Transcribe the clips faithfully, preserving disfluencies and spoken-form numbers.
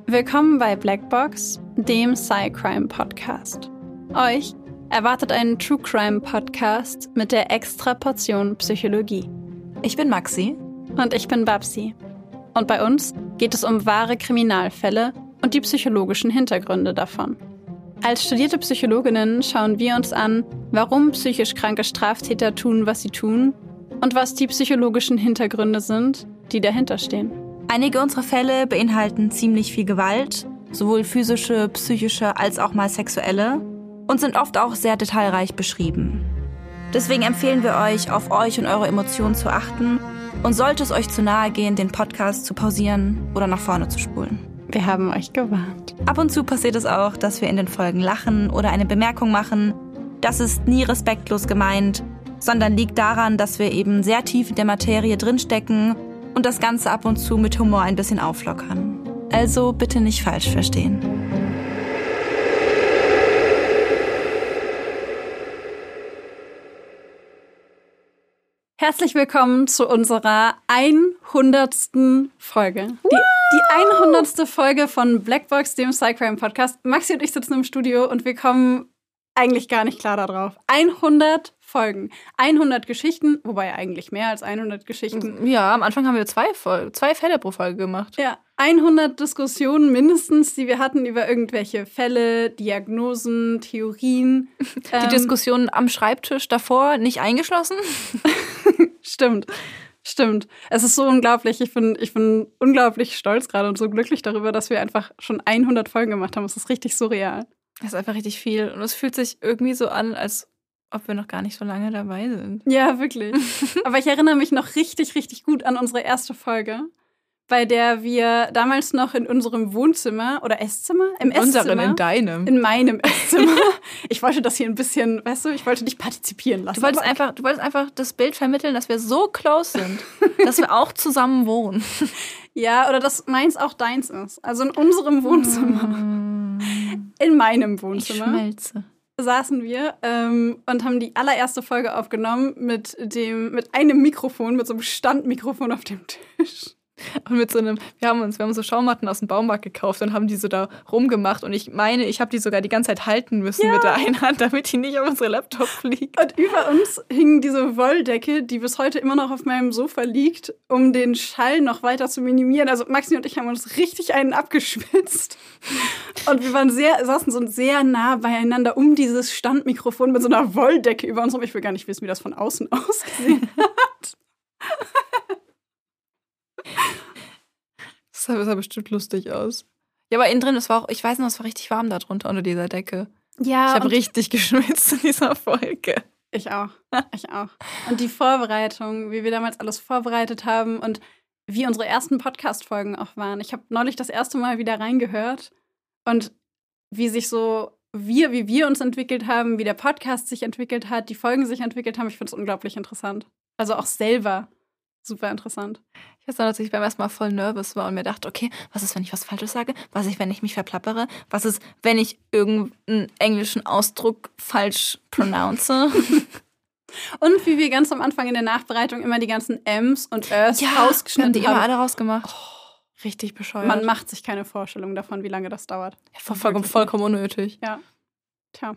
Willkommen bei Blackbox, dem Sci-Crime-Podcast. Euch erwartet ein True-Crime-Podcast mit der extra Portion Psychologie. Ich bin Maxi. Und ich bin Babsi. Und bei uns geht es um wahre Kriminalfälle und die psychologischen Hintergründe davon. Als studierte Psychologinnen schauen wir uns an, warum psychisch kranke Straftäter tun, was sie tun und was die psychologischen Hintergründe sind, die dahinter stehen. Einige unserer Fälle beinhalten ziemlich viel Gewalt, sowohl physische, psychische als auch mal sexuelle, und sind oft auch sehr detailreich beschrieben. Deswegen empfehlen wir euch, auf euch und eure Emotionen zu achten und sollte es euch zu nahe gehen, den Podcast zu pausieren oder nach vorne zu spulen. Wir haben euch gewarnt. Ab und zu passiert es auch, dass wir in den Folgen lachen oder eine Bemerkung machen. Das ist nie respektlos gemeint, sondern liegt daran, dass wir eben sehr tief in der Materie drinstecken und das Ganze ab und zu mit Humor ein bisschen auflockern. Also bitte nicht falsch verstehen. Herzlich willkommen zu unserer hundertsten Folge. Die, die hundertste Folge von Blackbox, dem Sci-Crime-Podcast. Maxi und ich sitzen im Studio und wir kommen eigentlich gar nicht klar darauf. hundert Folgen, hundert Geschichten, wobei eigentlich mehr als hundert Geschichten. Ja, am Anfang haben wir zwei, Fol- zwei Fälle pro Folge gemacht. Ja, hundert Diskussionen mindestens, die wir hatten über irgendwelche Fälle, Diagnosen, Theorien. Die ähm, Diskussionen am Schreibtisch davor nicht eingeschlossen. Stimmt, stimmt. Es ist so unglaublich. Ich bin, ich bin unglaublich stolz gerade und so glücklich darüber, dass wir einfach schon hundert Folgen gemacht haben. Es ist richtig surreal. Das ist einfach richtig viel. Und es fühlt sich irgendwie so an, als ob wir noch gar nicht so lange dabei sind. Ja, wirklich. Aber ich erinnere mich noch richtig, richtig gut an unsere erste Folge, bei der wir damals noch in unserem Wohnzimmer oder Esszimmer? Im in unseren, Esszimmer, in deinem. In meinem Esszimmer. Ich wollte das hier ein bisschen, weißt du, ich wollte dich partizipieren lassen. Du wolltest, einfach, du wolltest einfach das Bild vermitteln, dass wir so close sind, dass wir auch zusammen wohnen. Ja, oder dass meins auch deins ist. Also in unserem Wohnzimmer. In meinem Wohnzimmer. Ich schmelze. Saßen wir ähm, und haben die allererste Folge aufgenommen mit dem mit einem Mikrofon, mit so einem Standmikrofon auf dem Tisch. Und mit so einem, wir haben uns, wir haben so Schaumatten aus dem Baumarkt gekauft und haben die so da rumgemacht. Und ich meine, ich habe die sogar die ganze Zeit halten müssen ja. mit der einen Hand, damit die nicht auf unsere Laptop fliegt. Und über uns hing diese Wolldecke, die bis heute immer noch auf meinem Sofa liegt, um den Schall noch weiter zu minimieren. Also Maxi und ich haben uns richtig einen abgeschwitzt. Und wir waren sehr, saßen so sehr nah beieinander um dieses Standmikrofon mit so einer Wolldecke über uns rum. Ich will gar nicht wissen, wie das von außen ausgesehen hat. Das sah, sah bestimmt lustig aus. Ja, aber innen drin, es war auch, ich weiß noch, es war richtig warm da drunter unter dieser Decke. Ja. Ich habe richtig geschwitzt in dieser Folge. Ich auch. Ich auch. Und die Vorbereitung, wie wir damals alles vorbereitet haben und wie unsere ersten Podcast-Folgen auch waren. Ich habe neulich das erste Mal wieder reingehört und wie sich so wir, wie wir uns entwickelt haben, wie der Podcast sich entwickelt hat, die Folgen sich entwickelt haben. Ich finde es unglaublich interessant. Also auch selber super interessant. Ich weiß noch, dass ich beim ersten Mal voll nervös war und mir dachte, okay, was ist, wenn ich was Falsches sage? Was ist, wenn ich mich verplappere? Was ist, wenn ich irgendeinen englischen Ausdruck falsch pronounce? Und wie wir ganz am Anfang in der Nachbereitung immer die ganzen M's und Ös ja, rausgeschnitten die haben. immer alle rausgemacht. Oh, richtig bescheuert. Man macht sich keine Vorstellung davon, wie lange das dauert. Ja, voll, voll, vollkommen unnötig. Ja. Tja.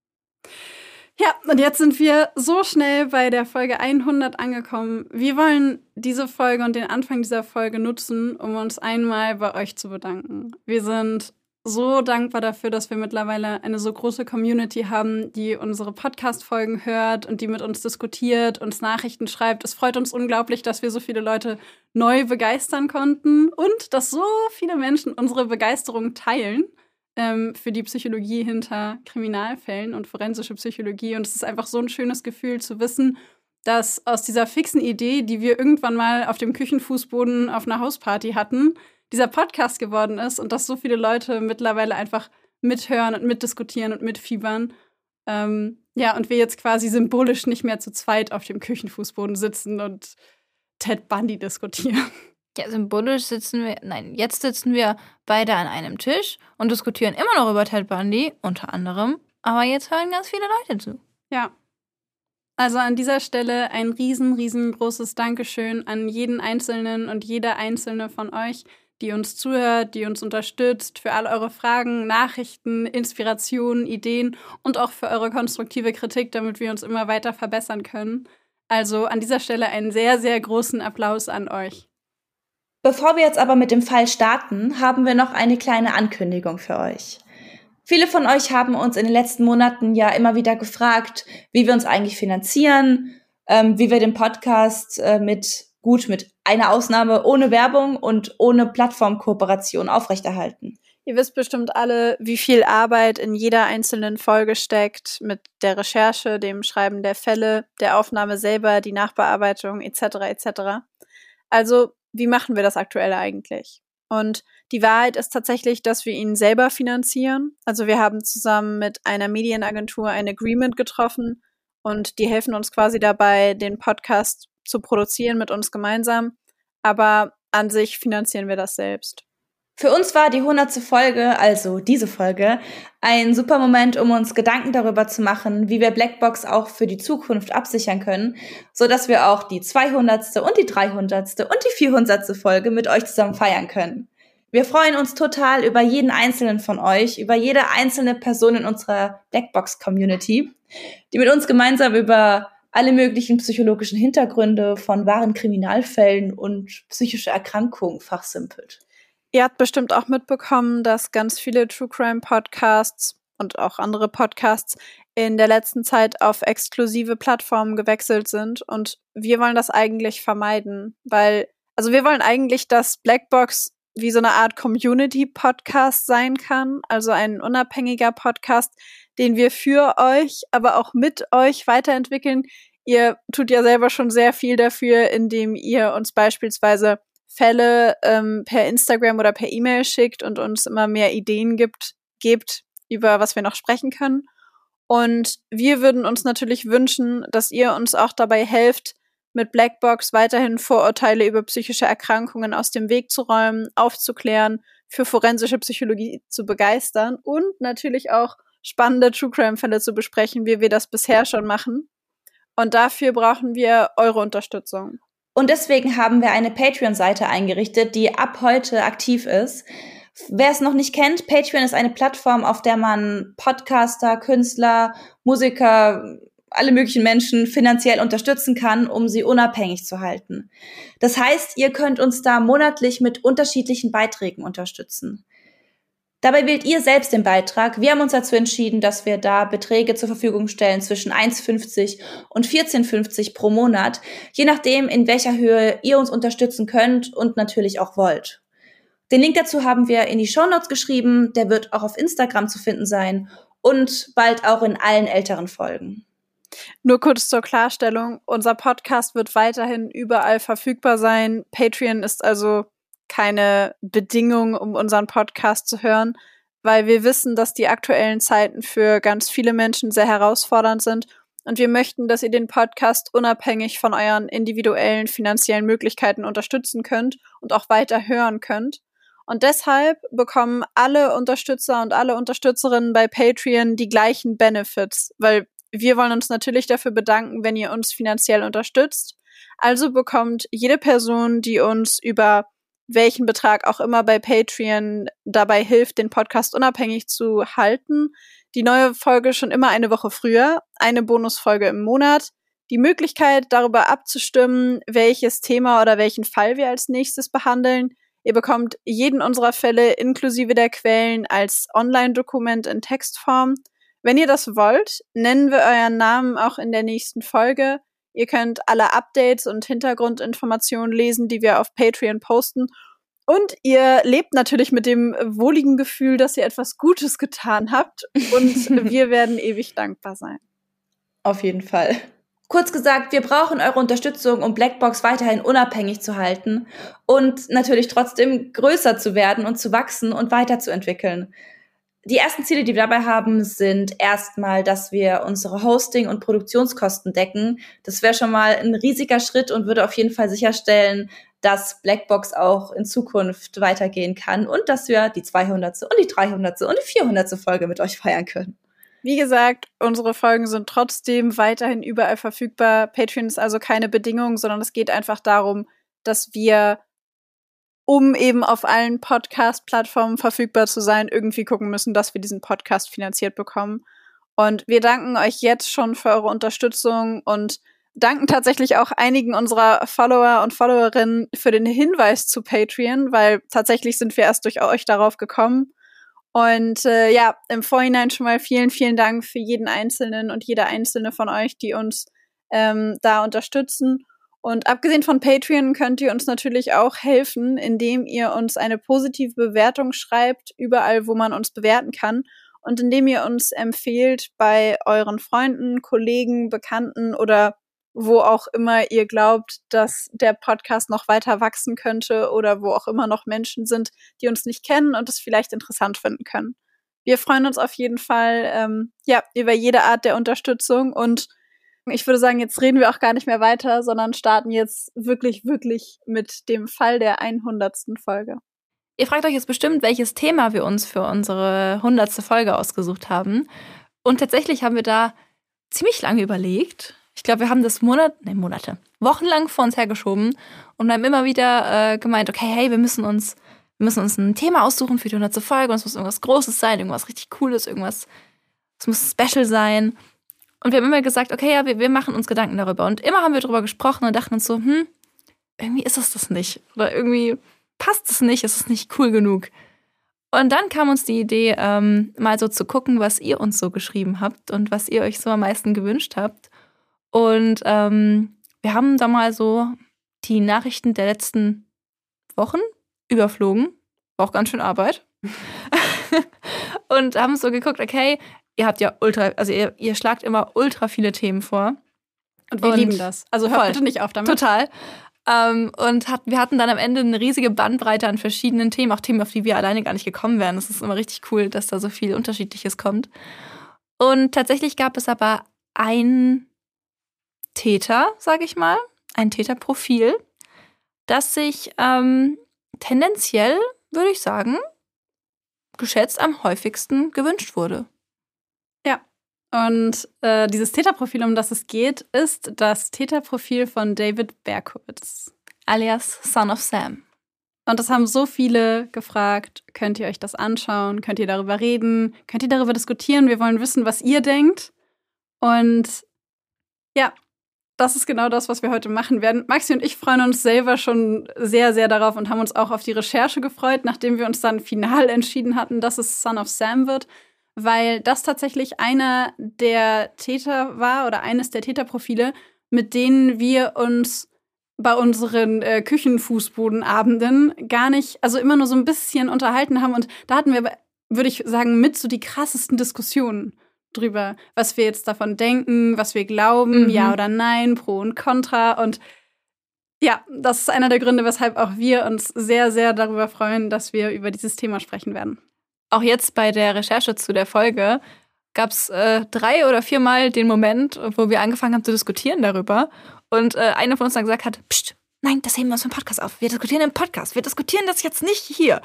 Ja, und jetzt sind wir so schnell bei der Folge hundert angekommen. Wir wollen diese Folge und den Anfang dieser Folge nutzen, um uns einmal bei euch zu bedanken. Wir sind so dankbar dafür, dass wir mittlerweile eine so große Community haben, die unsere Podcast-Folgen hört und die mit uns diskutiert, uns Nachrichten schreibt. Es freut uns unglaublich, dass wir so viele Leute neu begeistern konnten und dass so viele Menschen unsere Begeisterung teilen ähm, für die Psychologie hinter Kriminalfällen und forensische Psychologie. Und es ist einfach so ein schönes Gefühl zu wissen, dass aus dieser fixen Idee, die wir irgendwann mal auf dem Küchenfußboden auf einer Hausparty hatten, dieser Podcast geworden ist und dass so viele Leute mittlerweile einfach mithören und mitdiskutieren und mitfiebern. Ähm, ja, und wir jetzt quasi symbolisch nicht mehr zu zweit auf dem Küchenfußboden sitzen und Ted Bundy diskutieren. Ja, symbolisch sitzen wir, nein, jetzt sitzen wir beide an einem Tisch und diskutieren immer noch über Ted Bundy, unter anderem, aber jetzt hören ganz viele Leute zu. Ja. Also an dieser Stelle ein riesen, riesengroßes Dankeschön an jeden Einzelnen und jede Einzelne von euch, die uns zuhört, die uns unterstützt, für all eure Fragen, Nachrichten, Inspirationen, Ideen und auch für eure konstruktive Kritik, damit wir uns immer weiter verbessern können. Also an dieser Stelle einen sehr, sehr großen Applaus an euch. Bevor wir jetzt aber mit dem Fall starten, haben wir noch eine kleine Ankündigung für euch. Viele von euch haben uns in den letzten Monaten ja immer wieder gefragt, wie wir uns eigentlich finanzieren, ähm, wie wir den Podcast äh, mit, gut, mit einer Ausnahme ohne Werbung und ohne Plattformkooperation aufrechterhalten. Ihr wisst bestimmt alle, wie viel Arbeit in jeder einzelnen Folge steckt, mit der Recherche, dem Schreiben der Fälle, der Aufnahme selber, die Nachbearbeitung et cetera et cetera. Also, wie machen wir das aktuell eigentlich? Und die Wahrheit ist tatsächlich, dass wir ihn selber finanzieren. Also wir haben zusammen mit einer Medienagentur ein Agreement getroffen und die helfen uns quasi dabei, den Podcast zu produzieren mit uns gemeinsam. Aber an sich finanzieren wir das selbst. Für uns war die hundertste Folge, also diese Folge, ein super Moment, um uns Gedanken darüber zu machen, wie wir Blackbox auch für die Zukunft absichern können, sodass wir auch die zweihundertste und die dreihundertste und die vierhundertste Folge mit euch zusammen feiern können. Wir freuen uns total über jeden einzelnen von euch, über jede einzelne Person in unserer Blackbox-Community, die mit uns gemeinsam über alle möglichen psychologischen Hintergründe von wahren Kriminalfällen und psychische Erkrankungen fachsimpelt. Ihr habt bestimmt auch mitbekommen, dass ganz viele True Crime Podcasts und auch andere Podcasts in der letzten Zeit auf exklusive Plattformen gewechselt sind. Und wir wollen das eigentlich vermeiden, weil, also wir wollen eigentlich, dass Blackbox wie so eine Art Community-Podcast sein kann, also ein unabhängiger Podcast, den wir für euch, aber auch mit euch weiterentwickeln. Ihr tut ja selber schon sehr viel dafür, indem ihr uns beispielsweise Fälle ähm, per Instagram oder per E-Mail schickt und uns immer mehr Ideen gibt, gebt, über was wir noch sprechen können. Und wir würden uns natürlich wünschen, dass ihr uns auch dabei helft, mit Blackbox weiterhin Vorurteile über psychische Erkrankungen aus dem Weg zu räumen, aufzuklären, für forensische Psychologie zu begeistern und natürlich auch spannende True-Crime-Fälle zu besprechen, wie wir das bisher schon machen. Und dafür brauchen wir eure Unterstützung. Und deswegen haben wir eine Patreon-Seite eingerichtet, die ab heute aktiv ist. Wer es noch nicht kennt, Patreon ist eine Plattform, auf der man Podcaster, Künstler, Musiker, alle möglichen Menschen finanziell unterstützen kann, um sie unabhängig zu halten. Das heißt, ihr könnt uns da monatlich mit unterschiedlichen Beiträgen unterstützen. Dabei wählt ihr selbst den Beitrag. Wir haben uns dazu entschieden, dass wir da Beträge zur Verfügung stellen zwischen eins fünfzig und vierzehn fünfzig pro Monat, je nachdem, in welcher Höhe ihr uns unterstützen könnt und natürlich auch wollt. Den Link dazu haben wir in die Shownotes geschrieben, der wird auch auf Instagram zu finden sein und bald auch in allen älteren Folgen. Nur kurz zur Klarstellung, unser Podcast wird weiterhin überall verfügbar sein. Patreon ist also keine Bedingung, um unseren Podcast zu hören, weil wir wissen, dass die aktuellen Zeiten für ganz viele Menschen sehr herausfordernd sind und wir möchten, dass ihr den Podcast unabhängig von euren individuellen finanziellen Möglichkeiten unterstützen könnt und auch weiter hören könnt. Und deshalb bekommen alle Unterstützer und alle Unterstützerinnen bei Patreon die gleichen Benefits, weil wir wollen uns natürlich dafür bedanken, wenn ihr uns finanziell unterstützt. Also bekommt jede Person, die uns über welchen Betrag auch immer bei Patreon dabei hilft, den Podcast unabhängig zu halten, die neue Folge schon immer eine Woche früher, eine Bonusfolge im Monat, die Möglichkeit, darüber abzustimmen, welches Thema oder welchen Fall wir als nächstes behandeln. Ihr bekommt jeden unserer Fälle inklusive der Quellen als Online-Dokument in Textform. Wenn ihr das wollt, nennen wir euren Namen auch in der nächsten Folge. Ihr könnt alle Updates und Hintergrundinformationen lesen, die wir auf Patreon posten. Und ihr lebt natürlich mit dem wohligen Gefühl, dass ihr etwas Gutes getan habt. Und wir werden ewig dankbar sein. Auf jeden Fall. Kurz gesagt, wir brauchen eure Unterstützung, um Blackbox weiterhin unabhängig zu halten und natürlich trotzdem größer zu werden und zu wachsen und weiterzuentwickeln. Die ersten Ziele, die wir dabei haben, sind erstmal, dass wir unsere Hosting- und Produktionskosten decken. Das wäre schon mal ein riesiger Schritt und würde auf jeden Fall sicherstellen, dass Blackbox auch in Zukunft weitergehen kann und dass wir die zweihundertste und die dreihundertste und die vierhundertste Folge mit euch feiern können. Wie gesagt, unsere Folgen sind trotzdem weiterhin überall verfügbar. Patreon ist also keine Bedingung, sondern es geht einfach darum, dass wir um eben auf allen Podcast-Plattformen verfügbar zu sein, irgendwie gucken müssen, dass wir diesen Podcast finanziert bekommen. Und wir danken euch jetzt schon für eure Unterstützung und danken tatsächlich auch einigen unserer Follower und Followerinnen für den Hinweis zu Patreon, weil tatsächlich sind wir erst durch euch darauf gekommen. Und äh, ja, im Vorhinein schon mal vielen, vielen Dank für jeden Einzelnen und jede Einzelne von euch, die uns ähm, da unterstützen. Und abgesehen von Patreon könnt ihr uns natürlich auch helfen, indem ihr uns eine positive Bewertung schreibt, überall, wo man uns bewerten kann. Und indem ihr uns empfehlt bei euren Freunden, Kollegen, Bekannten oder wo auch immer ihr glaubt, dass der Podcast noch weiter wachsen könnte oder wo auch immer noch Menschen sind, die uns nicht kennen und es vielleicht interessant finden können. Wir freuen uns auf jeden Fall ähm, ja, über jede Art der Unterstützung und ich würde sagen, jetzt reden wir auch gar nicht mehr weiter, sondern starten jetzt wirklich, wirklich mit dem Fall der hundertsten Folge. Ihr fragt euch jetzt bestimmt, welches Thema wir uns für unsere hundertste Folge ausgesucht haben. Und tatsächlich haben wir da ziemlich lange überlegt. Ich glaube, wir haben das Monat, nee, Monate, wochenlang vor uns hergeschoben und haben immer wieder äh, gemeint, okay, hey, wir müssen uns, wir müssen uns ein Thema aussuchen für die hundertste Folge und es muss irgendwas Großes sein, irgendwas richtig Cooles, irgendwas, es muss special sein. Und wir haben immer gesagt, okay, ja, wir, wir machen uns Gedanken darüber. Und immer haben wir darüber gesprochen und dachten uns so, hm, irgendwie ist es das nicht. Oder irgendwie passt es nicht, ist es nicht cool genug. Und dann kam uns die Idee, ähm, mal so zu gucken, was ihr uns so geschrieben habt und was ihr euch so am meisten gewünscht habt. Und ähm, wir haben da mal so die Nachrichten der letzten Wochen überflogen. War auch ganz schön Arbeit. Und haben so geguckt, okay, ihr habt ja ultra, also ihr, ihr schlagt immer ultra viele Themen vor. Und wir und lieben das. Also hört bitte nicht auf damit. Total. Ähm, und hat, wir hatten dann am Ende eine riesige Bandbreite an verschiedenen Themen, auch Themen, auf die wir alleine gar nicht gekommen wären. Das ist immer richtig cool, dass da so viel Unterschiedliches kommt. Und tatsächlich gab es aber ein Täter, sage ich mal, ein Täterprofil, das sich ähm, tendenziell, würde ich sagen, geschätzt am häufigsten gewünscht wurde. Ja, und äh, dieses Täterprofil, um das es geht, ist das Täterprofil von David Berkowitz. Alias Son of Sam. Und das haben so viele gefragt, könnt ihr euch das anschauen, könnt ihr darüber reden, könnt ihr darüber diskutieren, wir wollen wissen, was ihr denkt. Und ja, das ist genau das, was wir heute machen werden. Maxi und ich freuen uns selber schon sehr, sehr darauf und haben uns auch auf die Recherche gefreut, nachdem wir uns dann final entschieden hatten, dass es Son of Sam wird, weil das tatsächlich einer der Täter war oder eines der Täterprofile, mit denen wir uns bei unseren äh, Küchenfußbodenabenden gar nicht, also immer nur so ein bisschen unterhalten haben. Und da hatten wir, würde ich sagen, mit so die krassesten Diskussionen drüber, was wir jetzt davon denken, was wir glauben, mhm. ja oder nein, pro und contra. Und ja, das ist einer der Gründe, weshalb auch wir uns sehr, sehr darüber freuen, dass wir über dieses Thema sprechen werden. Auch jetzt bei der Recherche zu der Folge gab es äh, drei oder viermal den Moment, wo wir angefangen haben zu diskutieren darüber. Und äh, einer von uns dann gesagt hat, Psst, nein, das heben wir uns im Podcast auf. Wir diskutieren im Podcast. Wir diskutieren das jetzt nicht hier.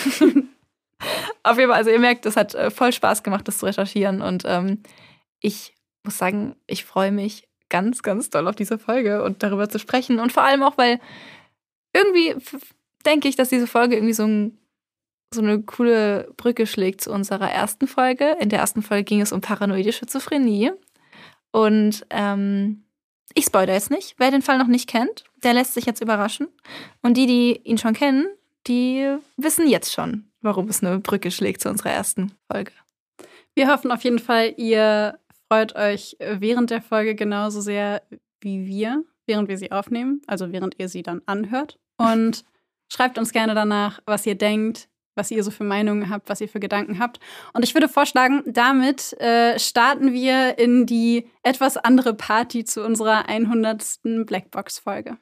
Auf jeden Fall, also ihr merkt, es hat äh, voll Spaß gemacht, das zu recherchieren. Und ähm, ich muss sagen, ich freue mich ganz, ganz doll auf diese Folge und darüber zu sprechen. Und vor allem auch, weil irgendwie f- denke ich, dass diese Folge irgendwie so, ein, so eine coole Brücke schlägt zu unserer ersten Folge. In der ersten Folge ging es um paranoide Schizophrenie. Und ähm, ich spoilere jetzt nicht. Wer den Fall noch nicht kennt, der lässt sich jetzt überraschen. Und die, die ihn schon kennen, die wissen jetzt schon, warum es eine Brücke schlägt zu unserer ersten Folge. Wir hoffen auf jeden Fall, ihr freut euch während der Folge genauso sehr wie wir, während wir sie aufnehmen, also während ihr sie dann anhört. Und schreibt uns gerne danach, was ihr denkt, was ihr so für Meinungen habt, was ihr für Gedanken habt. Und ich würde vorschlagen, damit äh, starten wir in die etwas andere Party zu unserer hundertsten Blackbox-Folge.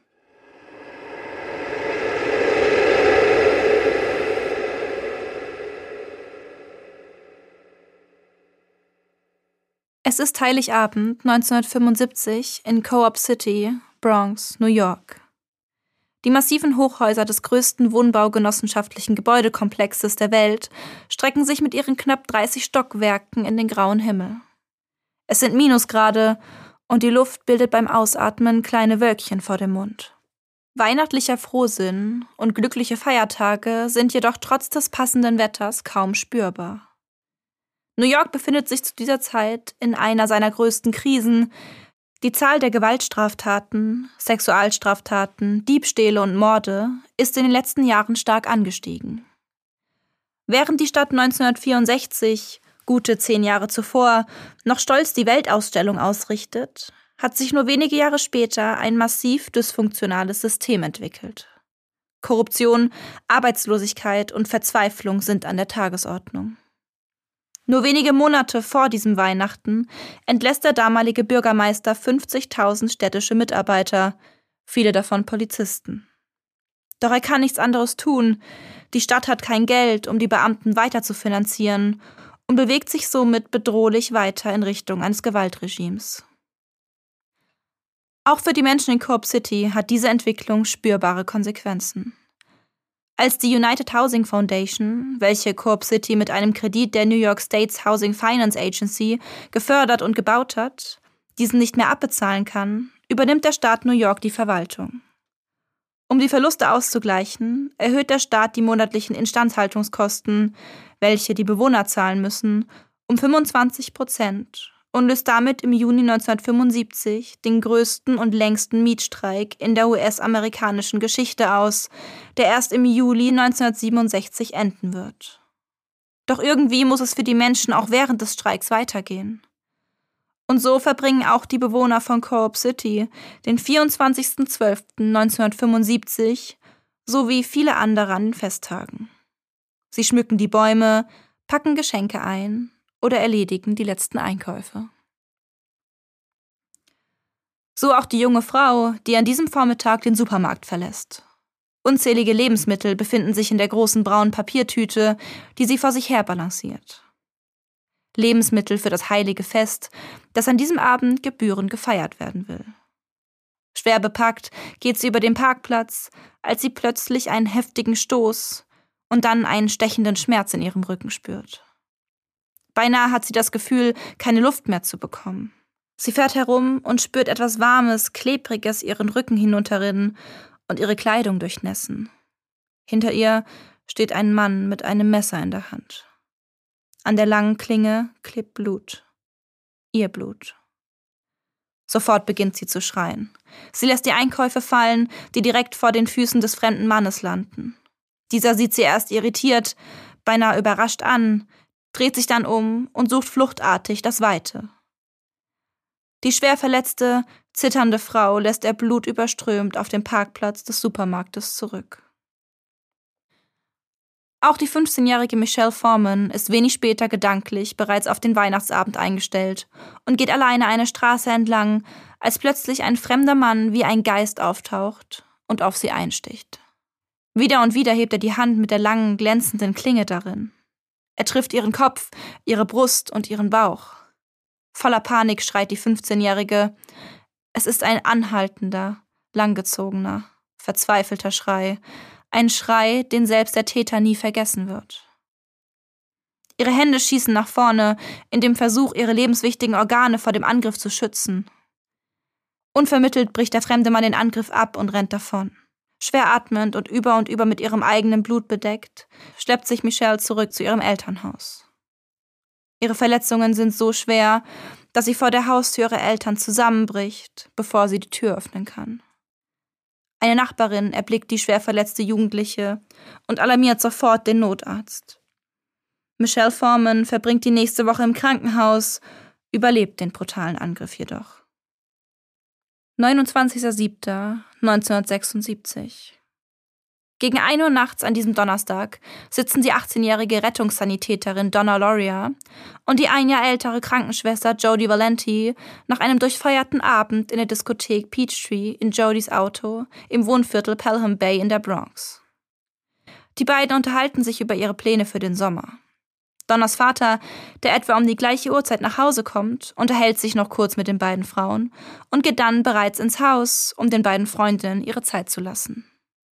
Es ist Heiligabend neunzehnhundertfünfundsiebzig in Co-op City, Bronx, New York. Die massiven Hochhäuser des größten wohnbaugenossenschaftlichen Gebäudekomplexes der Welt strecken sich mit ihren knapp dreißig Stockwerken in den grauen Himmel. Es sind Minusgrade und die Luft bildet beim Ausatmen kleine Wölkchen vor dem Mund. Weihnachtlicher Frohsinn und glückliche Feiertage sind jedoch trotz des passenden Wetters kaum spürbar. New York befindet sich zu dieser Zeit in einer seiner größten Krisen. Die Zahl der Gewaltstraftaten, Sexualstraftaten, Diebstähle und Morde ist in den letzten Jahren stark angestiegen. Während die Stadt neunzehnhundertvierundsechzig, gute zehn Jahre zuvor, noch stolz die Weltausstellung ausrichtet, hat sich nur wenige Jahre später ein massiv dysfunktionales System entwickelt. Korruption, Arbeitslosigkeit und Verzweiflung sind an der Tagesordnung. Nur wenige Monate vor diesem Weihnachten entlässt der damalige Bürgermeister fünfzigtausend städtische Mitarbeiter, viele davon Polizisten. Doch er kann nichts anderes tun. Die Stadt hat kein Geld, um die Beamten weiter zu finanzieren und bewegt sich somit bedrohlich weiter in Richtung eines Gewaltregimes. Auch für die Menschen in Coop City hat diese Entwicklung spürbare Konsequenzen. Als die United Housing Foundation, welche Coop City mit einem Kredit der New York State's Housing Finance Agency gefördert und gebaut hat, diesen nicht mehr abbezahlen kann, übernimmt der Staat New York die Verwaltung. Um die Verluste auszugleichen, erhöht der Staat die monatlichen Instandhaltungskosten, welche die Bewohner zahlen müssen, um fünfundzwanzig Prozent und löst damit im Juni neunzehnhundertfünfundsiebzig den größten und längsten Mietstreik in der U S-amerikanischen Geschichte aus, der erst im Juli neunzehnhundertsiebenundsechzig enden wird. Doch irgendwie muss es für die Menschen auch während des Streiks weitergehen. Und so verbringen auch die Bewohner von Coop City den vierundzwanzigsten zwölften neunzehnhundertfünfundsiebzig sowie viele andere an den Festtagen. Sie schmücken die Bäume, packen Geschenke ein oder erledigen die letzten Einkäufe. So auch die junge Frau, die an diesem Vormittag den Supermarkt verlässt. Unzählige Lebensmittel befinden sich in der großen braunen Papiertüte, die sie vor sich her balanciert. Lebensmittel für das heilige Fest, das an diesem Abend gebührend gefeiert werden will. Schwer bepackt geht sie über den Parkplatz, als sie plötzlich einen heftigen Stoß und dann einen stechenden Schmerz in ihrem Rücken spürt. Beinahe hat sie das Gefühl, keine Luft mehr zu bekommen. Sie fährt herum und spürt etwas Warmes, Klebriges ihren Rücken hinunterrinnen und ihre Kleidung durchnässen. Hinter ihr steht ein Mann mit einem Messer in der Hand. An der langen Klinge klebt Blut. Ihr Blut. Sofort beginnt sie zu schreien. Sie lässt die Einkäufe fallen, die direkt vor den Füßen des fremden Mannes landen. Dieser sieht sie erst irritiert, beinahe überrascht an, dreht sich dann um und sucht fluchtartig das Weite. Die schwer verletzte, zitternde Frau lässt er blutüberströmt auf dem Parkplatz des Supermarktes zurück. Auch die fünfzehnjährige Michelle Foreman ist wenig später gedanklich bereits auf den Weihnachtsabend eingestellt und geht alleine eine Straße entlang, als plötzlich ein fremder Mann wie ein Geist auftaucht und auf sie einsticht. Wieder und wieder hebt er die Hand mit der langen, glänzenden Klinge darin. Er trifft ihren Kopf, ihre Brust und ihren Bauch. Voller Panik schreit die fünfzehnjährige. Es ist ein anhaltender, langgezogener, verzweifelter Schrei. Ein Schrei, den selbst der Täter nie vergessen wird. Ihre Hände schießen nach vorne, in dem Versuch, ihre lebenswichtigen Organe vor dem Angriff zu schützen. Unvermittelt bricht der fremde Mann den Angriff ab und rennt davon. Schwer atmend und über und über mit ihrem eigenen Blut bedeckt, schleppt sich Michelle zurück zu ihrem Elternhaus. Ihre Verletzungen sind so schwer, dass sie vor der Haustür ihrer Eltern zusammenbricht, bevor sie die Tür öffnen kann. Eine Nachbarin erblickt die schwer verletzte Jugendliche und alarmiert sofort den Notarzt. Michelle Foreman verbringt die nächste Woche im Krankenhaus, überlebt den brutalen Angriff jedoch. neunundzwanzigster siebter neunzehnhundertsechsundsiebzig. Gegen ein Uhr nachts an diesem Donnerstag sitzen die achtzehnjährige Rettungssanitäterin Donna Lauria und die ein Jahr ältere Krankenschwester Jody Valenti nach einem durchfeierten Abend in der Diskothek Peachtree in Jodys Auto im Wohnviertel Pelham Bay in der Bronx. Die beiden unterhalten sich über ihre Pläne für den Sommer. Donnas Vater, der etwa um die gleiche Uhrzeit nach Hause kommt, unterhält sich noch kurz mit den beiden Frauen und geht dann bereits ins Haus, um den beiden Freundinnen ihre Zeit zu lassen.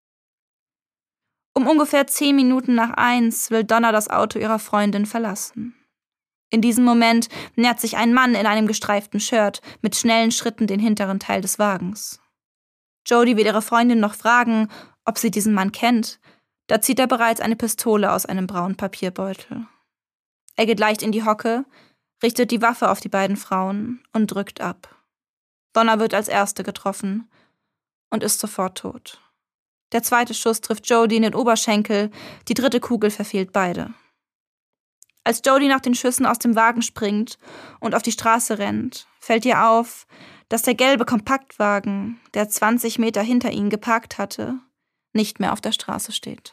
Um ungefähr zehn Minuten nach eins will Donna das Auto ihrer Freundin verlassen. In diesem Moment nähert sich ein Mann in einem gestreiften Shirt mit schnellen Schritten den hinteren Teil des Wagens. Jodie will ihre Freundin noch fragen, ob sie diesen Mann kennt. Da zieht er bereits eine Pistole aus einem braunen Papierbeutel. Er geht leicht in die Hocke, richtet die Waffe auf die beiden Frauen und drückt ab. Donna wird als erste getroffen und ist sofort tot. Der zweite Schuss trifft Jodie in den Oberschenkel, die dritte Kugel verfehlt beide. Als Jodie nach den Schüssen aus dem Wagen springt und auf die Straße rennt, fällt ihr auf, dass der gelbe Kompaktwagen, der zwanzig Meter hinter ihnen geparkt hatte, nicht mehr auf der Straße steht.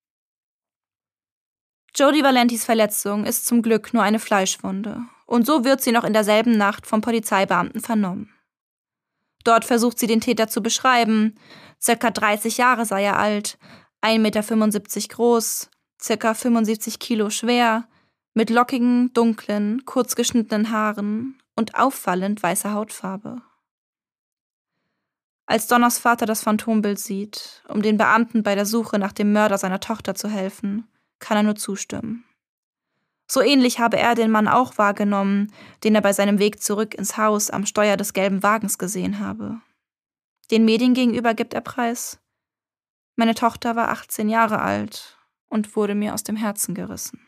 Jodie Valentis Verletzung ist zum Glück nur eine Fleischwunde und so wird sie noch in derselben Nacht vom Polizeibeamten vernommen. Dort versucht sie den Täter zu beschreiben. Circa dreißig Jahre sei er alt, ein Meter fünfundsiebzig groß, circa fünfundsiebzig Kilo schwer, mit lockigen, dunklen, kurz geschnittenen Haaren und auffallend weißer Hautfarbe. Als Donners Vater das Phantombild sieht, um den Beamten bei der Suche nach dem Mörder seiner Tochter zu helfen, kann er nur zustimmen. So ähnlich habe er den Mann auch wahrgenommen, den er bei seinem Weg zurück ins Haus am Steuer des gelben Wagens gesehen habe. Den Medien gegenüber gibt er preis: Meine Tochter war achtzehn Jahre alt und wurde mir aus dem Herzen gerissen.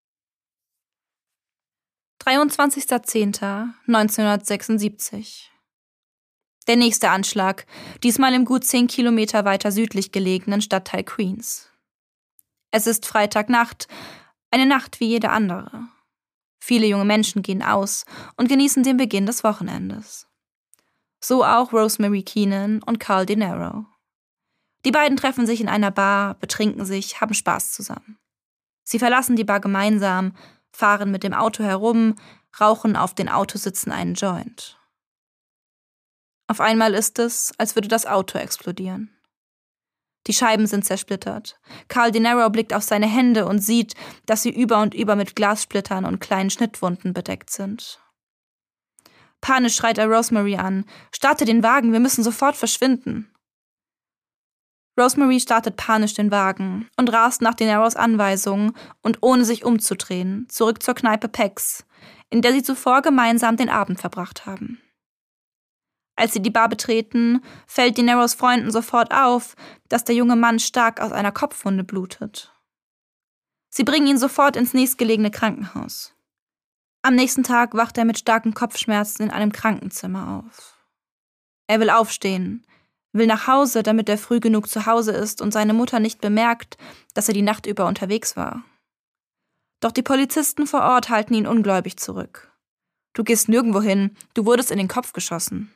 dreiundzwanzigster zehnter neunzehnhundertsechsundsiebzig. Der nächste Anschlag, diesmal im gut zehn Kilometer weiter südlich gelegenen Stadtteil Queens. Es ist Freitagnacht, eine Nacht wie jede andere. Viele junge Menschen gehen aus und genießen den Beginn des Wochenendes. So auch Rosemary Keenan und Carl De Niro. Die beiden treffen sich in einer Bar, betrinken sich, haben Spaß zusammen. Sie verlassen die Bar gemeinsam, fahren mit dem Auto herum, rauchen auf den Autositzen einen Joint. Auf einmal ist es, als würde das Auto explodieren. Die Scheiben sind zersplittert. Carl De Niro blickt auf seine Hände und sieht, dass sie über und über mit Glassplittern und kleinen Schnittwunden bedeckt sind. Panisch schreit er Rosemary an: »Starte den Wagen, wir müssen sofort verschwinden!« Rosemary startet panisch den Wagen und rast nach De Niros Anweisungen und ohne sich umzudrehen zurück zur Kneipe Peck's, in der sie zuvor gemeinsam den Abend verbracht haben. Als sie die Bar betreten, fällt De Niros Freunden sofort auf, dass der junge Mann stark aus einer Kopfwunde blutet. Sie bringen ihn sofort ins nächstgelegene Krankenhaus. Am nächsten Tag wacht er mit starken Kopfschmerzen in einem Krankenzimmer auf. Er will aufstehen, will nach Hause, damit er früh genug zu Hause ist und seine Mutter nicht bemerkt, dass er die Nacht über unterwegs war. Doch die Polizisten vor Ort halten ihn ungläubig zurück. »Du gehst nirgendwo hin, du wurdest in den Kopf geschossen.«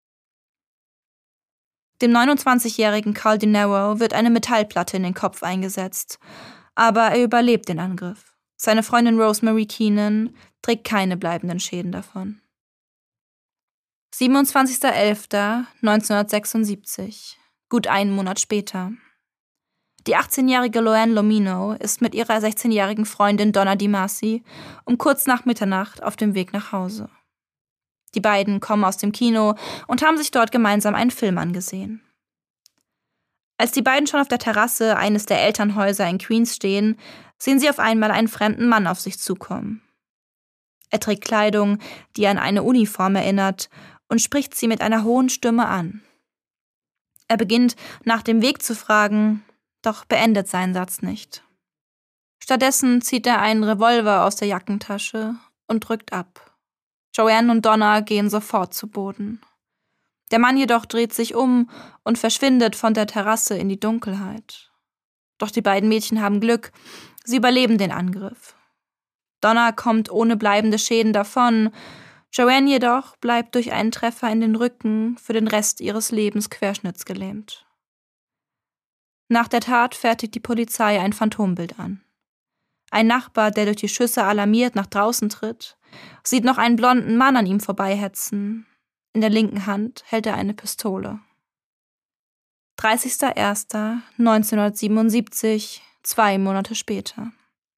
Dem neunundzwanzigjährigen Carl De Niro wird eine Metallplatte in den Kopf eingesetzt, aber er überlebt den Angriff. Seine Freundin Rosemary Keenan trägt keine bleibenden Schäden davon. siebenundzwanzigster elfter neunzehnhundertsechsundsiebzig, gut einen Monat später. Die achtzehnjährige Loanne Lomino ist mit ihrer sechzehnjährigen Freundin Donna DiMasi um kurz nach Mitternacht auf dem Weg nach Hause. Die beiden kommen aus dem Kino und haben sich dort gemeinsam einen Film angesehen. Als die beiden schon auf der Terrasse eines der Elternhäuser in Queens stehen, sehen sie auf einmal einen fremden Mann auf sich zukommen. Er trägt Kleidung, die an eine Uniform erinnert, und spricht sie mit einer hohen Stimme an. Er beginnt, nach dem Weg zu fragen, doch beendet seinen Satz nicht. Stattdessen zieht er einen Revolver aus der Jackentasche und drückt ab. Joanne und Donna gehen sofort zu Boden. Der Mann jedoch dreht sich um und verschwindet von der Terrasse in die Dunkelheit. Doch die beiden Mädchen haben Glück, sie überleben den Angriff. Donna kommt ohne bleibende Schäden davon, Joanne jedoch bleibt durch einen Treffer in den Rücken für den Rest ihres Lebens querschnittsgelähmt. Nach der Tat fertigt die Polizei ein Phantombild an. Ein Nachbar, der durch die Schüsse alarmiert nach draußen tritt, sieht noch einen blonden Mann an ihm vorbeihetzen. In der linken Hand hält er eine Pistole. dreißigster erster neunzehnhundertsiebenundsiebzig, zwei Monate später.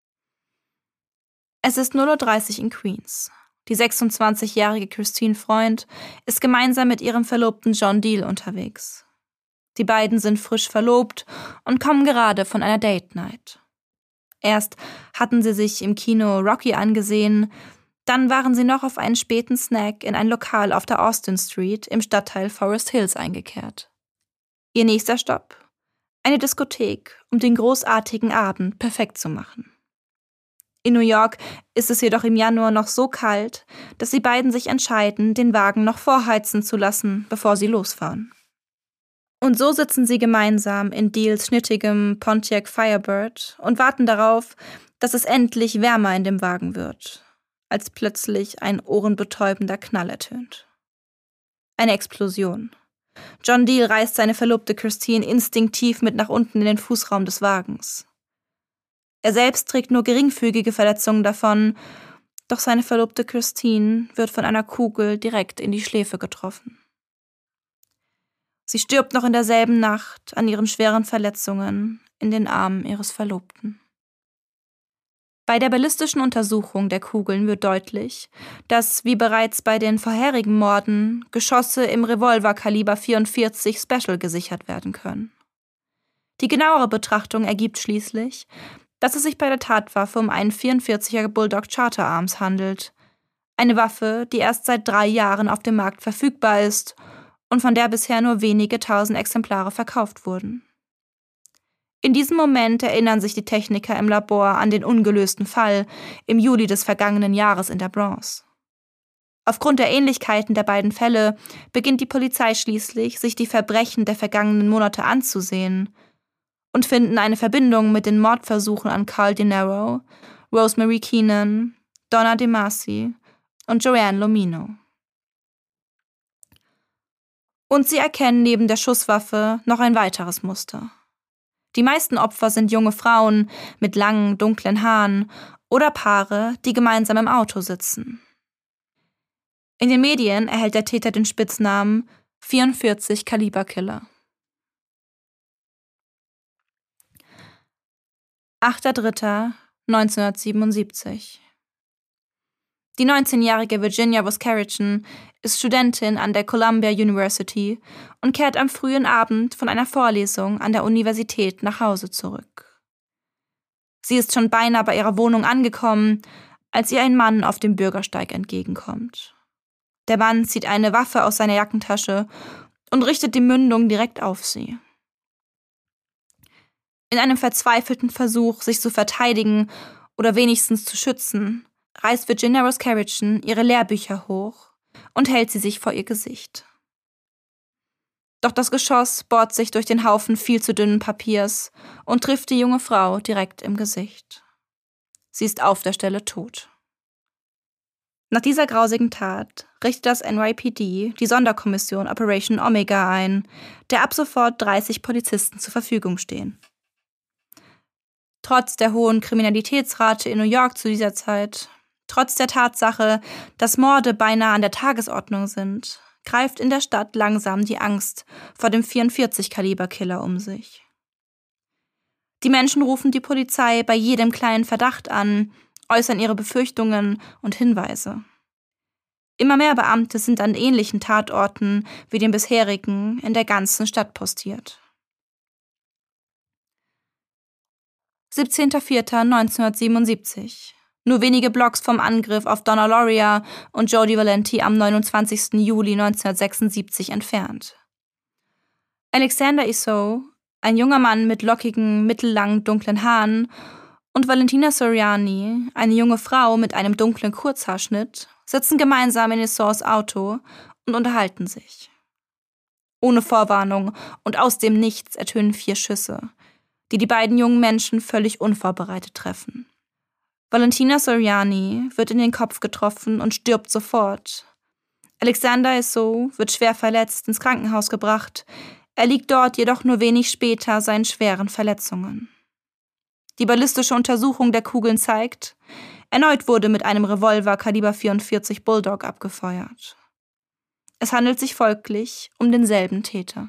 Es ist null Uhr dreißig in Queens. Die sechsundzwanzigjährige Christine Freund ist gemeinsam mit ihrem Verlobten John Deal unterwegs. Die beiden sind frisch verlobt und kommen gerade von einer Date Night. Erst hatten sie sich im Kino Rocky angesehen, dann waren sie noch auf einen späten Snack in ein Lokal auf der Austin Street im Stadtteil Forest Hills eingekehrt. Ihr nächster Stopp? Eine Diskothek, um den großartigen Abend perfekt zu machen. In New York ist es jedoch im Januar noch so kalt, dass die beiden sich entscheiden, den Wagen noch vorheizen zu lassen, bevor sie losfahren. Und so sitzen sie gemeinsam in Deals schnittigem Pontiac Firebird und warten darauf, dass es endlich wärmer in dem Wagen wird, als plötzlich ein ohrenbetäubender Knall ertönt. Eine Explosion. John Deal reißt seine Verlobte Christine instinktiv mit nach unten in den Fußraum des Wagens. Er selbst trägt nur geringfügige Verletzungen davon, doch seine Verlobte Christine wird von einer Kugel direkt in die Schläfe getroffen. Sie stirbt noch in derselben Nacht an ihren schweren Verletzungen in den Armen ihres Verlobten. Bei der ballistischen Untersuchung der Kugeln wird deutlich, dass, wie bereits bei den vorherigen Morden, Geschosse im Revolverkaliber vierundvierzig Special gesichert werden können. Die genauere Betrachtung ergibt schließlich, dass es sich bei der Tatwaffe um einen vierundvierziger Bulldog Charter Arms handelt, eine Waffe, die erst seit drei Jahren auf dem Markt verfügbar ist und von der bisher nur wenige tausend Exemplare verkauft wurden. In diesem Moment erinnern sich die Techniker im Labor an den ungelösten Fall im Juli des vergangenen Jahres in der Bronx. Aufgrund der Ähnlichkeiten der beiden Fälle beginnt die Polizei schließlich, sich die Verbrechen der vergangenen Monate anzusehen und finden eine Verbindung mit den Mordversuchen an Carl De Niro, Rosemary Keenan, Donna DeMasi und Joanne Lomino. Und sie erkennen neben der Schusswaffe noch ein weiteres Muster. Die meisten Opfer sind junge Frauen mit langen, dunklen Haaren oder Paare, die gemeinsam im Auto sitzen. In den Medien erhält der Täter den Spitznamen vierundvierzig Kaliber Killer. achter dritter neunzehnhundertsiebenundsiebzig. Die neunzehnjährige Virginia Voskerichen ist Studentin an der Columbia University und kehrt am frühen Abend von einer Vorlesung an der Universität nach Hause zurück. Sie ist schon beinahe bei ihrer Wohnung angekommen, als ihr ein Mann auf dem Bürgersteig entgegenkommt. Der Mann zieht eine Waffe aus seiner Jackentasche und richtet die Mündung direkt auf sie. In einem verzweifelten Versuch, sich zu verteidigen oder wenigstens zu schützen, reißt Virginia Voskerichen ihre Lehrbücher hoch und hält sie sich vor ihr Gesicht. Doch das Geschoss bohrt sich durch den Haufen viel zu dünnen Papiers und trifft die junge Frau direkt im Gesicht. Sie ist auf der Stelle tot. Nach dieser grausigen Tat richtet das N Y P D die Sonderkommission Operation Omega ein, der ab sofort dreißig Polizisten zur Verfügung stehen. Trotz der hohen Kriminalitätsrate in New York zu dieser Zeit, trotz der Tatsache, dass Morde beinahe an der Tagesordnung sind, greift in der Stadt langsam die Angst vor dem vierundvierzig Kaliber Killer um sich. Die Menschen rufen die Polizei bei jedem kleinen Verdacht an, äußern ihre Befürchtungen und Hinweise. Immer mehr Beamte sind an ähnlichen Tatorten wie den bisherigen in der ganzen Stadt postiert. siebzehnter vierter neunzehnhundertsiebenundsiebzig. Nur wenige Blocks vom Angriff auf Donna Lauria und Jody Valenti am neunundzwanzigsten Juli neunzehnhundertsechsundsiebzig entfernt. Alexander Iso, ein junger Mann mit lockigen, mittellangen, dunklen Haaren, und Valentina Soriani, eine junge Frau mit einem dunklen Kurzhaarschnitt, sitzen gemeinsam in Isos Auto und unterhalten sich. Ohne Vorwarnung und aus dem Nichts ertönen vier Schüsse, die die beiden jungen Menschen völlig unvorbereitet treffen. Valentina Soriani wird in den Kopf getroffen und stirbt sofort. Alexander Iso wird schwer verletzt ins Krankenhaus gebracht, er liegt dort jedoch nur wenig später seinen schweren Verletzungen. Die ballistische Untersuchung der Kugeln zeigt, erneut wurde mit einem Revolver Kaliber vierundvierzig Bulldog abgefeuert. Es handelt sich folglich um denselben Täter.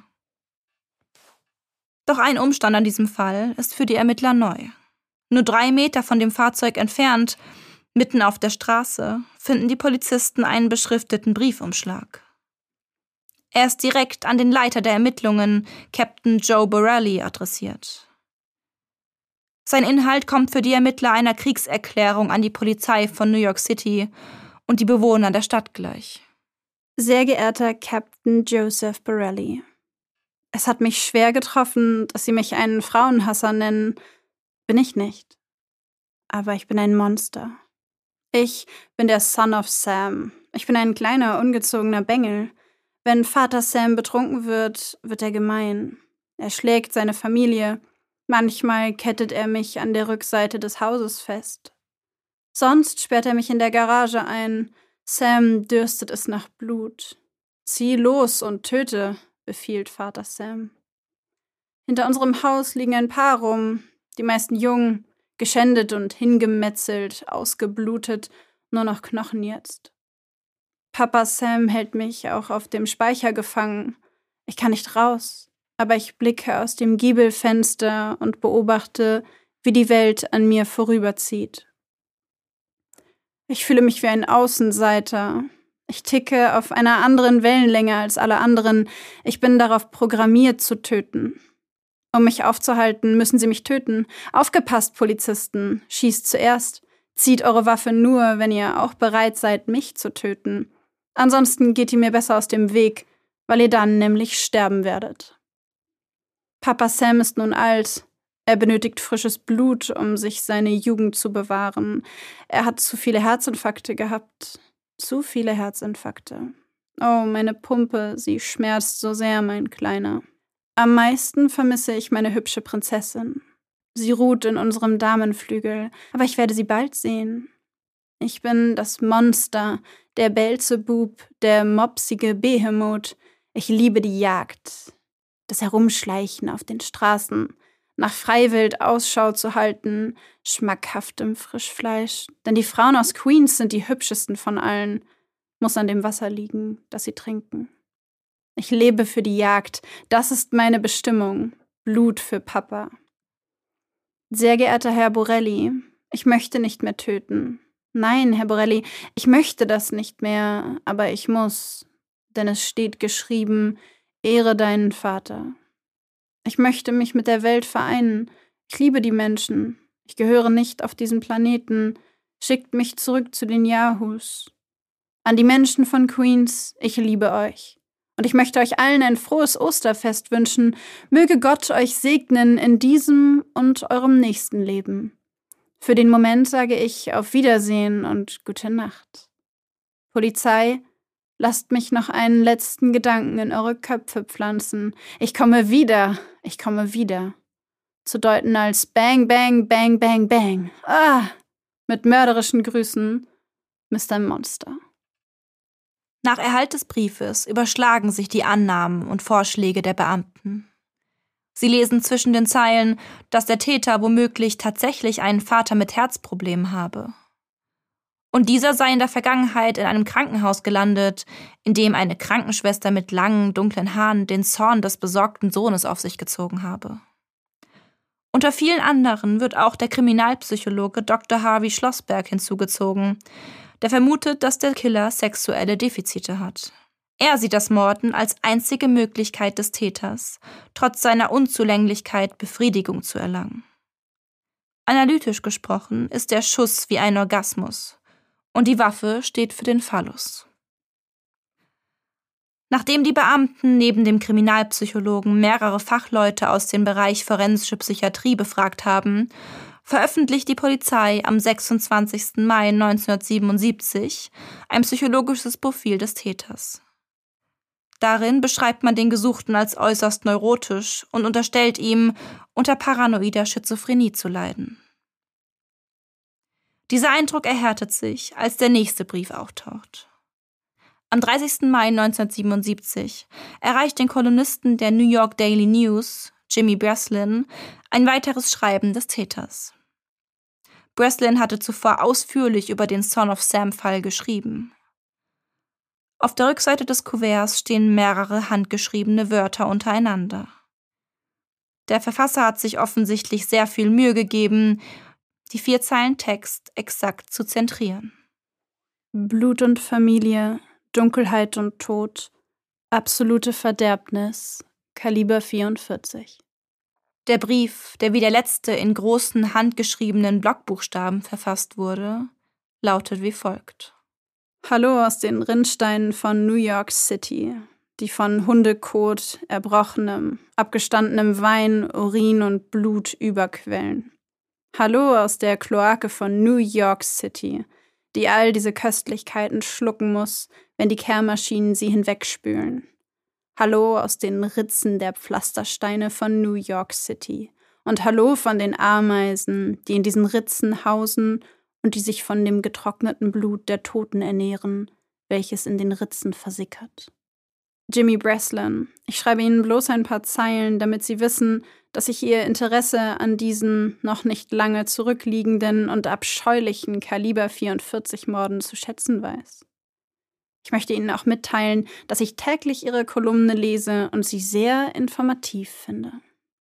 Doch ein Umstand an diesem Fall ist für die Ermittler neu. Nur drei Meter von dem Fahrzeug entfernt, mitten auf der Straße, finden die Polizisten einen beschrifteten Briefumschlag. Er ist direkt an den Leiter der Ermittlungen, Captain Joe Borelli, adressiert. Sein Inhalt kommt für die Ermittler einer Kriegserklärung an die Polizei von New York City und die Bewohner der Stadt gleich. Sehr geehrter Captain Joseph Borelli, Es hat mich schwer getroffen, dass sie mich einen Frauenhasser nennen. Bin ich nicht. Aber ich bin ein Monster. Ich bin der Son of Sam. Ich bin ein kleiner, ungezogener Bengel. Wenn Vater Sam betrunken wird, wird er gemein. Er schlägt seine Familie. Manchmal kettet er mich an der Rückseite des Hauses fest. Sonst sperrt er mich in der Garage ein. Sam dürstet es nach Blut. Zieh los und töte, befiehlt Vater Sam. Hinter unserem Haus liegen ein Paar rum, die meisten jung, geschändet und hingemetzelt, ausgeblutet, nur noch Knochen jetzt. Papa Sam hält mich auch auf dem Speicher gefangen. Ich kann nicht raus, aber ich blicke aus dem Giebelfenster und beobachte, wie die Welt an mir vorüberzieht. Ich fühle mich wie ein Außenseiter. Ich ticke auf einer anderen Wellenlänge als alle anderen. Ich bin darauf programmiert, zu töten. Um mich aufzuhalten, müssen sie mich töten. Aufgepasst, Polizisten. Schießt zuerst. Zieht eure Waffe nur, wenn ihr auch bereit seid, mich zu töten. Ansonsten geht ihr mir besser aus dem Weg, weil ihr dann nämlich sterben werdet. Papa Sam ist nun alt. Er benötigt frisches Blut, um sich seine Jugend zu bewahren. Er hat zu viele Herzinfarkte gehabt. Zu viele Herzinfarkte. Oh, meine Pumpe, sie schmerzt so sehr, mein Kleiner. Am meisten vermisse ich meine hübsche Prinzessin. Sie ruht in unserem Damenflügel, aber ich werde sie bald sehen. Ich bin das Monster, der Beelzebub, der mopsige Behemoth. Ich liebe die Jagd, das Herumschleichen auf den Straßen, nach Freiwild Ausschau zu halten, schmackhaftem Frischfleisch, denn die Frauen aus Queens sind die hübschesten von allen, muss an dem Wasser liegen, das sie trinken. Ich lebe für die Jagd, das ist meine Bestimmung, Blut für Papa. Sehr geehrter Herr Borelli, ich möchte nicht mehr töten. Nein, Herr Borelli, ich möchte das nicht mehr, aber ich muss, denn es steht geschrieben, ehre deinen Vater. Ich möchte mich mit der Welt vereinen. Ich liebe die Menschen. Ich gehöre nicht auf diesen Planeten. Schickt mich zurück zu den Yahoos. An die Menschen von Queens, ich liebe euch. Und ich möchte euch allen ein frohes Osterfest wünschen. Möge Gott euch segnen in diesem und eurem nächsten Leben. Für den Moment sage ich auf Wiedersehen und gute Nacht. Polizei, lasst mich noch einen letzten Gedanken in eure Köpfe pflanzen. Ich komme wieder, ich komme wieder. Zu deuten als Bang, Bang, Bang, Bang, Bang. Ah, mit mörderischen Grüßen, Mister Monster. Nach Erhalt des Briefes überschlagen sich die Annahmen und Vorschläge der Beamten. Sie lesen zwischen den Zeilen, dass der Täter womöglich tatsächlich einen Vater mit Herzproblemen habe. Und dieser sei in der Vergangenheit in einem Krankenhaus gelandet, in dem eine Krankenschwester mit langen, dunklen Haaren den Zorn des besorgten Sohnes auf sich gezogen habe. Unter vielen anderen wird auch der Kriminalpsychologe Doktor Harvey Schlossberg hinzugezogen, der vermutet, dass der Killer sexuelle Defizite hat. Er sieht das Morden als einzige Möglichkeit des Täters, trotz seiner Unzulänglichkeit Befriedigung zu erlangen. Analytisch gesprochen ist der Schuss wie ein Orgasmus und die Waffe steht für den Phallus. Nachdem die Beamten neben dem Kriminalpsychologen mehrere Fachleute aus dem Bereich forensische Psychiatrie befragt haben, veröffentlicht die Polizei am sechsundzwanzigsten Mai neunzehnhundertsiebenundsiebzig ein psychologisches Profil des Täters. Darin beschreibt man den Gesuchten als äußerst neurotisch und unterstellt ihm, unter paranoider Schizophrenie zu leiden. Dieser Eindruck erhärtet sich, als der nächste Brief auftaucht. Am dreißigsten Mai neunzehnhundertsiebenundsiebzig erreicht den Kolumnisten der New York Daily News, Jimmy Breslin, ein weiteres Schreiben des Täters. Breslin hatte zuvor ausführlich über den Son of Sam-Fall geschrieben. Auf der Rückseite des Kuverts stehen mehrere handgeschriebene Wörter untereinander. Der Verfasser hat sich offensichtlich sehr viel Mühe gegeben, die vier Zeilen Text exakt zu zentrieren. Blut und Familie, Dunkelheit und Tod, absolute Verderbnis, Kaliber vierundvierzig. Der Brief, der wie der letzte in großen handgeschriebenen Blockbuchstaben verfasst wurde, lautet wie folgt. Hallo aus den Rinnsteinen von New York City. die von Hundekot, Erbrochenem, abgestandenem Wein, Urin und Blut überquellen. Hallo aus der Kloake von New York City, die all diese Köstlichkeiten schlucken muss, wenn die Kehrmaschinen sie hinwegspülen. Hallo aus den Ritzen der Pflastersteine von New York City. Und hallo von den Ameisen, die in diesen Ritzen hausen und die sich von dem getrockneten Blut der Toten ernähren, welches in den Ritzen versickert. Jimmy Breslin, ich schreibe Ihnen bloß ein paar Zeilen, damit Sie wissen, dass ich Ihr Interesse an diesen noch nicht lange zurückliegenden und abscheulichen Kaliber vierundvierzig-Morden zu schätzen weiß. Ich möchte Ihnen auch mitteilen, dass ich täglich Ihre Kolumne lese und sie sehr informativ finde.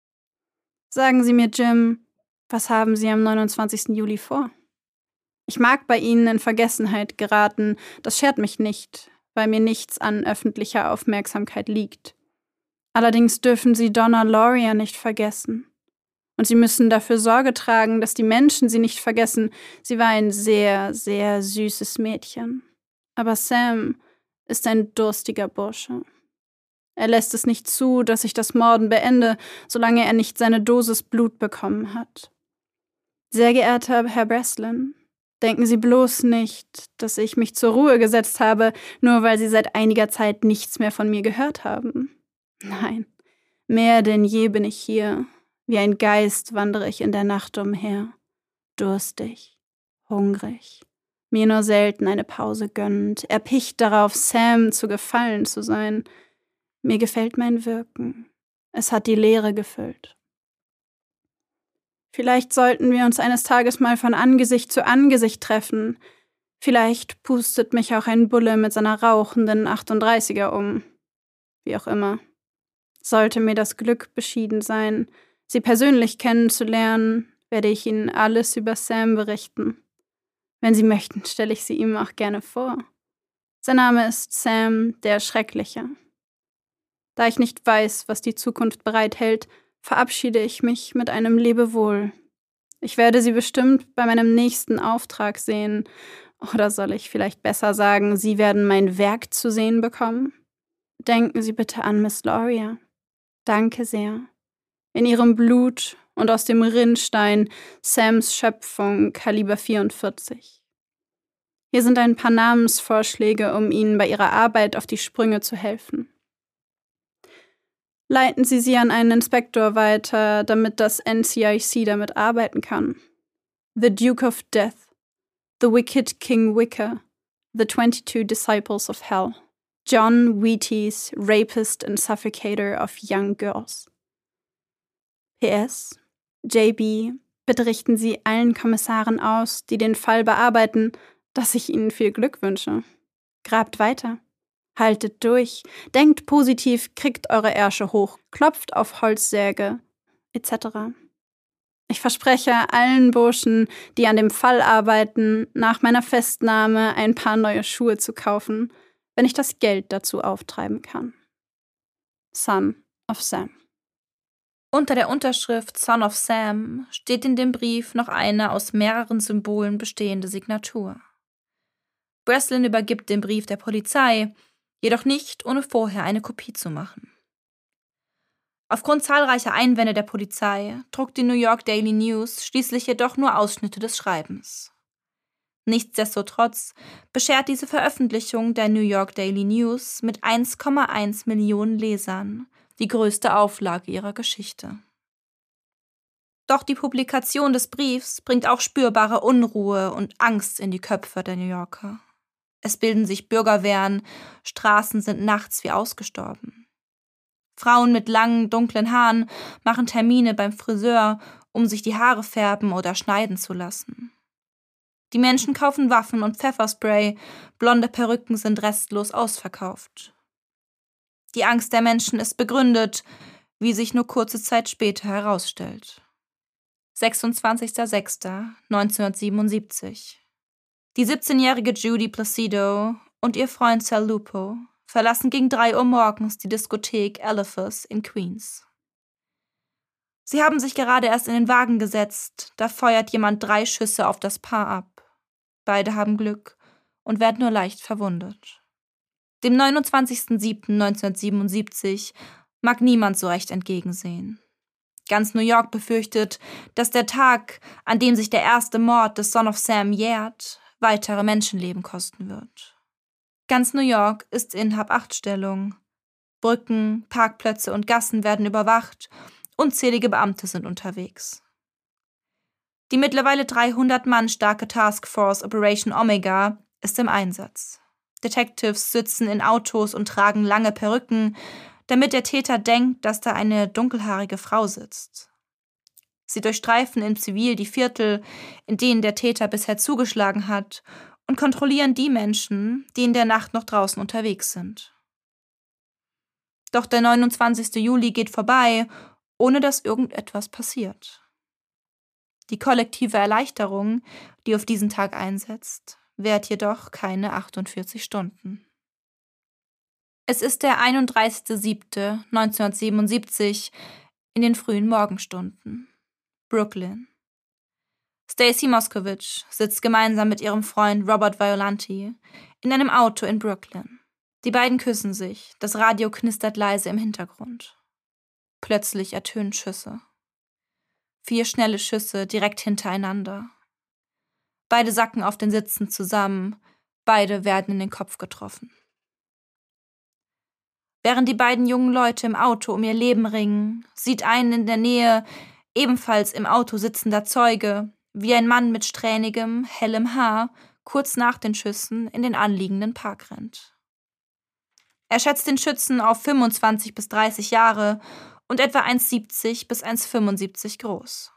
Sagen Sie mir, Jim, was haben Sie am neunundzwanzigsten Juli vor? Ich mag bei Ihnen in Vergessenheit geraten, das schert mich nicht, weil mir nichts an öffentlicher Aufmerksamkeit liegt. Allerdings dürfen Sie Donna Lauria nicht vergessen. Und Sie müssen dafür Sorge tragen, dass die Menschen sie nicht vergessen. Sie war ein sehr, sehr süßes Mädchen. Aber Sam ist ein durstiger Bursche. Er lässt es nicht zu, dass ich das Morden beende, solange er nicht seine Dosis Blut bekommen hat. Sehr geehrter Herr Breslin, denken Sie bloß nicht, dass ich mich zur Ruhe gesetzt habe, nur weil Sie seit einiger Zeit nichts mehr von mir gehört haben. Nein, mehr denn je bin ich hier. Wie ein Geist wandere ich in der Nacht umher, durstig, hungrig, mir nur selten eine Pause gönnend, erpicht darauf, Sam zu gefallen zu sein. Mir gefällt mein Wirken. Es hat die Leere gefüllt. Vielleicht sollten wir uns eines Tages mal von Angesicht zu Angesicht treffen. Vielleicht pustet mich auch ein Bulle mit seiner rauchenden achtunddreißiger um. Wie auch immer. Sollte mir das Glück beschieden sein, Sie persönlich kennenzulernen, werde ich Ihnen alles über Sam berichten. Wenn Sie möchten, stelle ich sie ihm auch gerne vor. Sein Name ist Sam der Schreckliche. Da ich nicht weiß, was die Zukunft bereithält, verabschiede ich mich mit einem Lebewohl. Ich werde Sie bestimmt bei meinem nächsten Auftrag sehen. Oder soll ich vielleicht besser sagen, Sie werden mein Werk zu sehen bekommen? Denken Sie bitte an Miss Lauria. Danke sehr. In ihrem Blut und aus dem Rinnstein Sams Schöpfung Kaliber vierundvierzig. Hier sind ein paar Namensvorschläge, um Ihnen bei Ihrer Arbeit auf die Sprünge zu helfen. Leiten Sie sie an einen Inspektor weiter, damit das N C I C damit arbeiten kann. The Duke of Death, The Wicked King Wicker, The twenty-two Disciples of Hell, John Wheaties, Rapist and Suffocator of Young Girls. P S. J B, bitte richten Sie allen Kommissaren aus, die den Fall bearbeiten, dass ich Ihnen viel Glück wünsche. Grabt weiter. Haltet durch, denkt positiv, kriegt eure Ärsche hoch, klopft auf Holzsäge, et cetera. Ich verspreche allen Burschen, die an dem Fall arbeiten, nach meiner Festnahme ein paar neue Schuhe zu kaufen, wenn ich das Geld dazu auftreiben kann. Son of Sam. Unter der Unterschrift Son of Sam steht in dem Brief noch eine aus mehreren Symbolen bestehende Signatur. Breslin übergibt den Brief der Polizei, jedoch nicht, ohne vorher eine Kopie zu machen. Aufgrund zahlreicher Einwände der Polizei druckt die New York Daily News schließlich jedoch nur Ausschnitte des Schreibens. Nichtsdestotrotz beschert diese Veröffentlichung der New York Daily News mit eins Komma eins Millionen Lesern die größte Auflage ihrer Geschichte. Doch die Publikation des Briefs bringt auch spürbare Unruhe und Angst in die Köpfe der New Yorker. Es bilden sich Bürgerwehren, Straßen sind nachts wie ausgestorben. Frauen mit langen, dunklen Haaren machen Termine beim Friseur, um sich die Haare färben oder schneiden zu lassen. Die Menschen kaufen Waffen und Pfefferspray, blonde Perücken sind restlos ausverkauft. Die Angst der Menschen ist begründet, wie sich nur kurze Zeit später herausstellt. sechsundzwanzigster sechster neunzehnhundertsiebenundsiebzig. Die siebzehnjährige Judy Placido und ihr Freund Sal Lupo verlassen gegen drei Uhr morgens die Diskothek Eliphas in Queens. Sie haben sich gerade erst in den Wagen gesetzt, da feuert jemand drei Schüsse auf das Paar ab. Beide haben Glück und werden nur leicht verwundet. Dem neunundzwanzigsten siebten neunzehnhundertsiebenundsiebzig mag niemand so recht entgegensehen. Ganz New York befürchtet, dass der Tag, an dem sich der erste Mord des Son of Sam jährt, weitere Menschenleben kosten wird. Ganz New York ist in Hab-Acht-Stellung. Brücken, Parkplätze und Gassen werden überwacht, unzählige Beamte sind unterwegs. Die mittlerweile dreihundert Mann starke Taskforce Operation Omega ist im Einsatz. Detectives sitzen in Autos und tragen lange Perücken, damit der Täter denkt, dass da eine dunkelhaarige Frau sitzt. Sie durchstreifen in Zivil die Viertel, in denen der Täter bisher zugeschlagen hat, und kontrollieren die Menschen, die in der Nacht noch draußen unterwegs sind. Doch der neunundzwanzigste Juli geht vorbei, ohne dass irgendetwas passiert. Die kollektive Erleichterung, die auf diesen Tag einsetzt, währt jedoch keine achtundvierzig Stunden. Es ist der einunddreißigste siebte neunzehnhundertsiebenundsiebzig in den frühen Morgenstunden. Brooklyn. Stacey Moskovich sitzt gemeinsam mit ihrem Freund Robert Violanti in einem Auto in Brooklyn. Die beiden küssen sich, das Radio knistert leise im Hintergrund. Plötzlich ertönen Schüsse. Vier schnelle Schüsse direkt hintereinander. Beide sacken auf den Sitzen zusammen, beide werden in den Kopf getroffen. Während die beiden jungen Leute im Auto um ihr Leben ringen, sieht ein in der Nähe, ebenfalls im Auto sitzender Zeuge, wie ein Mann mit strähnigem, hellem Haar kurz nach den Schüssen in den anliegenden Park rennt. Er schätzt den Schützen auf fünfundzwanzig bis dreißig Jahre und etwa eins Komma siebzig bis eins Komma fünfundsiebzig groß.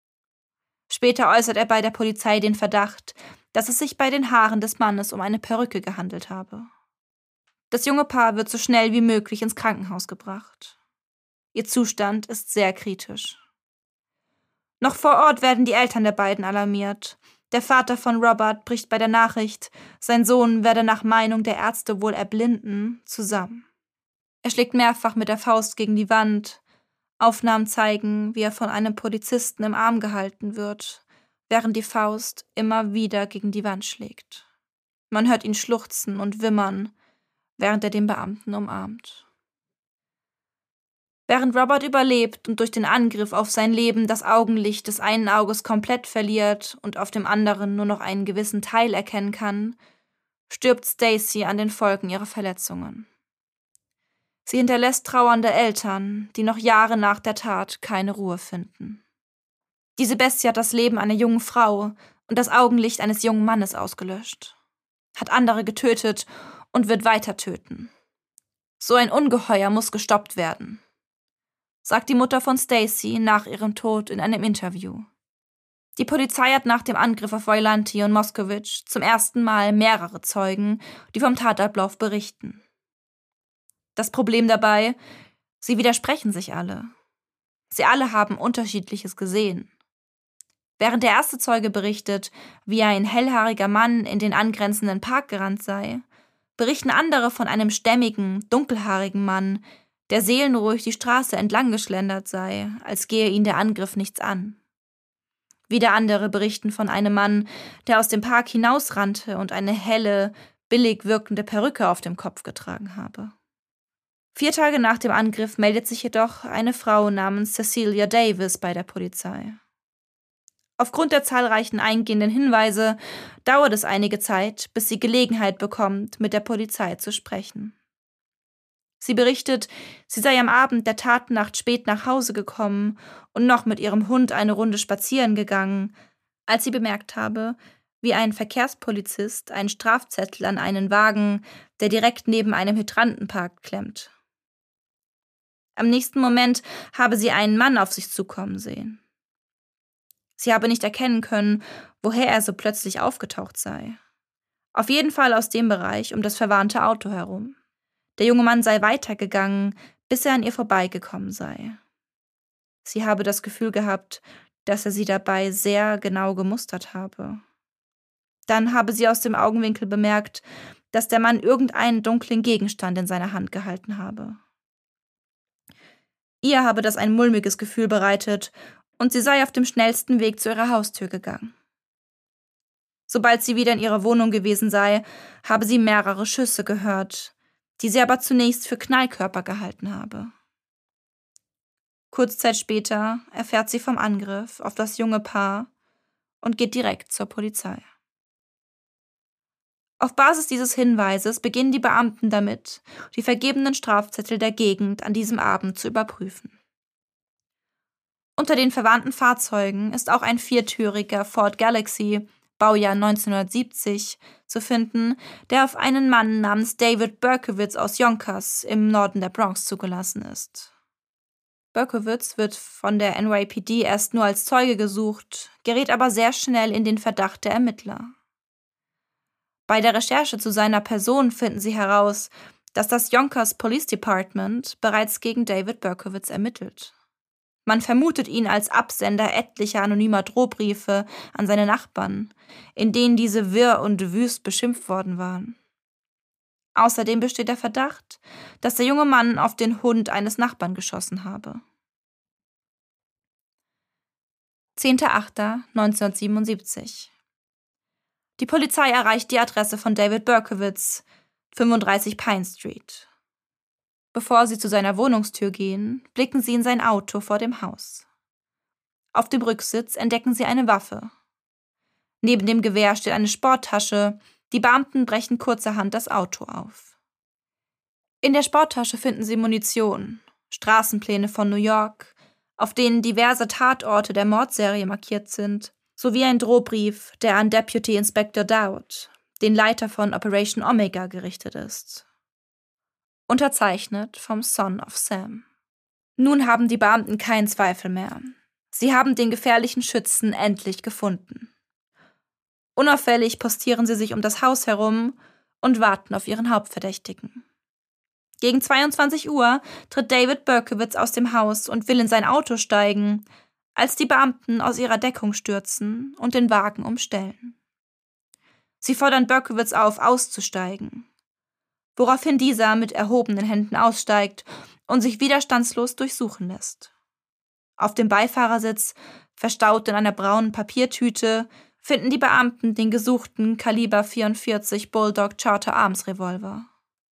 Später äußert er bei der Polizei den Verdacht, dass es sich bei den Haaren des Mannes um eine Perücke gehandelt habe. Das junge Paar wird so schnell wie möglich ins Krankenhaus gebracht. Ihr Zustand ist sehr kritisch. Noch vor Ort werden die Eltern der beiden alarmiert. Der Vater von Robert bricht bei der Nachricht, sein Sohn werde nach Meinung der Ärzte wohl erblinden, zusammen. Er schlägt mehrfach mit der Faust gegen die Wand. Aufnahmen zeigen, wie er von einem Polizisten im Arm gehalten wird, während die Faust immer wieder gegen die Wand schlägt. Man hört ihn schluchzen und wimmern, während er den Beamten umarmt. Während Robert überlebt und durch den Angriff auf sein Leben das Augenlicht des einen Auges komplett verliert und auf dem anderen nur noch einen gewissen Teil erkennen kann, stirbt Stacey an den Folgen ihrer Verletzungen. Sie hinterlässt trauernde Eltern, die noch Jahre nach der Tat keine Ruhe finden. Diese Bestie hat das Leben einer jungen Frau und das Augenlicht eines jungen Mannes ausgelöscht, hat andere getötet und wird weiter töten. So ein Ungeheuer muss gestoppt werden, sagt die Mutter von Stacey nach ihrem Tod in einem Interview. Die Polizei hat nach dem Angriff auf Violanti und Moskovich zum ersten Mal mehrere Zeugen, die vom Tatablauf berichten. Das Problem dabei, sie widersprechen sich alle. Sie alle haben Unterschiedliches gesehen. Während der erste Zeuge berichtet, wie ein hellhaariger Mann in den angrenzenden Park gerannt sei, berichten andere von einem stämmigen, dunkelhaarigen Mann, der seelenruhig die Straße entlang geschlendert sei, als gehe ihn der Angriff nichts an. Wieder andere berichten von einem Mann, der aus dem Park hinausrannte und eine helle, billig wirkende Perücke auf dem Kopf getragen habe. Vier Tage nach dem Angriff meldet sich jedoch eine Frau namens Cecilia Davis bei der Polizei. Aufgrund der zahlreichen eingehenden Hinweise dauert es einige Zeit, bis sie Gelegenheit bekommt, mit der Polizei zu sprechen. Sie berichtet, sie sei am Abend der Tatnacht spät nach Hause gekommen und noch mit ihrem Hund eine Runde spazieren gegangen, als sie bemerkt habe, wie ein Verkehrspolizist einen Strafzettel an einen Wagen, der direkt neben einem Hydranten parkt, klemmt. Am nächsten Moment habe sie einen Mann auf sich zukommen sehen. Sie habe nicht erkennen können, woher er so plötzlich aufgetaucht sei. Auf jeden Fall aus dem Bereich um das verwarnte Auto herum. Der junge Mann sei weitergegangen, bis er an ihr vorbeigekommen sei. Sie habe das Gefühl gehabt, dass er sie dabei sehr genau gemustert habe. Dann habe sie aus dem Augenwinkel bemerkt, dass der Mann irgendeinen dunklen Gegenstand in seiner Hand gehalten habe. Ihr habe das ein mulmiges Gefühl bereitet und sie sei auf dem schnellsten Weg zu ihrer Haustür gegangen. Sobald sie wieder in ihrer Wohnung gewesen sei, habe sie mehrere Schüsse gehört, die sie aber zunächst für Knallkörper gehalten habe. Kurz Zeit später erfährt sie vom Angriff auf das junge Paar und geht direkt zur Polizei. Auf Basis dieses Hinweises beginnen die Beamten damit, die vergebenen Strafzettel der Gegend an diesem Abend zu überprüfen. Unter den verwandten Fahrzeugen ist auch ein viertüriger Ford Galaxy, Baujahr neunzehnhundertsiebzig, zu finden, der auf einen Mann namens David Berkowitz aus Yonkers im Norden der Bronx zugelassen ist. Berkowitz wird von der N Y P D erst nur als Zeuge gesucht, gerät aber sehr schnell in den Verdacht der Ermittler. Bei der Recherche zu seiner Person finden sie heraus, dass das Yonkers Police Department bereits gegen David Berkowitz ermittelt. Man vermutet ihn als Absender etlicher anonymer Drohbriefe an seine Nachbarn, in denen diese wirr und wüst beschimpft worden waren. Außerdem besteht der Verdacht, dass der junge Mann auf den Hund eines Nachbarn geschossen habe. zehnter achter neunzehnhundertsiebenundsiebzig. Die Polizei erreicht die Adresse von David Berkowitz, fünfunddreißig Pine Street. Bevor sie zu seiner Wohnungstür gehen, blicken sie in sein Auto vor dem Haus. Auf dem Rücksitz entdecken sie eine Waffe. Neben dem Gewehr steht eine Sporttasche. Die Beamten brechen kurzerhand das Auto auf. In der Sporttasche finden sie Munition, Straßenpläne von New York, auf denen diverse Tatorte der Mordserie markiert sind, sowie ein Drohbrief, der an Deputy Inspector Dowd, den Leiter von Operation Omega, gerichtet ist. Unterzeichnet vom Son of Sam. Nun haben die Beamten keinen Zweifel mehr. Sie haben den gefährlichen Schützen endlich gefunden. Unauffällig postieren sie sich um das Haus herum und warten auf ihren Hauptverdächtigen. Gegen zweiundzwanzig Uhr tritt David Berkowitz aus dem Haus und will in sein Auto steigen, als die Beamten aus ihrer Deckung stürzen und den Wagen umstellen. Sie fordern Berkowitz auf, auszusteigen, woraufhin dieser mit erhobenen Händen aussteigt und sich widerstandslos durchsuchen lässt. Auf dem Beifahrersitz, verstaut in einer braunen Papiertüte, finden die Beamten den gesuchten Kaliber vierundvierzig Bulldog Charter Arms Revolver.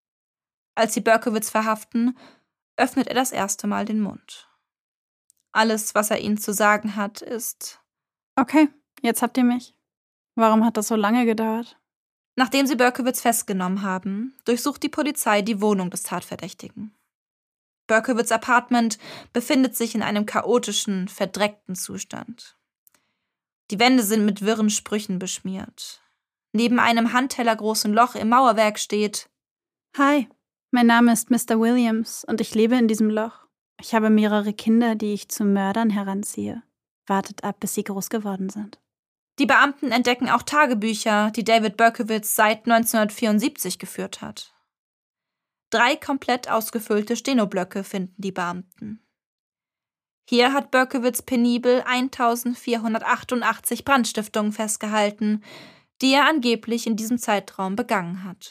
Als sie Berkowitz verhaften, öffnet er das erste Mal den Mund. Alles, was er ihnen zu sagen hat, ist: Okay, jetzt habt ihr mich. Warum hat das so lange gedauert? Nachdem sie Berkowitz festgenommen haben, durchsucht die Polizei die Wohnung des Tatverdächtigen. Berkowitz' Apartment befindet sich in einem chaotischen, verdreckten Zustand. Die Wände sind mit wirren Sprüchen beschmiert. Neben einem handtellergroßen Loch im Mauerwerk steht: Hi, mein Name ist Mister Williams und ich lebe in diesem Loch. Ich habe mehrere Kinder, die ich zu Mördern heranziehe. Wartet ab, bis sie groß geworden sind. Die Beamten entdecken auch Tagebücher, die David Berkowitz seit neunzehnhundertvierundsiebzig geführt hat. Drei komplett ausgefüllte Stenoblöcke finden die Beamten. Hier hat Berkowitz penibel eintausendvierhundertachtundachtzig Brandstiftungen festgehalten, die er angeblich in diesem Zeitraum begangen hat.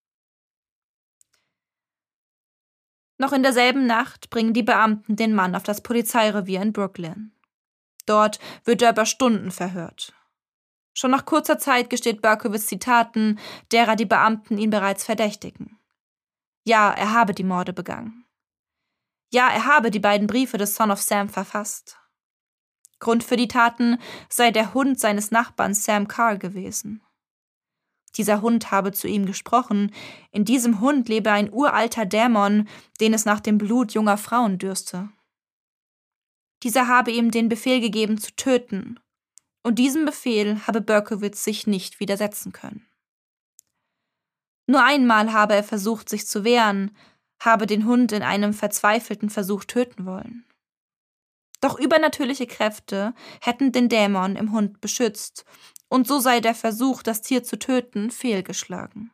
Noch in derselben Nacht bringen die Beamten den Mann auf das Polizeirevier in Brooklyn. Dort wird er über Stunden verhört. Schon nach kurzer Zeit gesteht Berkowitz die Taten, derer die Beamten ihn bereits verdächtigen. Ja, er habe die Morde begangen. Ja, er habe die beiden Briefe des Son of Sam verfasst. Grund für die Taten sei der Hund seines Nachbarn Sam Carr gewesen. Dieser Hund habe zu ihm gesprochen, in diesem Hund lebe ein uralter Dämon, den es nach dem Blut junger Frauen dürste. Dieser habe ihm den Befehl gegeben, zu töten, und diesem Befehl habe Berkowitz sich nicht widersetzen können. Nur einmal habe er versucht, sich zu wehren, habe den Hund in einem verzweifelten Versuch töten wollen. Doch übernatürliche Kräfte hätten den Dämon im Hund beschützt, und so sei der Versuch, das Tier zu töten, fehlgeschlagen.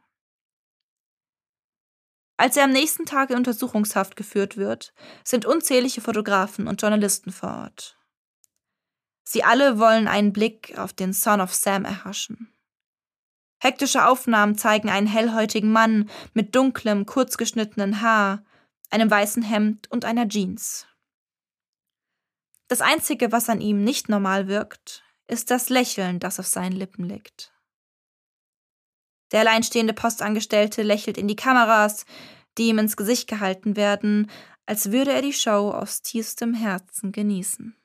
Als er am nächsten Tag in Untersuchungshaft geführt wird, sind unzählige Fotografen und Journalisten vor Ort. Sie alle wollen einen Blick auf den Son of Sam erhaschen. Hektische Aufnahmen zeigen einen hellhäutigen Mann mit dunklem, kurzgeschnittenen Haar, einem weißen Hemd und einer Jeans. Das Einzige, was an ihm nicht normal wirkt, ist das Lächeln, das auf seinen Lippen liegt. Der alleinstehende Postangestellte lächelt in die Kameras, die ihm ins Gesicht gehalten werden, als würde er die Show aus tiefstem Herzen genießen.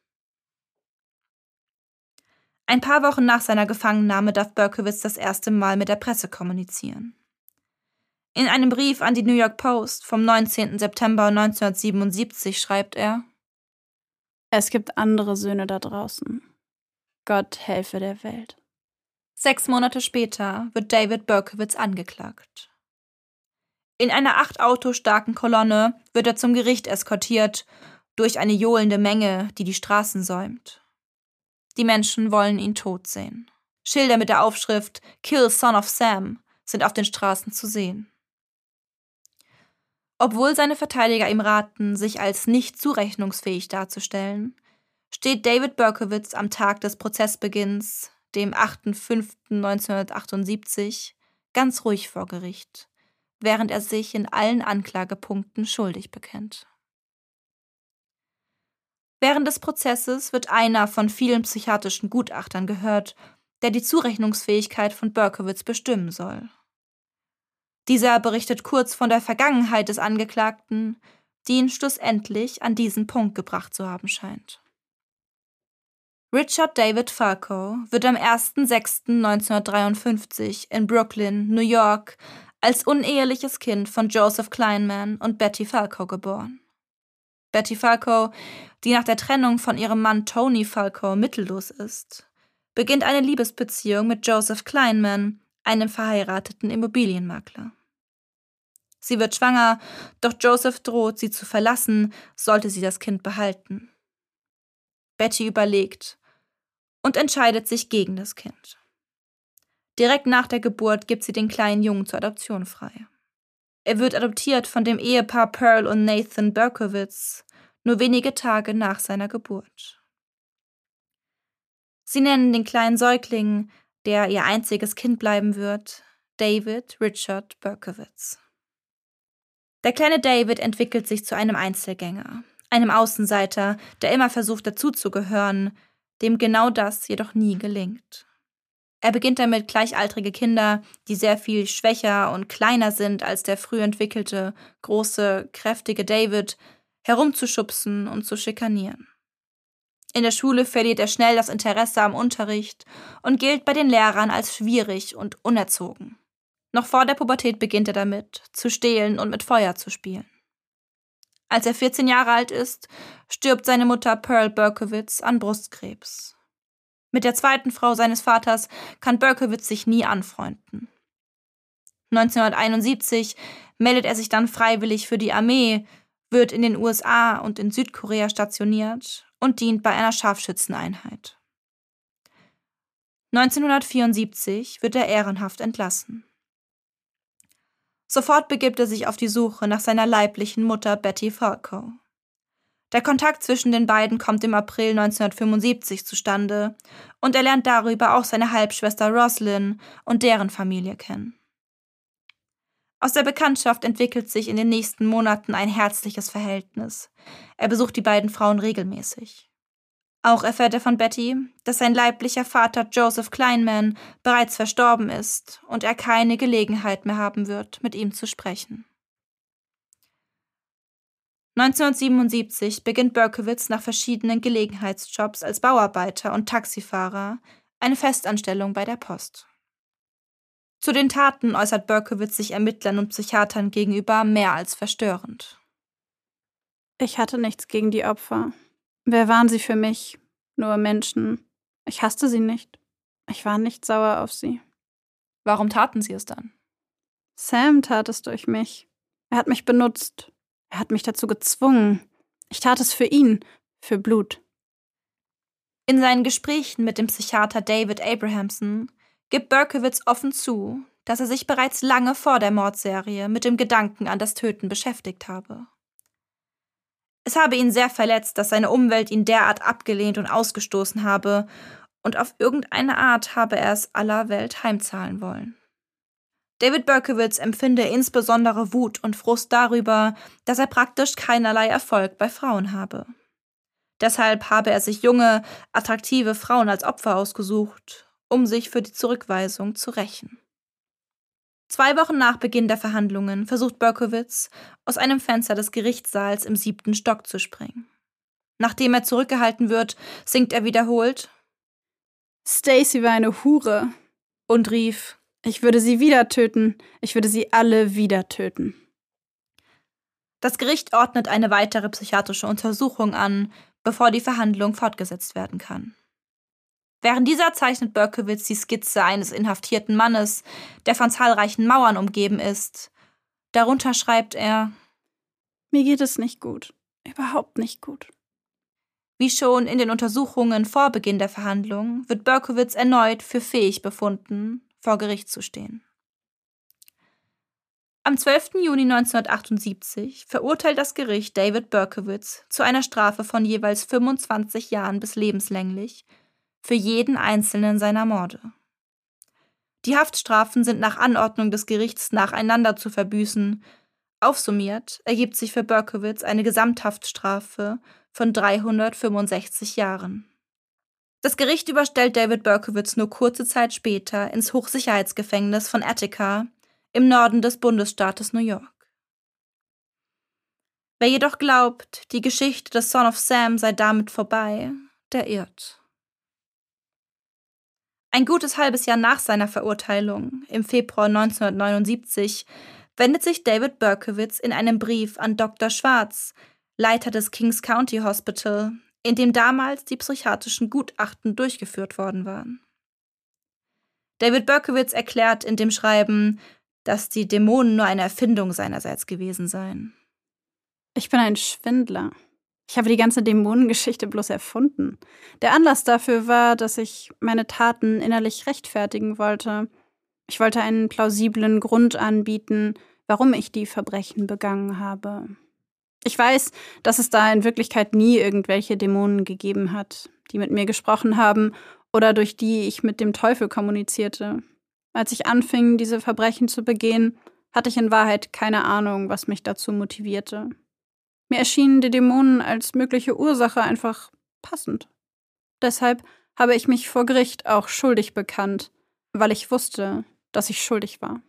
Ein paar Wochen nach seiner Gefangennahme darf Berkowitz das erste Mal mit der Presse kommunizieren. In einem Brief an die New York Post vom neunzehnten September neunzehnhundertsiebenundsiebzig schreibt er: Es gibt andere Söhne da draußen. Gott helfe der Welt. Sechs Monate später wird David Berkowitz angeklagt. In einer acht Auto starken Kolonne wird er zum Gericht eskortiert durch eine johlende Menge, die die Straßen säumt. Die Menschen wollen ihn tot sehen. Schilder mit der Aufschrift "Kill Son of Sam" sind auf den Straßen zu sehen. Obwohl seine Verteidiger ihm raten, sich als nicht zurechnungsfähig darzustellen, steht David Berkowitz am Tag des Prozessbeginns, dem achter fünfter neunzehnhundertachtundsiebzig, ganz ruhig vor Gericht, während er sich in allen Anklagepunkten schuldig bekennt. Während des Prozesses wird einer von vielen psychiatrischen Gutachtern gehört, der die Zurechnungsfähigkeit von Berkowitz bestimmen soll. Dieser berichtet kurz von der Vergangenheit des Angeklagten, die ihn schlussendlich an diesen Punkt gebracht zu haben scheint. Richard David Falco wird am erster sechster neunzehnhundertdreiundfünfzig in Brooklyn, New York, als uneheliches Kind von Joseph Kleinman und Betty Falco geboren. Betty Falco, die nach der Trennung von ihrem Mann Tony Falco mittellos ist, beginnt eine Liebesbeziehung mit Joseph Kleinman, einem verheirateten Immobilienmakler. Sie wird schwanger, doch Joseph droht, sie zu verlassen, sollte sie das Kind behalten. Betty überlegt und entscheidet sich gegen das Kind. Direkt nach der Geburt gibt sie den kleinen Jungen zur Adoption frei. Er wird adoptiert von dem Ehepaar Pearl und Nathan Berkowitz, nur wenige Tage nach seiner Geburt. Sie nennen den kleinen Säugling, der ihr einziges Kind bleiben wird, David Richard Berkowitz. Der kleine David entwickelt sich zu einem Einzelgänger, einem Außenseiter, der immer versucht dazuzugehören, dem genau das jedoch nie gelingt. Er beginnt damit, gleichaltrige Kinder, die sehr viel schwächer und kleiner sind als der früh entwickelte, große, kräftige David, herumzuschubsen und zu schikanieren. In der Schule verliert er schnell das Interesse am Unterricht und gilt bei den Lehrern als schwierig und unerzogen. Noch vor der Pubertät beginnt er damit, zu stehlen und mit Feuer zu spielen. Als er vierzehn Jahre alt ist, stirbt seine Mutter Pearl Berkowitz an Brustkrebs. Mit der zweiten Frau seines Vaters kann Berkowitz sich nie anfreunden. neunzehnhunderteinundsiebzig meldet er sich dann freiwillig für die Armee, wird in den U S A und in Südkorea stationiert und dient bei einer Scharfschützeneinheit. neunzehnhundertvierundsiebzig wird er ehrenhaft entlassen. Sofort begibt er sich auf die Suche nach seiner leiblichen Mutter Betty Falco. Der Kontakt zwischen den beiden kommt im April neunzehnhundertfünfundsiebzig zustande und er lernt darüber auch seine Halbschwester Roslyn und deren Familie kennen. Aus der Bekanntschaft entwickelt sich in den nächsten Monaten ein herzliches Verhältnis. Er besucht die beiden Frauen regelmäßig. Auch erfährt er von Betty, dass sein leiblicher Vater Joseph Kleinman bereits verstorben ist und er keine Gelegenheit mehr haben wird, mit ihm zu sprechen. neunzehnhundertsiebenundsiebzig beginnt Berkowitz nach verschiedenen Gelegenheitsjobs als Bauarbeiter und Taxifahrer eine Festanstellung bei der Post. Zu den Taten äußert Berkowitz sich Ermittlern und Psychiatern gegenüber mehr als verstörend. Ich hatte nichts gegen die Opfer. Wer waren sie für mich? Nur Menschen. Ich hasste sie nicht. Ich war nicht sauer auf sie. Warum taten sie es dann? Sam tat es durch mich. Er hat mich benutzt. Er hat mich dazu gezwungen. Ich tat es für ihn, für Blut. In seinen Gesprächen mit dem Psychiater David Abrahamson gibt Berkowitz offen zu, dass er sich bereits lange vor der Mordserie mit dem Gedanken an das Töten beschäftigt habe. Es habe ihn sehr verletzt, dass seine Umwelt ihn derart abgelehnt und ausgestoßen habe, und auf irgendeine Art habe er es aller Welt heimzahlen wollen. David Berkowitz empfinde insbesondere Wut und Frust darüber, dass er praktisch keinerlei Erfolg bei Frauen habe. Deshalb habe er sich junge, attraktive Frauen als Opfer ausgesucht, um sich für die Zurückweisung zu rächen. Zwei Wochen nach Beginn der Verhandlungen versucht Berkowitz, aus einem Fenster des Gerichtssaals im siebten Stock zu springen. Nachdem er zurückgehalten wird, singt er wiederholt: Stacy war eine Hure. Und rief: Ich würde sie wieder töten. Ich würde sie alle wieder töten. Das Gericht ordnet eine weitere psychiatrische Untersuchung an, bevor die Verhandlung fortgesetzt werden kann. Während dieser zeichnet Berkowitz die Skizze eines inhaftierten Mannes, der von zahlreichen Mauern umgeben ist. Darunter schreibt er: Mir geht es nicht gut. Überhaupt nicht gut. Wie schon in den Untersuchungen vor Beginn der Verhandlung wird Berkowitz erneut für fähig befunden, vor Gericht zu stehen. Am zwölften Juni neunzehnhundertachtundsiebzig verurteilt das Gericht David Berkowitz zu einer Strafe von jeweils fünfundzwanzig Jahren bis lebenslänglich für jeden einzelnen seiner Morde. Die Haftstrafen sind nach Anordnung des Gerichts nacheinander zu verbüßen. Aufsummiert ergibt sich für Berkowitz eine Gesamthaftstrafe von dreihundertfünfundsechzig Jahren. Das Gericht überstellt David Berkowitz nur kurze Zeit später ins Hochsicherheitsgefängnis von Attica im Norden des Bundesstaates New York. Wer jedoch glaubt, die Geschichte des Son of Sam sei damit vorbei, der irrt. Ein gutes halbes Jahr nach seiner Verurteilung, im Februar neunzehnhundertneunundsiebzig, wendet sich David Berkowitz in einem Brief an Doktor Schwarz, Leiter des Kings County Hospital, in dem damals die psychiatrischen Gutachten durchgeführt worden waren. David Berkowitz erklärt in dem Schreiben, dass die Dämonen nur eine Erfindung seinerseits gewesen seien. Ich bin ein Schwindler. Ich habe die ganze Dämonengeschichte bloß erfunden. Der Anlass dafür war, dass ich meine Taten innerlich rechtfertigen wollte. Ich wollte einen plausiblen Grund anbieten, warum ich die Verbrechen begangen habe. Ich weiß, dass es da in Wirklichkeit nie irgendwelche Dämonen gegeben hat, die mit mir gesprochen haben oder durch die ich mit dem Teufel kommunizierte. Als ich anfing, diese Verbrechen zu begehen, hatte ich in Wahrheit keine Ahnung, was mich dazu motivierte. Mir erschienen die Dämonen als mögliche Ursache einfach passend. Deshalb habe ich mich vor Gericht auch schuldig bekannt, weil ich wusste, dass ich schuldig war.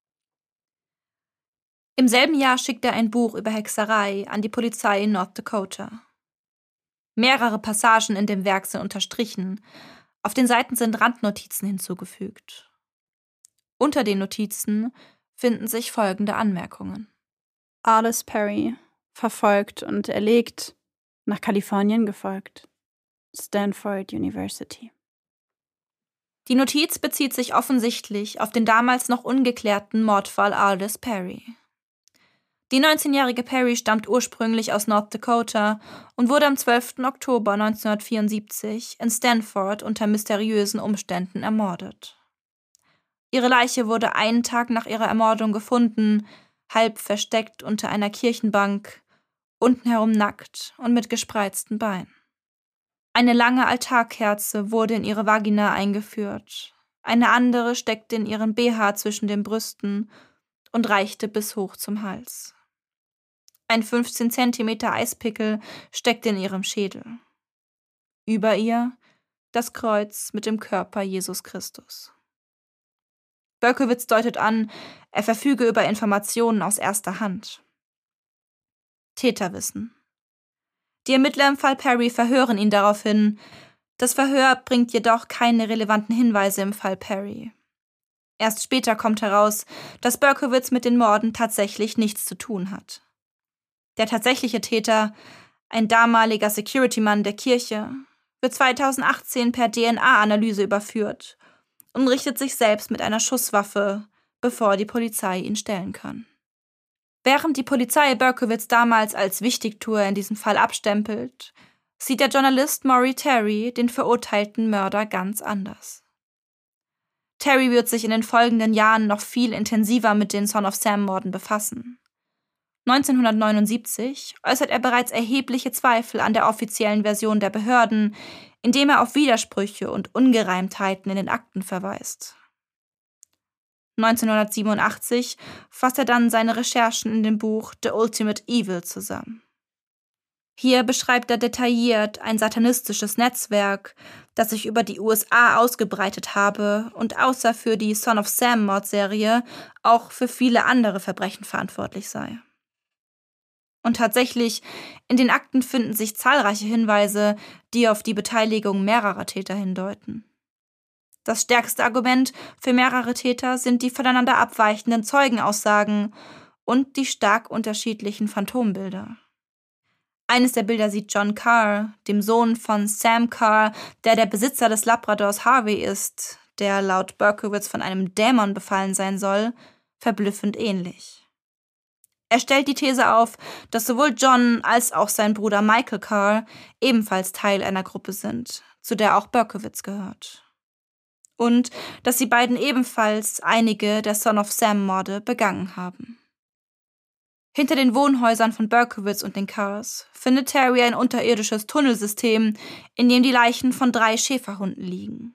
Im selben Jahr schickt er ein Buch über Hexerei an die Polizei in North Dakota. Mehrere Passagen in dem Werk sind unterstrichen. Auf den Seiten sind Randnotizen hinzugefügt. Unter den Notizen finden sich folgende Anmerkungen. Arliss Perry, verfolgt und erlegt, nach Kalifornien gefolgt. Stanford University. Die Notiz bezieht sich offensichtlich auf den damals noch ungeklärten Mordfall Arliss Perry. Die neunzehnjährige Perry stammt ursprünglich aus North Dakota und wurde am zwölften Oktober neunzehnhundertvierundsiebzig in Stanford unter mysteriösen Umständen ermordet. Ihre Leiche wurde einen Tag nach ihrer Ermordung gefunden, halb versteckt unter einer Kirchenbank, untenherum nackt und mit gespreizten Beinen. Eine lange Altarkerze wurde in ihre Vagina eingeführt, eine andere steckte in ihren B H zwischen den Brüsten und reichte bis hoch zum Hals. Ein fünfzehn Zentimeter Eispickel steckte in ihrem Schädel. Über ihr das Kreuz mit dem Körper Jesus Christus. Berkowitz deutet an, er verfüge über Informationen aus erster Hand. Täterwissen. Die Ermittler im Fall Perry verhören ihn daraufhin. Das Verhör bringt jedoch keine relevanten Hinweise im Fall Perry. Erst später kommt heraus, dass Berkowitz mit den Morden tatsächlich nichts zu tun hat. Der tatsächliche Täter, ein damaliger Security-Mann der Kirche, wird zweitausendachtzehn per D N A-Analyse überführt und richtet sich selbst mit einer Schusswaffe, bevor die Polizei ihn stellen kann. Während die Polizei Berkowitz damals als Wichtigtuer in diesem Fall abstempelt, sieht der Journalist Maury Terry den verurteilten Mörder ganz anders. Terry wird sich in den folgenden Jahren noch viel intensiver mit den Son of Sam-Morden befassen. neunzehnhundertneunundsiebzig äußert er bereits erhebliche Zweifel an der offiziellen Version der Behörden, indem er auf Widersprüche und Ungereimtheiten in den Akten verweist. neunzehnhundertsiebenundachtzig fasst er dann seine Recherchen in dem Buch The Ultimate Evil zusammen. Hier beschreibt er detailliert ein satanistisches Netzwerk, das sich über die U S A ausgebreitet habe und außer für die Son of Sam-Mordserie auch für viele andere Verbrechen verantwortlich sei. Und tatsächlich, in den Akten finden sich zahlreiche Hinweise, die auf die Beteiligung mehrerer Täter hindeuten. Das stärkste Argument für mehrere Täter sind die voneinander abweichenden Zeugenaussagen und die stark unterschiedlichen Phantombilder. Eines der Bilder sieht John Carr, dem Sohn von Sam Carr, der der Besitzer des Labradors Harvey ist, der laut Berkowitz von einem Dämon befallen sein soll, verblüffend ähnlich. Er stellt die These auf, dass sowohl John als auch sein Bruder Michael Carr ebenfalls Teil einer Gruppe sind, zu der auch Berkowitz gehört. Und dass sie beiden ebenfalls einige der Son of Sam-Morde begangen haben. Hinter den Wohnhäusern von Berkowitz und den Carrs findet Terry ein unterirdisches Tunnelsystem, in dem die Leichen von drei Schäferhunden liegen.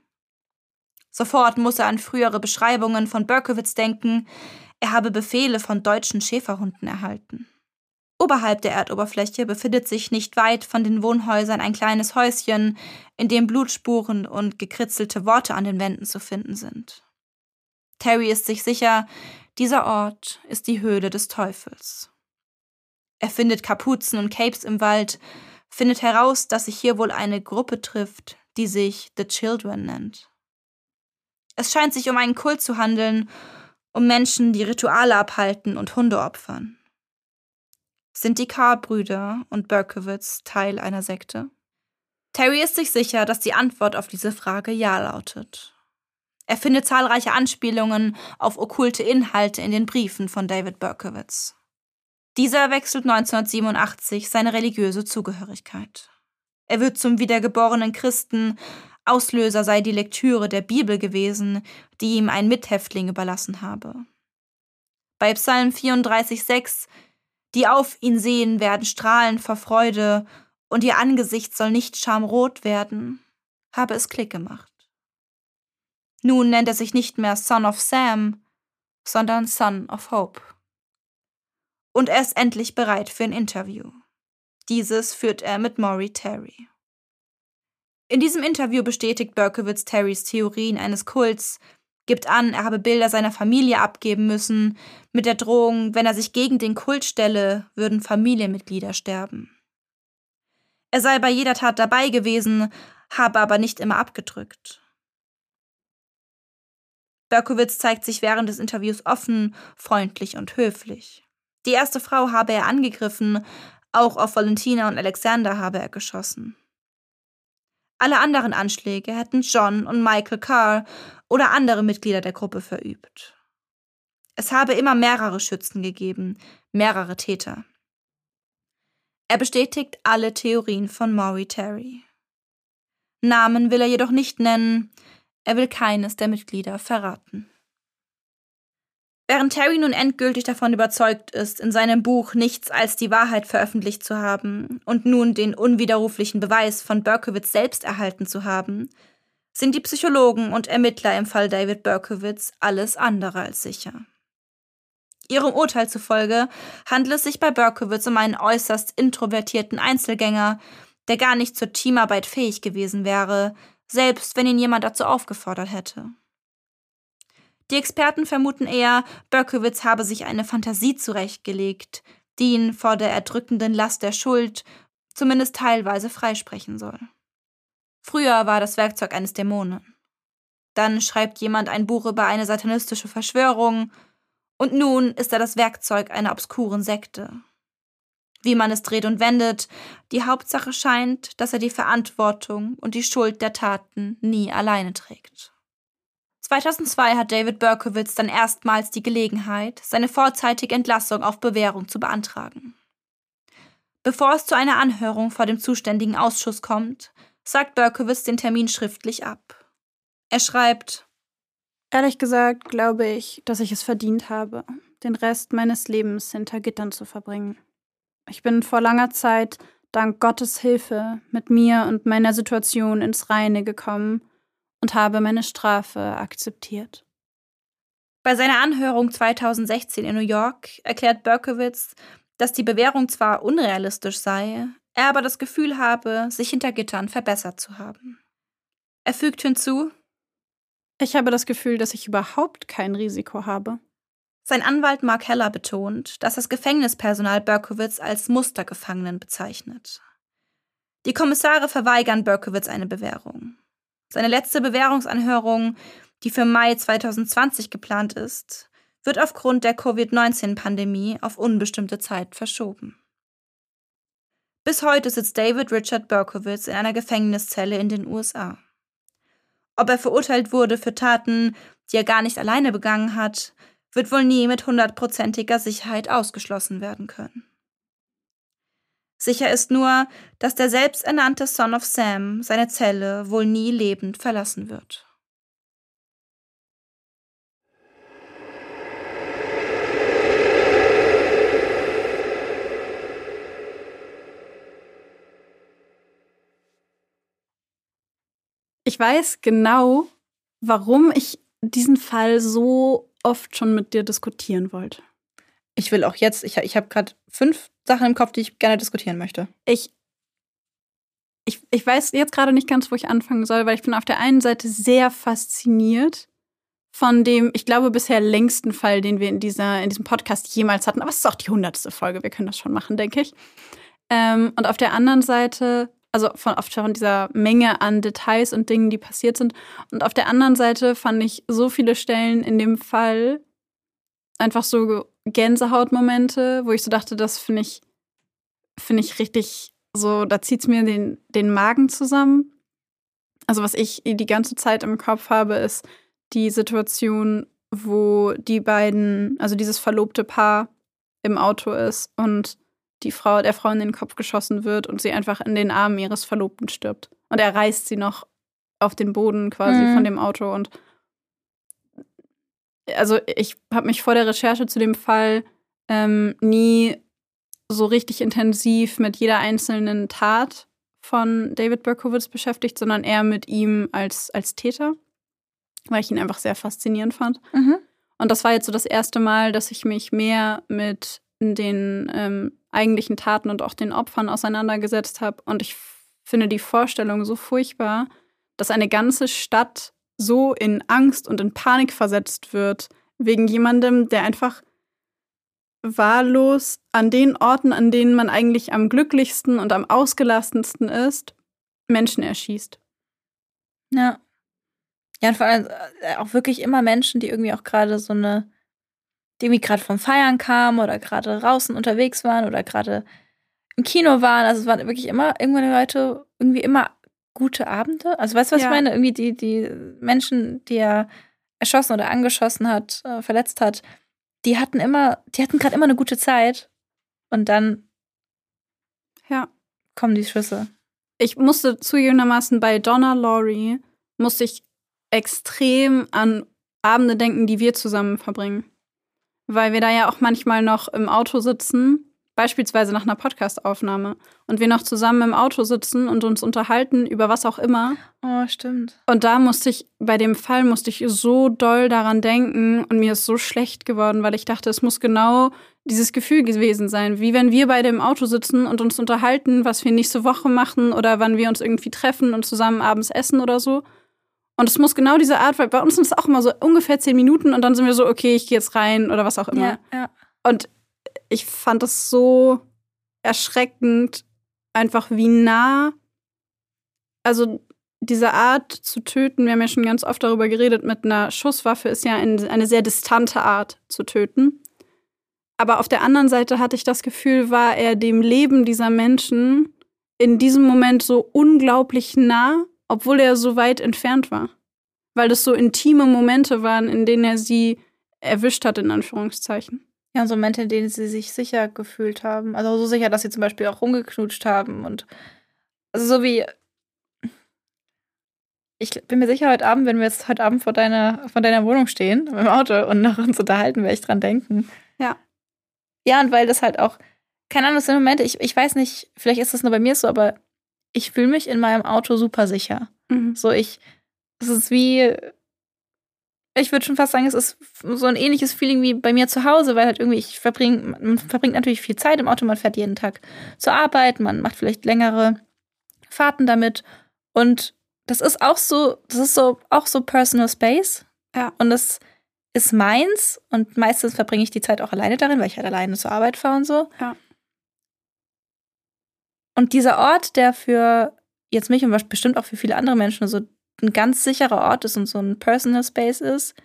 Sofort muss er an frühere Beschreibungen von Berkowitz denken, er habe Befehle von deutschen Schäferhunden erhalten. Oberhalb der Erdoberfläche befindet sich nicht weit von den Wohnhäusern ein kleines Häuschen, in dem Blutspuren und gekritzelte Worte an den Wänden zu finden sind. Terry ist sich sicher, dieser Ort ist die Höhle des Teufels. Er findet Kapuzen und Capes im Wald, findet heraus, dass sich hier wohl eine Gruppe trifft, die sich The Children nennt. Es scheint sich um einen Kult zu handeln, um Menschen, die Rituale abhalten und Hunde opfern. Sind die Carr-Brüder und Berkowitz Teil einer Sekte? Terry ist sich sicher, dass die Antwort auf diese Frage ja lautet. Er findet zahlreiche Anspielungen auf okkulte Inhalte in den Briefen von David Berkowitz. Dieser wechselt neunzehnhundertsiebenundachtzig seine religiöse Zugehörigkeit. Er wird zum wiedergeborenen Christen, Auslöser sei die Lektüre der Bibel gewesen, die ihm ein Mithäftling überlassen habe. Bei Psalm vierunddreißig Vers sechs: Die auf ihn sehen, werden strahlen vor Freude, und ihr Angesicht soll nicht schamrot werden, habe es Klick gemacht. Nun nennt er sich nicht mehr Son of Sam, sondern Son of Hope. Und er ist endlich bereit für ein Interview. Dieses führt er mit Maury Terry. In diesem Interview bestätigt Berkowitz Terrys Theorien eines Kults, gibt an, er habe Bilder seiner Familie abgeben müssen, mit der Drohung, wenn er sich gegen den Kult stelle, würden Familienmitglieder sterben. Er sei bei jeder Tat dabei gewesen, habe aber nicht immer abgedrückt. Berkowitz zeigt sich während des Interviews offen, freundlich und höflich. Die erste Frau habe er angegriffen, auch auf Valentina und Alexander habe er geschossen. Alle anderen Anschläge hätten John und Michael Carr oder andere Mitglieder der Gruppe verübt. Es habe immer mehrere Schützen gegeben, mehrere Täter. Er bestätigt alle Theorien von Maury Terry. Namen will er jedoch nicht nennen, er will keines der Mitglieder verraten. Während Terry nun endgültig davon überzeugt ist, in seinem Buch nichts als die Wahrheit veröffentlicht zu haben und nun den unwiderruflichen Beweis von Berkowitz selbst erhalten zu haben, sind die Psychologen und Ermittler im Fall David Berkowitz alles andere als sicher. Ihrem Urteil zufolge handelt es sich bei Berkowitz um einen äußerst introvertierten Einzelgänger, der gar nicht zur Teamarbeit fähig gewesen wäre, selbst wenn ihn jemand dazu aufgefordert hätte. Die Experten vermuten eher, Berkowitz habe sich eine Fantasie zurechtgelegt, die ihn vor der erdrückenden Last der Schuld zumindest teilweise freisprechen soll. Früher war das Werkzeug eines Dämonen. Dann schreibt jemand ein Buch über eine satanistische Verschwörung und nun ist er das Werkzeug einer obskuren Sekte. Wie man es dreht und wendet, die Hauptsache scheint, dass er die Verantwortung und die Schuld der Taten nie alleine trägt. zweitausendzwei hat David Berkowitz dann erstmals die Gelegenheit, seine vorzeitige Entlassung auf Bewährung zu beantragen. Bevor es zu einer Anhörung vor dem zuständigen Ausschuss kommt, sagt Berkowitz den Termin schriftlich ab. Er schreibt: Ehrlich gesagt glaube ich, dass ich es verdient habe, den Rest meines Lebens hinter Gittern zu verbringen. Ich bin vor langer Zeit, dank Gottes Hilfe, mit mir und meiner Situation ins Reine gekommen und habe meine Strafe akzeptiert. Bei seiner Anhörung zweitausendsechzehn in New York erklärt Berkowitz, dass die Bewährung zwar unrealistisch sei, er aber das Gefühl habe, sich hinter Gittern verbessert zu haben. Er fügt hinzu: Ich habe das Gefühl, dass ich überhaupt kein Risiko habe. Sein Anwalt Mark Heller betont, dass das Gefängnispersonal Berkowitz als Mustergefangenen bezeichnet. Die Kommissare verweigern Berkowitz eine Bewährung. Seine letzte Bewährungsanhörung, die für Mai zwanzig zwanzig geplant ist, wird aufgrund der Covid neunzehn Pandemie auf unbestimmte Zeit verschoben. Bis heute sitzt David Richard Berkowitz in einer Gefängniszelle in den U S A. Ob er verurteilt wurde für Taten, die er gar nicht alleine begangen hat, wird wohl nie mit hundertprozentiger Sicherheit ausgeschlossen werden können. Sicher ist nur, dass der selbsternannte Son of Sam seine Zelle wohl nie lebend verlassen wird. Ich weiß genau, warum ich diesen Fall so oft schon mit dir diskutieren wollte. Ich will auch jetzt, ich, ich habe gerade fünf Sachen im Kopf, die ich gerne diskutieren möchte. Ich, ich, ich weiß jetzt gerade nicht ganz, wo ich anfangen soll, weil ich bin auf der einen Seite sehr fasziniert von dem, ich glaube, bisher längsten Fall, den wir in, dieser, in diesem Podcast jemals hatten. Aber es ist auch die hundertste Folge, wir können das schon machen, denke ich. Ähm, und auf der anderen Seite, also von, von dieser Menge an Details und Dingen, die passiert sind. Und auf der anderen Seite fand ich so viele Stellen in dem Fall einfach so Gänsehautmomente, wo ich so dachte, das finde ich, finde ich richtig so, da zieht es mir den, den Magen zusammen. Also was ich die ganze Zeit im Kopf habe, ist die Situation, wo die beiden, also dieses verlobte Paar im Auto ist und die Frau, der Frau in den Kopf geschossen wird und sie einfach in den Armen ihres Verlobten stirbt. Und er reißt sie noch auf den Boden quasi mhm. von dem Auto. Und also ich habe mich vor der Recherche zu dem Fall ähm, nie so richtig intensiv mit jeder einzelnen Tat von David Berkowitz beschäftigt, sondern eher mit ihm als, als Täter, weil ich ihn einfach sehr faszinierend fand. Mhm. Und das war jetzt so das erste Mal, dass ich mich mehr mit den ähm, eigentlichen Taten und auch den Opfern auseinandergesetzt habe. Und ich finde die Vorstellung so furchtbar, dass eine ganze Stadt so in Angst und in Panik versetzt wird, wegen jemandem, der einfach wahllos an den Orten, an denen man eigentlich am glücklichsten und am ausgelassensten ist, Menschen erschießt. Ja. Ja, und vor allem auch wirklich immer Menschen, die irgendwie auch gerade so eine, die irgendwie gerade vom Feiern kamen oder gerade draußen unterwegs waren oder gerade im Kino waren. Also es waren wirklich immer irgendwann Leute, irgendwie immer gute Abende. Also weißt du, was ja. ich meine? Irgendwie die, die Menschen, die er erschossen oder angeschossen hat, äh, verletzt hat, die hatten immer, die hatten gerade immer eine gute Zeit. Und dann ja. kommen die Schüsse. Ich musste zugegebenermaßen bei Donna Laurie, musste ich extrem an Abende denken, die wir zusammen verbringen. Weil wir da ja auch manchmal noch im Auto sitzen, beispielsweise nach einer Podcast-Aufnahme, und wir noch zusammen im Auto sitzen und uns unterhalten über was auch immer. Oh, stimmt. Und da musste ich, bei dem Fall musste ich so doll daran denken und mir ist so schlecht geworden, weil ich dachte, es muss genau dieses Gefühl gewesen sein, wie wenn wir beide im Auto sitzen und uns unterhalten, was wir nächste Woche machen oder wann wir uns irgendwie treffen und zusammen abends essen oder so. Und es muss genau diese Art, weil bei uns sind es auch immer so ungefähr zehn Minuten und dann sind wir so, okay, ich gehe jetzt rein oder was auch immer. Ja, ja. Und ich fand es so erschreckend, einfach wie nah, also diese Art zu töten, wir haben ja schon ganz oft darüber geredet, mit einer Schusswaffe ist ja eine sehr distante Art zu töten. Aber auf der anderen Seite hatte ich das Gefühl, war er dem Leben dieser Menschen in diesem Moment so unglaublich nah, obwohl er so weit entfernt war. Weil das so intime Momente waren, in denen er sie erwischt hat, in Anführungszeichen. Ja, und so Momente, in denen sie sich sicher gefühlt haben. Also so sicher, dass sie zum Beispiel auch rumgeknutscht haben. Und also so wie, ich bin mir sicher, heute Abend, wenn wir jetzt heute Abend vor deiner, vor deiner Wohnung stehen, im Auto und noch uns unterhalten, werde ich dran denken. Ja. Ja, und weil das halt auch, keine Ahnung, das sind Momente, ich, ich weiß nicht, vielleicht ist das nur bei mir so, aber ich fühle mich in meinem Auto super sicher. Mhm. So, ich, es ist wie, ich würde schon fast sagen, es ist so ein ähnliches Feeling wie bei mir zu Hause, weil halt irgendwie ich verbringe, man verbringt natürlich viel Zeit im Auto, man fährt jeden Tag zur Arbeit, man macht vielleicht längere Fahrten damit und das ist auch so, das ist so auch so Personal Space. Ja. Und das ist meins und meistens verbringe ich die Zeit auch alleine darin, weil ich halt alleine zur Arbeit fahre und so. Ja. Und dieser Ort, der für jetzt mich und bestimmt auch für viele andere Menschen so ein ganz sicherer Ort ist und so ein Personal Space ist,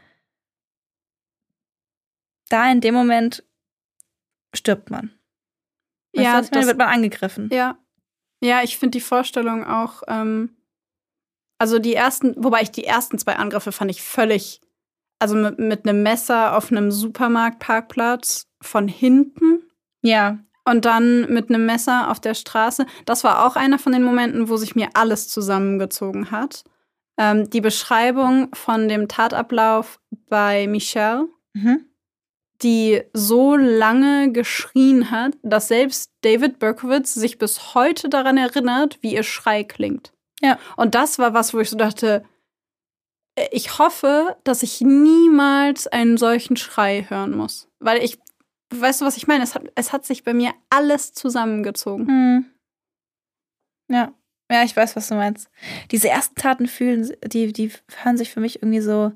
da in dem Moment stirbt man. Weißt Ja, du, was ich meine? das- Wird man angegriffen. Ja. Ja, ich finde die Vorstellung auch, ähm, also die ersten, wobei ich die ersten zwei Angriffe fand ich völlig, also mit, mit einem Messer auf einem Supermarktparkplatz von hinten Ja. und dann mit einem Messer auf der Straße. Das war auch einer von den Momenten, wo sich mir alles zusammengezogen hat. Ähm, die Beschreibung von dem Tatablauf bei Michelle, Mhm. die so lange geschrien hat, dass selbst David Berkowitz sich bis heute daran erinnert, wie ihr Schrei klingt. Ja. Und das war was, wo ich so dachte, ich hoffe, dass ich niemals einen solchen Schrei hören muss. Weil ich, weißt du, was ich meine? Es hat, es hat sich bei mir alles zusammengezogen. Hm. Ja. Ja, ich weiß, was du meinst. Diese ersten Taten fühlen, die, die hören sich für mich irgendwie so,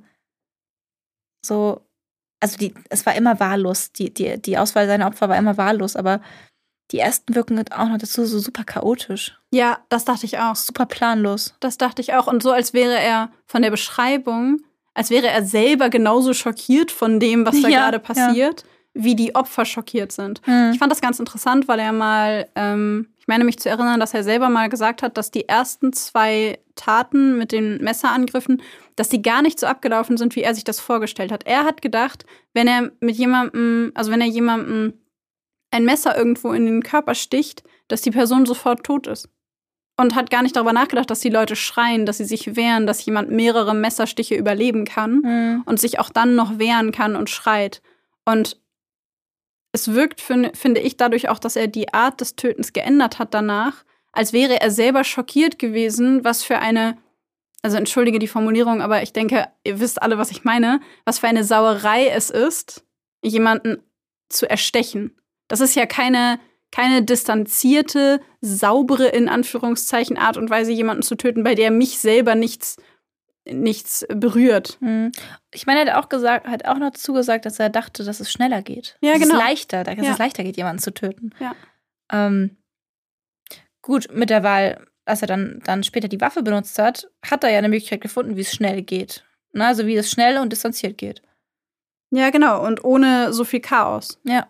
so, also die, es war immer wahllos. Die, die, die Auswahl seiner Opfer war immer wahllos, aber die ersten wirken auch noch dazu so super chaotisch. Ja, das dachte ich auch. Super planlos. Das dachte ich auch. Und so, als wäre er von der Beschreibung, als wäre er selber genauso schockiert von dem, was da Ja, gerade passiert, wie die Opfer schockiert sind. Hm. Ich fand das ganz interessant, weil er mal, ähm, ich meine mich zu erinnern, dass er selber mal gesagt hat, dass die ersten zwei Taten mit den Messerangriffen, dass die gar nicht so abgelaufen sind, wie er sich das vorgestellt hat. Er hat gedacht, wenn er mit jemandem, also wenn er jemandem ein Messer irgendwo in den Körper sticht, dass die Person sofort tot ist. Und hat gar nicht darüber nachgedacht, dass die Leute schreien, dass sie sich wehren, dass jemand mehrere Messerstiche überleben kann Mhm. und sich auch dann noch wehren kann und schreit. Und es wirkt, find, finde ich, dadurch auch, dass er die Art des Tötens geändert hat danach, als wäre er selber schockiert gewesen, was für eine, also entschuldige die Formulierung, aber ich denke, ihr wisst alle, was ich meine, was für eine Sauerei es ist, jemanden zu erstechen. Das ist ja keine, keine distanzierte, saubere, in Anführungszeichen, Art und Weise, jemanden zu töten, bei der mich selber nichts, nichts berührt. Mhm. Ich meine, er hat auch gesagt, hat auch noch dazu gesagt, dass er dachte, dass es schneller geht. Ja, dass genau. es leichter, dass Ja. es leichter geht, jemanden zu töten. Ja. Ähm, gut, mit der Wahl, als er dann, dann später die Waffe benutzt hat, hat er ja eine Möglichkeit gefunden, wie es schnell geht. Na, also wie es schnell und distanziert geht. Ja, genau. Und ohne so viel Chaos. Ja.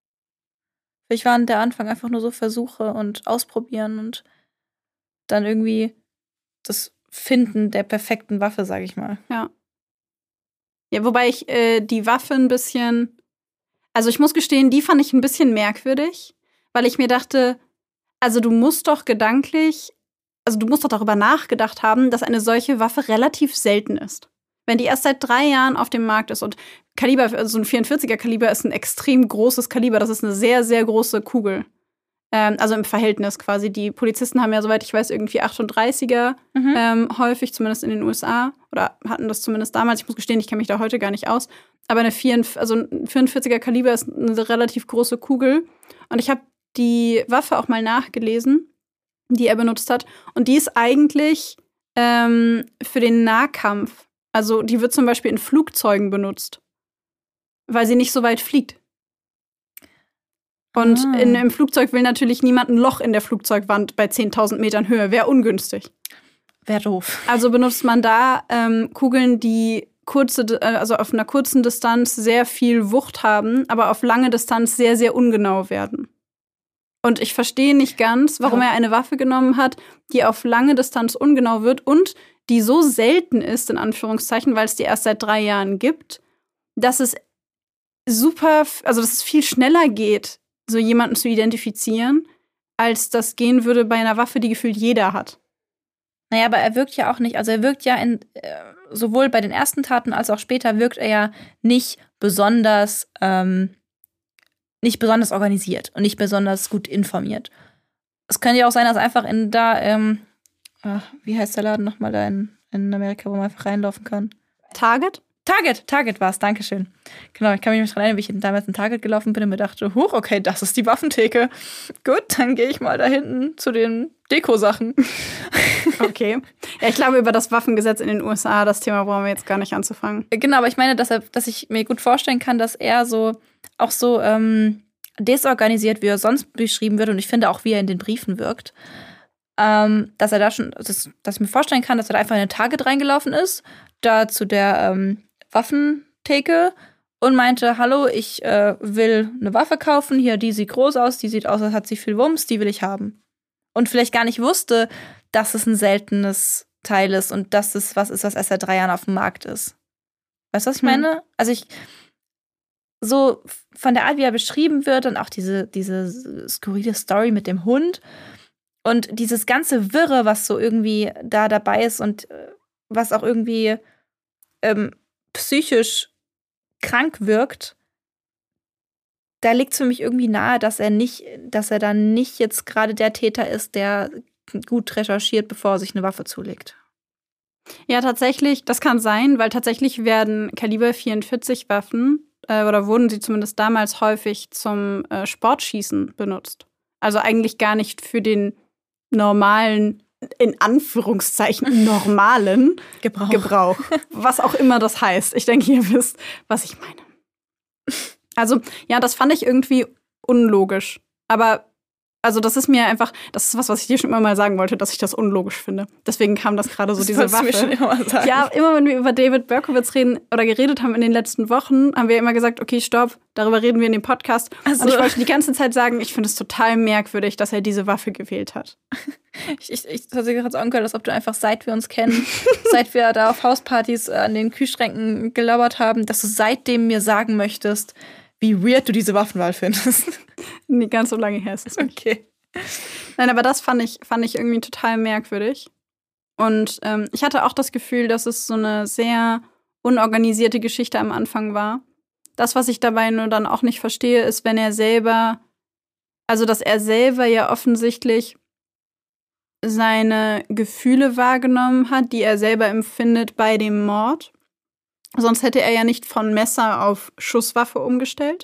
Ich war an der Anfang einfach nur so Versuche und Ausprobieren und dann irgendwie das Finden der perfekten Waffe, sag ich mal. Ja. Ja, wobei ich äh, die Waffe ein bisschen, also ich muss gestehen, die fand ich ein bisschen merkwürdig, weil ich mir dachte, also du musst doch gedanklich, also du musst doch darüber nachgedacht haben, dass eine solche Waffe relativ selten ist. Wenn die erst seit drei Jahren auf dem Markt ist und Kaliber, also so ein vierundvierziger Kaliber ist ein extrem großes Kaliber, das ist eine sehr, sehr große Kugel. Ähm, also im Verhältnis quasi. Die Polizisten haben ja, soweit ich weiß, irgendwie achtunddreißiger Mhm. ähm, häufig, zumindest in den U S A. Oder hatten das zumindest damals. Ich muss gestehen, ich kenne mich da heute gar nicht aus. Aber eine vierundvierziger, also ein vierundvierziger Kaliber ist eine relativ große Kugel. Und ich habe die Waffe auch mal nachgelesen, die er benutzt hat. Und die ist eigentlich ähm, für den Nahkampf. Also die wird zum Beispiel in Flugzeugen benutzt, weil sie nicht so weit fliegt. Und Ah. in, im Flugzeug will natürlich niemand ein Loch in der Flugzeugwand bei zehntausend Metern Höhe. Wäre ungünstig. Wäre doof. Also benutzt man da ähm, Kugeln, die kurze, also auf einer kurzen Distanz sehr viel Wucht haben, aber auf lange Distanz sehr, sehr ungenau werden. Und ich verstehe nicht ganz, warum Ja. er eine Waffe genommen hat, die auf lange Distanz ungenau wird und die so selten ist, in Anführungszeichen, weil es die erst seit drei Jahren gibt, dass es super, also dass es viel schneller geht, so jemanden zu identifizieren, als das gehen würde bei einer Waffe, die gefühlt jeder hat. Naja, aber er wirkt ja auch nicht, also er wirkt ja in, äh, sowohl bei den ersten Taten als auch später wirkt er ja nicht besonders, ähm, nicht besonders organisiert und nicht besonders gut informiert. Es könnte ja auch sein, dass einfach in da, ähm, ach, wie heißt der Laden nochmal da in, in Amerika, wo man einfach reinlaufen kann? Target? Target, Target war es, dankeschön. Genau, ich kann mich daran erinnern, wie ich damals in Target gelaufen bin und mir dachte, huch, okay, das ist die Waffentheke. Gut, dann gehe ich mal da hinten zu den Deko-Sachen. Okay. Ja, ich glaube, über das Waffengesetz in den U S A, das Thema brauchen wir jetzt gar nicht anzufangen. Genau, aber ich meine, dass, er, dass ich mir gut vorstellen kann, dass er so auch so ähm, desorganisiert, wie er sonst beschrieben wird, und ich finde auch, wie er in den Briefen wirkt, ähm, dass er da schon, dass, dass ich mir vorstellen kann, dass er da einfach in ein Target reingelaufen ist, da zu der ähm, Waffentheke und meinte, hallo, ich äh, will eine Waffe kaufen, hier, die sieht groß aus, die sieht aus, als hat sie viel Wumms, die will ich haben. Und vielleicht gar nicht wusste, dass es ein seltenes Teil ist und dass es was ist, was erst seit drei Jahren auf dem Markt ist. Weißt du, was ich meine? Hm. Also ich, so von der Art, wie er beschrieben wird und auch diese, diese skurrile Story mit dem Hund und dieses ganze Wirre, was so irgendwie da dabei ist und äh, was auch irgendwie ähm, psychisch krank wirkt, da liegt es für mich irgendwie nahe, dass er nicht, dass er dann nicht jetzt gerade der Täter ist, der gut recherchiert, bevor er sich eine Waffe zulegt. Ja, tatsächlich, das kann sein, weil tatsächlich werden Kaliber vierundvierzig Waffen, äh, oder wurden sie zumindest damals häufig zum äh, Sportschießen benutzt. Also eigentlich gar nicht für den normalen, in Anführungszeichen, normalen Gebrauch. Gebrauch. Was auch immer das heißt. Ich denke, ihr wisst, was ich meine. Also, ja, das fand ich irgendwie unlogisch. Aber, also das ist mir einfach, das ist was, was ich dir schon immer mal sagen wollte, dass ich das unlogisch finde. Deswegen kam das gerade so, das diese Waffe. Mir schon immer mal sagen. Ja, immer wenn wir über David Berkowitz reden oder geredet haben in den letzten Wochen, haben wir immer gesagt, okay, stopp, darüber reden wir in dem Podcast. Also. Und ich wollte die ganze Zeit sagen, ich finde es total merkwürdig, dass er diese Waffe gewählt hat. Ich, ich, ich hatte gerade so angehört, als ob du einfach, seit wir uns kennen, seit wir da auf Hauspartys an den Kühlschränken gelabert haben, dass du seitdem mir sagen möchtest, wie weird du diese Waffenwahl findest. Nee, ganz so lange her ist es nicht. Okay. Nein, aber das fand ich, fand ich irgendwie total merkwürdig. Und ähm, ich hatte auch das Gefühl, dass es so eine sehr unorganisierte Geschichte am Anfang war. Das, was ich dabei nur dann auch nicht verstehe, ist, wenn er selber, also dass er selber ja offensichtlich seine Gefühle wahrgenommen hat, die er selber empfindet bei dem Mord. Sonst hätte er ja nicht von Messer auf Schusswaffe umgestellt.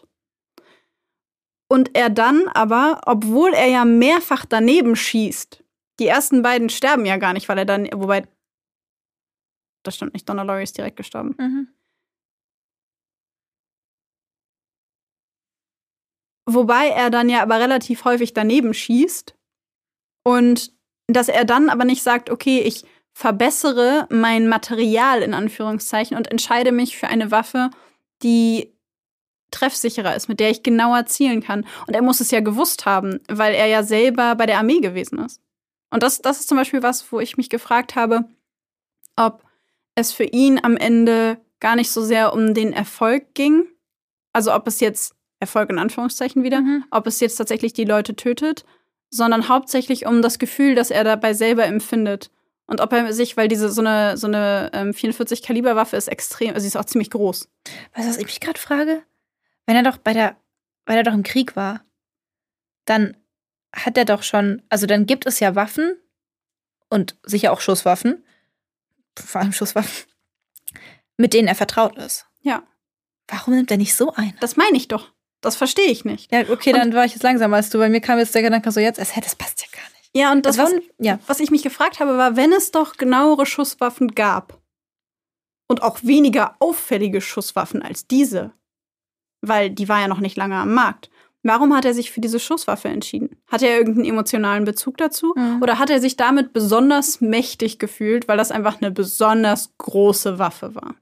Und er dann aber, obwohl er ja mehrfach daneben schießt, die ersten beiden sterben ja gar nicht, weil er dann, wobei, das stimmt nicht, Donna Laurie ist direkt gestorben. Mhm. Wobei er dann ja aber relativ häufig daneben schießt und dass er dann aber nicht sagt, okay, ich verbessere mein Material in Anführungszeichen und entscheide mich für eine Waffe, die treffsicherer ist, mit der ich genauer zielen kann. Und er muss es ja gewusst haben, weil er ja selber bei der Armee gewesen ist. Und das, das ist zum Beispiel was, wo ich mich gefragt habe, ob es für ihn am Ende gar nicht so sehr um den Erfolg ging. Also ob es jetzt, Erfolg in Anführungszeichen wieder, mhm. ob es jetzt tatsächlich die Leute tötet, sondern hauptsächlich um das Gefühl, das er dabei selber empfindet. Und ob er sich, weil diese so eine, so eine ähm, vierundvierzig Kaliber Waffe ist extrem, also sie ist auch ziemlich groß. Weißt du, was ich mich gerade frage? Wenn er doch bei der, weil er doch im Krieg war, dann hat er doch schon, also dann gibt es ja Waffen und sicher auch Schusswaffen, vor allem Schusswaffen, mit denen er vertraut ist. Ja. Warum nimmt er nicht so eine? Das meine ich doch. Das verstehe ich nicht. Ja, okay, und dann war ich jetzt langsamer als du. Bei mir kam jetzt der Gedanke so, jetzt, hey, das passt ja gar nicht. Ja, und das, also, was, ja. was ich mich gefragt habe, war, wenn es doch genauere Schusswaffen gab und auch weniger auffällige Schusswaffen als diese, weil die war ja noch nicht lange am Markt, warum hat er sich für diese Schusswaffe entschieden? Hat er irgendeinen emotionalen Bezug dazu? Mhm. Oder hat er sich damit besonders mächtig gefühlt, weil das einfach eine besonders große Waffe war?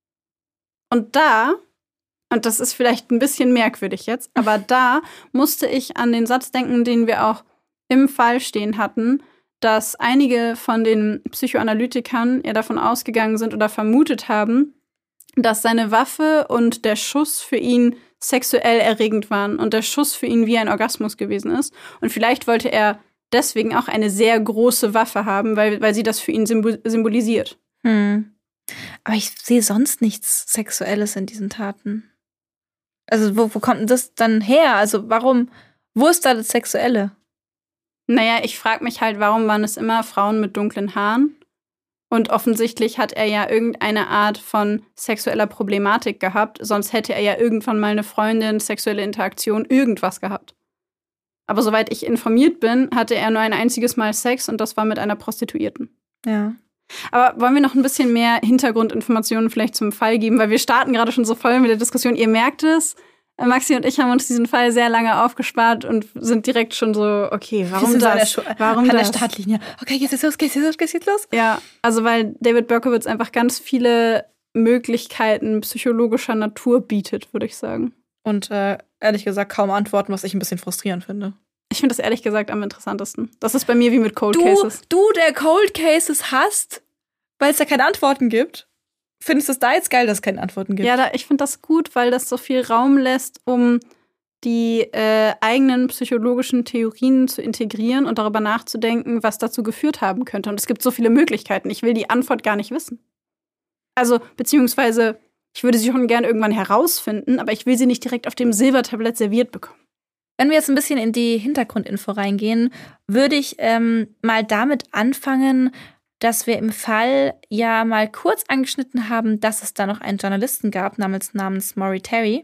Und da, und das ist vielleicht ein bisschen merkwürdig jetzt, aber da musste ich an den Satz denken, den wir auch im Fall stehen hatten, dass einige von den Psychoanalytikern ja davon ausgegangen sind oder vermutet haben, dass seine Waffe und der Schuss für ihn sexuell erregend waren und der Schuss für ihn wie ein Orgasmus gewesen ist. Und vielleicht wollte er deswegen auch eine sehr große Waffe haben, weil, weil sie das für ihn symbol- symbolisiert. Hm. Aber ich sehe sonst nichts Sexuelles in diesen Taten. Also wo, wo kommt denn das dann her? Also warum, wo ist da das Sexuelle? Naja, ich frage mich halt, warum waren es immer Frauen mit dunklen Haaren? Und offensichtlich hat er ja irgendeine Art von sexueller Problematik gehabt. Sonst hätte er ja irgendwann mal eine Freundin, sexuelle Interaktion, irgendwas gehabt. Aber soweit ich informiert bin, hatte er nur ein einziges Mal Sex und das war mit einer Prostituierten. Ja. Aber wollen wir noch ein bisschen mehr Hintergrundinformationen vielleicht zum Fall geben? Weil wir starten gerade schon so voll mit der Diskussion. Ihr merkt es, Maxi und ich haben uns diesen Fall sehr lange aufgespart und sind direkt schon so, okay, warum das? So warum an der das? Startlinie. Okay, jetzt ist los, geht's los, geht's jetzt los. Ja, also weil David Berkowitz einfach ganz viele Möglichkeiten psychologischer Natur bietet, würde ich sagen. Und äh, ehrlich gesagt kaum Antworten, was ich ein bisschen frustrierend finde. Ich finde das ehrlich gesagt am interessantesten. Das ist bei mir wie mit Cold du, Cases. Du, der Cold Cases hast, weil es da keine Antworten gibt. Findest du es da jetzt geil, dass es keine Antworten gibt? Ja, da, ich finde das gut, weil das so viel Raum lässt, um die äh, eigenen psychologischen Theorien zu integrieren und darüber nachzudenken, was dazu geführt haben könnte. Und es gibt so viele Möglichkeiten. Ich will die Antwort gar nicht wissen. Also, beziehungsweise, ich würde sie schon gern irgendwann herausfinden, aber ich will sie nicht direkt auf dem Silbertablett serviert bekommen. Wenn wir jetzt ein bisschen in die Hintergrundinfo reingehen, würde ich ähm, mal damit anfangen, dass wir im Fall ja mal kurz angeschnitten haben, dass es da noch einen Journalisten gab, namens, namens Maury Terry,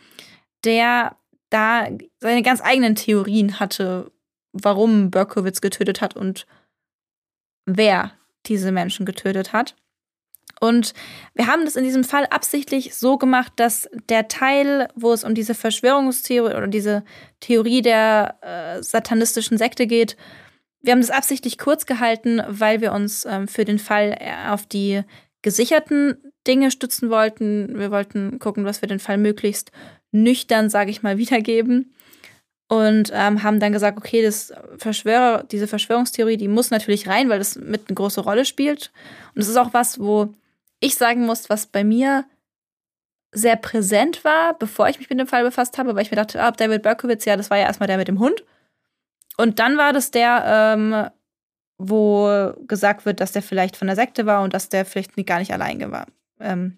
der da seine ganz eigenen Theorien hatte, warum Berkowitz getötet hat und wer diese Menschen getötet hat. Und wir haben das in diesem Fall absichtlich so gemacht, dass der Teil, wo es um diese Verschwörungstheorie oder diese Theorie der äh, satanistischen Sekte geht, wir haben das absichtlich kurz gehalten, weil wir uns ähm, für den Fall auf die gesicherten Dinge stützen wollten. Wir wollten gucken, was wir den Fall möglichst nüchtern, sage ich mal, wiedergeben. Und ähm, haben dann gesagt, okay, das Verschwörer, diese Verschwörungstheorie, die muss natürlich rein, weil das mit eine große Rolle spielt. Und es ist auch was, wo ich sagen muss, was bei mir sehr präsent war, bevor ich mich mit dem Fall befasst habe, weil ich mir dachte, ah, David Berkowitz, ja, das war ja erstmal der mit dem Hund. Und dann war das der, ähm, wo gesagt wird, dass der vielleicht von der Sekte war und dass der vielleicht gar nicht alleine war, ähm,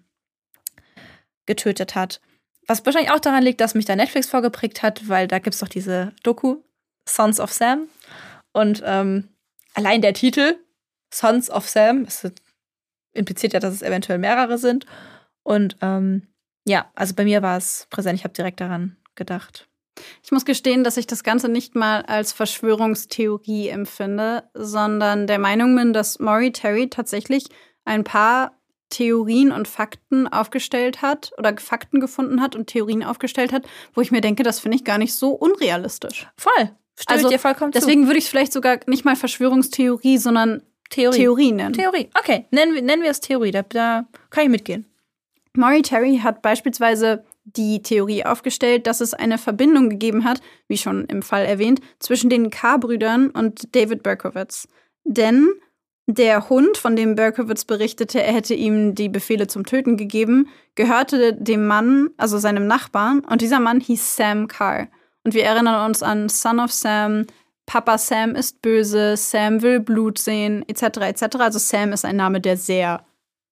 getötet hat. Was wahrscheinlich auch daran liegt, dass mich da Netflix vorgeprägt hat, weil da gibt es doch diese Doku, Sons of Sam. Und ähm, allein der Titel, Sons of Sam, das impliziert ja, dass es eventuell mehrere sind. Und ähm, ja, also bei mir war es präsent, ich habe direkt daran gedacht. Ich muss gestehen, dass ich das Ganze nicht mal als Verschwörungstheorie empfinde, sondern der Meinung bin, dass Maury Terry tatsächlich ein paar Theorien und Fakten aufgestellt hat oder Fakten gefunden hat und Theorien aufgestellt hat, wo ich mir denke, das finde ich gar nicht so unrealistisch. Voll. Stimme also, ich dir vollkommen zu. Deswegen würde ich es vielleicht sogar nicht mal Verschwörungstheorie, sondern Theorie, Theorie nennen. Theorie, okay. Nennen, nennen wir es Theorie, da, da kann ich mitgehen. Maury Terry hat beispielsweise die Theorie aufgestellt, dass es eine Verbindung gegeben hat, wie schon im Fall erwähnt, zwischen den Carr-Brüdern und David Berkowitz. Denn der Hund, von dem Berkowitz berichtete, er hätte ihm die Befehle zum Töten gegeben, gehörte dem Mann, also seinem Nachbarn, und dieser Mann hieß Sam Carr. Und wir erinnern uns an Son of Sam, Papa Sam ist böse, Sam will Blut sehen, et cetera et cetera. Also Sam ist ein Name, der sehr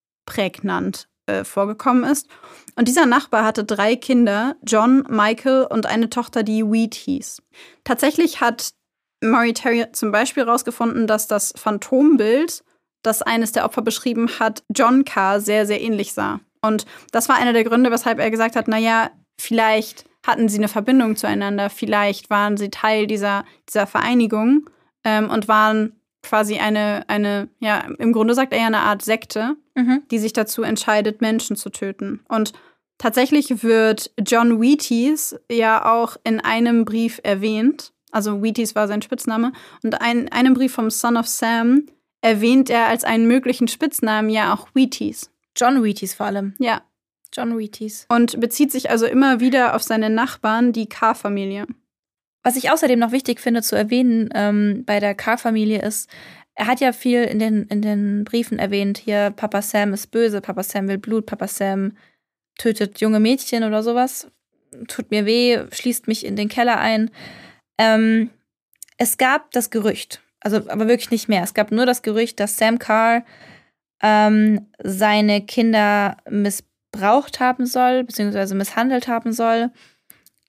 prägnant äh, vorgekommen ist. Und dieser Nachbar hatte drei Kinder, John, Michael und eine Tochter, die Wheat hieß. Tatsächlich hat Maury Terry zum Beispiel herausgefunden, dass das Phantombild, das eines der Opfer beschrieben hat, John Carr sehr, sehr ähnlich sah. Und das war einer der Gründe, weshalb er gesagt hat, naja, vielleicht hatten sie eine Verbindung zueinander, vielleicht waren sie Teil dieser, dieser Vereinigung ähm, und waren quasi eine, eine, ja, im Grunde sagt er ja eine Art Sekte, mhm. die sich dazu entscheidet, Menschen zu töten. Und tatsächlich wird John Wheaties ja auch in einem Brief erwähnt, also Wheaties war sein Spitzname, und in einem Brief vom Son of Sam erwähnt er als einen möglichen Spitznamen ja auch Wheaties. John Wheaties vor allem. Ja. John Wheaties. Und bezieht sich also immer wieder auf seine Nachbarn, die Carr-Familie. Was ich außerdem noch wichtig finde zu erwähnen ähm, bei der Carr-Familie ist, er hat ja viel in den, in den Briefen erwähnt, hier Papa Sam ist böse, Papa Sam will Blut, Papa Sam tötet junge Mädchen oder sowas, tut mir weh, schließt mich in den Keller ein. Ähm, es gab das Gerücht, also aber wirklich nicht mehr, es gab nur das Gerücht, dass Sam Carr ähm, seine Kinder missbraucht haben soll, beziehungsweise misshandelt haben soll,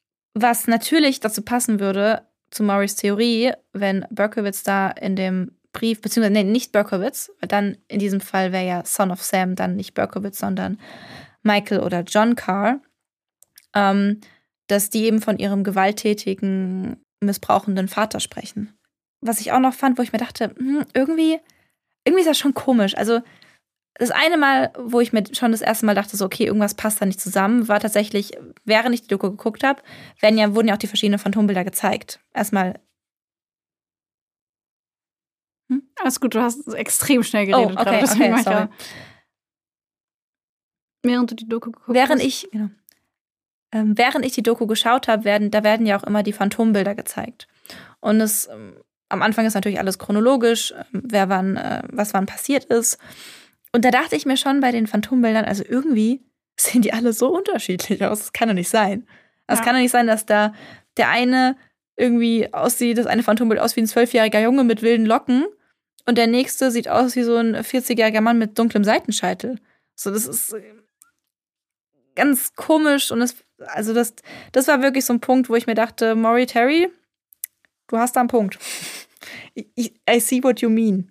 was natürlich dazu passen würde, zu Maurys Theorie, wenn Berkowitz da in dem Brief, beziehungsweise nee, nicht Berkowitz, dann in diesem Fall wäre ja Son of Sam dann nicht Berkowitz, sondern Michael oder John Carr, ähm, dass die eben von ihrem gewalttätigen, missbrauchenden Vater sprechen. Was ich auch noch fand, wo ich mir dachte, hm, irgendwie, irgendwie ist das schon komisch. Also das eine Mal, wo ich mir schon das erste Mal dachte, so okay, irgendwas passt da nicht zusammen, war tatsächlich, während ich die Doku geguckt habe, werden ja, wurden ja auch die verschiedenen Phantombilder gezeigt. Erstmal. Hm? Alles gut, du hast extrem schnell geredet oh, okay, gerade. Okay, sorry. Während du die Doku geguckt während hast? Ich, genau, ähm, während ich die Doku geschaut habe, werden, da werden ja auch immer die Phantombilder gezeigt. Und es, ähm, am Anfang ist natürlich alles chronologisch, äh, wer wann, äh, was wann passiert ist. Und da dachte ich mir schon bei den Phantombildern, also irgendwie sehen die alle so unterschiedlich aus. Das kann doch nicht sein. Es ja. kann doch nicht sein, dass da der eine irgendwie aussieht, das eine Phantombild aussieht wie ein zwölfjähriger Junge mit wilden Locken und der nächste sieht aus wie so ein vierzigjähriger Mann mit dunklem Seitenscheitel. So, das ist ganz komisch und es, also das, das war wirklich so ein Punkt, wo ich mir dachte, Maury Terry, du hast da einen Punkt. I, I see what you mean.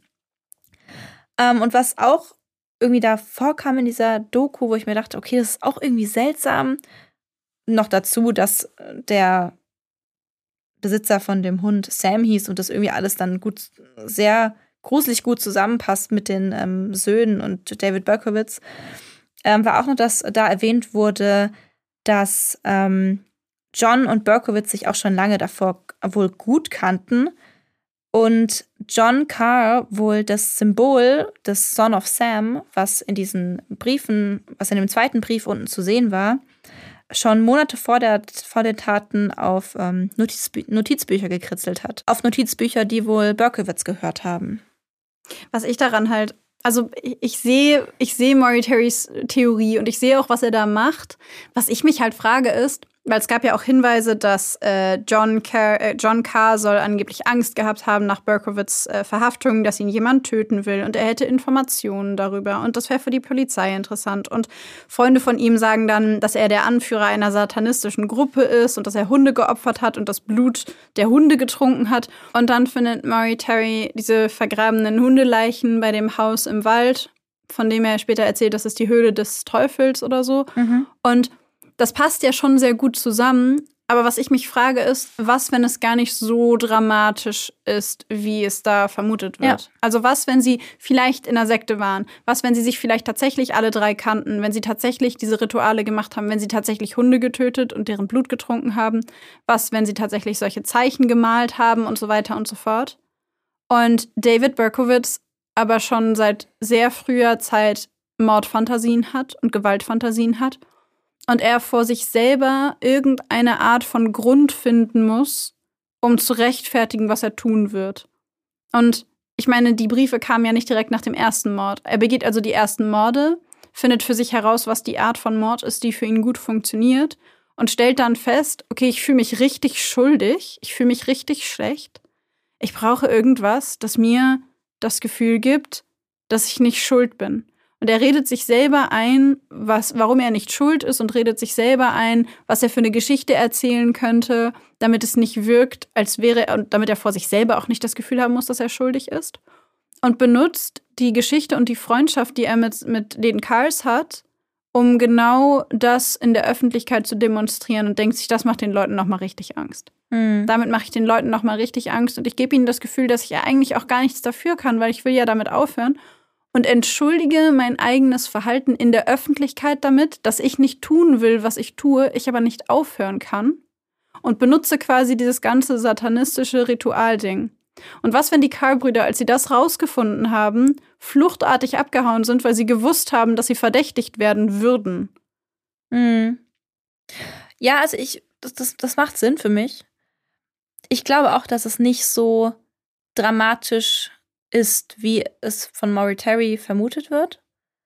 Ähm, und was auch irgendwie da vorkam in dieser Doku, wo ich mir dachte, okay, das ist auch irgendwie seltsam. Noch dazu, dass der Besitzer von dem Hund Sam hieß und das irgendwie alles dann gut, sehr gruselig gut zusammenpasst mit den ähm, Söhnen und David Berkowitz. Ähm, war auch noch, dass da erwähnt wurde, dass ähm, John und Berkowitz sich auch schon lange davor wohl gut kannten und John Carr wohl das Symbol des Son of Sam, was in diesen Briefen, was in dem zweiten Brief unten zu sehen war, schon Monate vor, der, vor den Taten auf ähm, Notizbü- Notizbücher gekritzelt hat. Auf Notizbücher, die wohl Berkowitz gehört haben. Was ich daran halt, also ich, ich sehe ich sehe Maury Terrys Theorie und ich sehe auch, was er da macht. Was ich mich halt frage ist, weil es gab ja auch Hinweise, dass äh, John, Carr, äh, John Carr soll angeblich Angst gehabt haben nach Berkowitz' äh, Verhaftung, dass ihn jemand töten will und er hätte Informationen darüber und das wäre für die Polizei interessant. Und Freunde von ihm sagen dann, dass er der Anführer einer satanistischen Gruppe ist und dass er Hunde geopfert hat und das Blut der Hunde getrunken hat. Und dann findet Maury Terry diese vergrabenen Hundeleichen bei dem Haus im Wald, von dem er später erzählt, das ist die Höhle des Teufels oder so. Mhm. Und das passt ja schon sehr gut zusammen. Aber was ich mich frage ist, was, wenn es gar nicht so dramatisch ist, wie es da vermutet wird? Ja. Also was, wenn sie vielleicht in einer Sekte waren? Was, wenn sie sich vielleicht tatsächlich alle drei kannten? Wenn sie tatsächlich diese Rituale gemacht haben? Wenn sie tatsächlich Hunde getötet und deren Blut getrunken haben? Was, wenn sie tatsächlich solche Zeichen gemalt haben und so weiter und so fort? Und David Berkowitz aber schon seit sehr früher Zeit Mordfantasien hat und Gewaltfantasien hat. Und er vor sich selber irgendeine Art von Grund finden muss, um zu rechtfertigen, was er tun wird. Und ich meine, die Briefe kamen ja nicht direkt nach dem ersten Mord. Er begeht also die ersten Morde, findet für sich heraus, was die Art von Mord ist, die für ihn gut funktioniert und stellt dann fest, okay, ich fühle mich richtig schuldig, ich fühle mich richtig schlecht. Ich brauche irgendwas, das mir das Gefühl gibt, dass ich nicht schuld bin. Und er redet sich selber ein, was, warum er nicht schuld ist und redet sich selber ein, was er für eine Geschichte erzählen könnte, damit es nicht wirkt, als wäre er, und damit er vor sich selber auch nicht das Gefühl haben muss, dass er schuldig ist. Und benutzt die Geschichte und die Freundschaft, die er mit, mit den Carrs hat, um genau das in der Öffentlichkeit zu demonstrieren und denkt sich, das macht den Leuten nochmal richtig Angst. Mhm. Damit mache ich den Leuten nochmal richtig Angst und ich gebe ihnen das Gefühl, dass ich ja eigentlich auch gar nichts dafür kann, weil ich will ja damit aufhören. Und entschuldige mein eigenes Verhalten in der Öffentlichkeit damit, dass ich nicht tun will, was ich tue, ich aber nicht aufhören kann. Und benutze quasi dieses ganze satanistische Ritualding. Und was, wenn die Carr-Brüder, als sie das rausgefunden haben, fluchtartig abgehauen sind, weil sie gewusst haben, dass sie verdächtigt werden würden? Mhm. Ja, also ich, das, das, das macht Sinn für mich. Ich glaube auch, dass es nicht so dramatisch ist, wie es von Maury Terry vermutet wird.